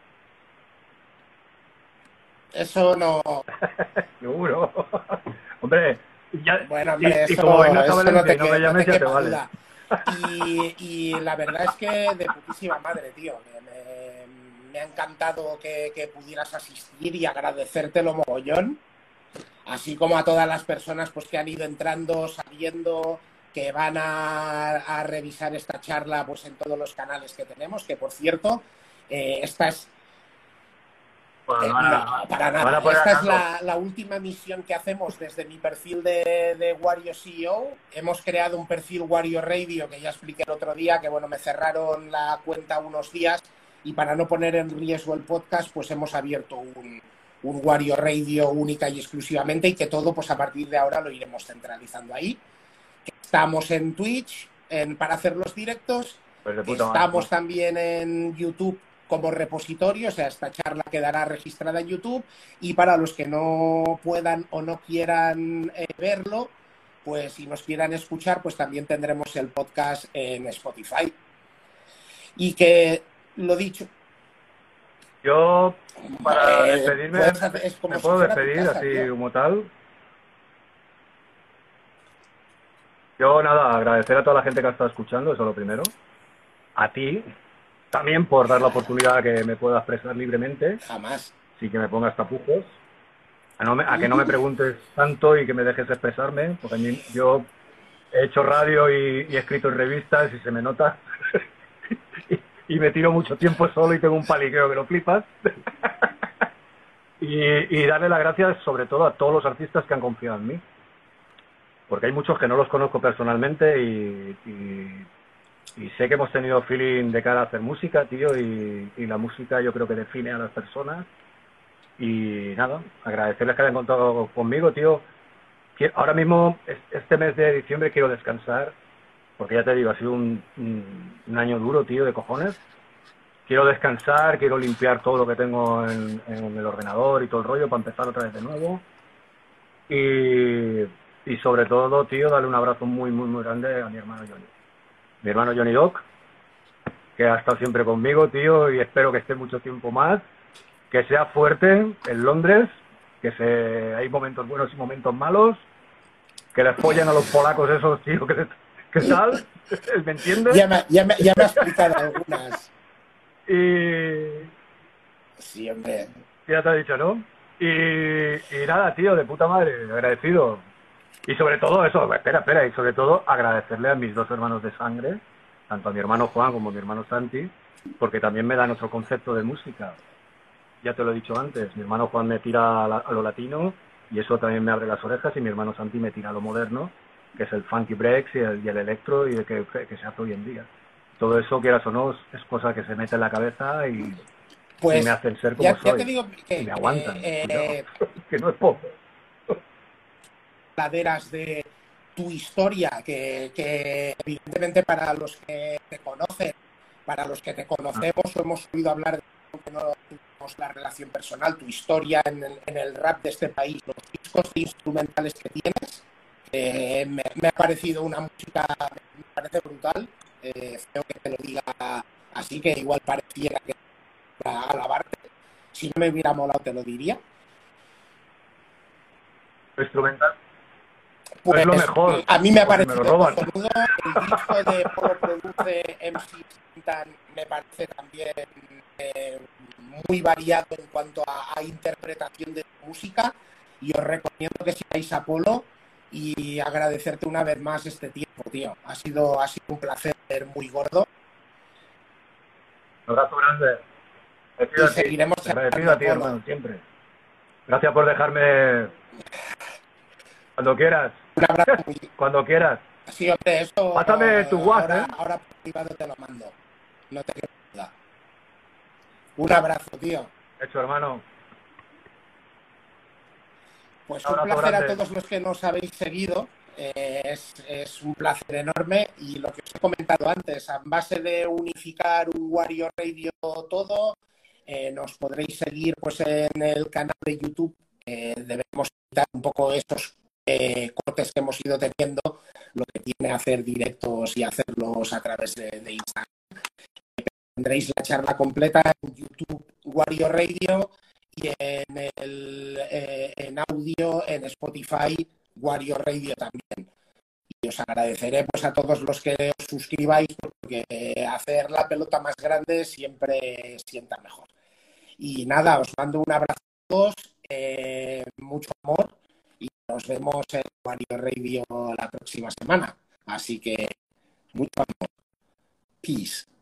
Eso no... Seguro. Hombre, ya... Bueno, hombre, eso no te quepa duda. Y la verdad es que de putísima madre, tío. Me ha encantado que pudieras asistir y agradecértelo mogollón. Así como a todas las personas pues que han ido entrando, saliendo, que van a revisar esta charla pues en todos los canales que tenemos, que por cierto, esta es... no, para nada. Esta es la última misión que hacemos desde mi perfil de Wario CEO. Hemos creado un perfil Wario Radio que ya expliqué el otro día, que bueno, me cerraron la cuenta unos días y para no poner en riesgo el podcast, pues hemos abierto un Wario Radio única y exclusivamente, y que todo, pues a partir de ahora lo iremos centralizando ahí. Estamos en Twitch para hacer los directos, Pues de puta estamos madre. también en YouTube como repositorio, o sea, esta charla quedará registrada en YouTube, y para los que no puedan o no quieran verlo, pues si nos quieran escuchar, pues también tendremos el podcast en Spotify. Y que, lo dicho... Yo, para despedirme, ¿me puedo despedir casa, así tío, como tal? Yo, nada, agradecer a toda la gente que ha estado escuchando, eso es lo primero. A ti, también por dar la oportunidad que me pueda expresar libremente. Jamás. Sí, que me pongas tapujos. A que no me preguntes tanto y que me dejes expresarme, porque a mí, yo he hecho radio y he escrito en revistas y se me nota. y me tiro mucho tiempo solo y tengo un paliqueo que lo flipas. y darle las gracias sobre todo a todos los artistas que han confiado en mí. Porque hay muchos que no los conozco personalmente y sé que hemos tenido feeling de cara a hacer música, tío, y la música yo creo que define a las personas. Y nada, agradecerles que hayan contado conmigo, tío. Ahora mismo, este mes de diciembre, quiero descansar, porque ya te digo, ha sido un año duro, tío, de cojones. Quiero descansar, quiero limpiar todo lo que tengo en el ordenador y todo el rollo para empezar otra vez de nuevo. Y sobre todo, tío, darle un abrazo muy, muy, muy grande a mi hermano Johnny. Mi hermano Johnny Doc, que ha estado siempre conmigo, tío, y espero que esté mucho tiempo más. Que sea fuerte en Londres, hay momentos buenos y momentos malos, que les follen a los polacos esos, tío, ¿qué tal? ¿Me entiendes? Ya me ha explicado algunas. Y... Sí, hombre. Ya te he dicho, ¿no? Y nada, tío, de puta madre, agradecido. Y sobre todo eso, espera, y sobre todo agradecerle a mis dos hermanos de sangre, tanto a mi hermano Juan como a mi hermano Santi, porque también me dan otro concepto de música. Ya te lo he dicho antes, mi hermano Juan me tira a lo latino y eso también me abre las orejas, y mi hermano Santi me tira a lo moderno, que es el funky breaks y el electro y que se hace hoy en día. Todo eso, quieras o no, es cosa que se mete en la cabeza y me hacen ser como soy. Ya te digo que, y me aguantan, que no es poco. Laderas de tu historia, que evidentemente para los que te conocen, para los que te conocemos o hemos oído hablar de que no tenemos la relación personal, tu historia en el rap de este país, los discos instrumentales que tienes, me ha parecido una música, me parece brutal. Creo que te lo diga así, que igual pareciera que para alabarte. Si no me hubiera molado, te lo diría. Instrumental. Pues, es lo mejor. A mí me ha parecido cojonudo. El disco de Polo Produce MC Sintan me parece también muy variado en cuanto a interpretación de música, y os recomiendo que sigáis a Polo, y agradecerte una vez más este tiempo, tío. Ha sido un placer muy gordo. Un abrazo grande. Y seguiremos agradecido a ti, hermano, siempre. Gracias por dejarme. Cuando quieras. Un abrazo. Cuando quieras. Sí, hombre, eso. Pásame tu WhatsApp, ahora por privado te lo mando. No te quedo duda. Un abrazo, tío. Hecho, hermano. Pues un placer grande a todos los que nos habéis seguido. Es un placer enorme, y lo que os he comentado antes, a base de unificar un Wario Radio todo, nos podréis seguir pues en el canal de YouTube. Debemos quitar un poco estos cortes que hemos ido teniendo, lo que tiene hacer directos y hacerlos a través de Instagram. Tendréis la charla completa en YouTube Wario Radio, y en audio en Spotify Wario Radio también. Y os agradeceré pues a todos los que os suscribáis, porque hacer la pelota más grande siempre sienta mejor. Y nada, os mando un abrazo a todos, mucho amor, y nos vemos en Wario Radio la próxima semana. Así que mucho amor. Peace.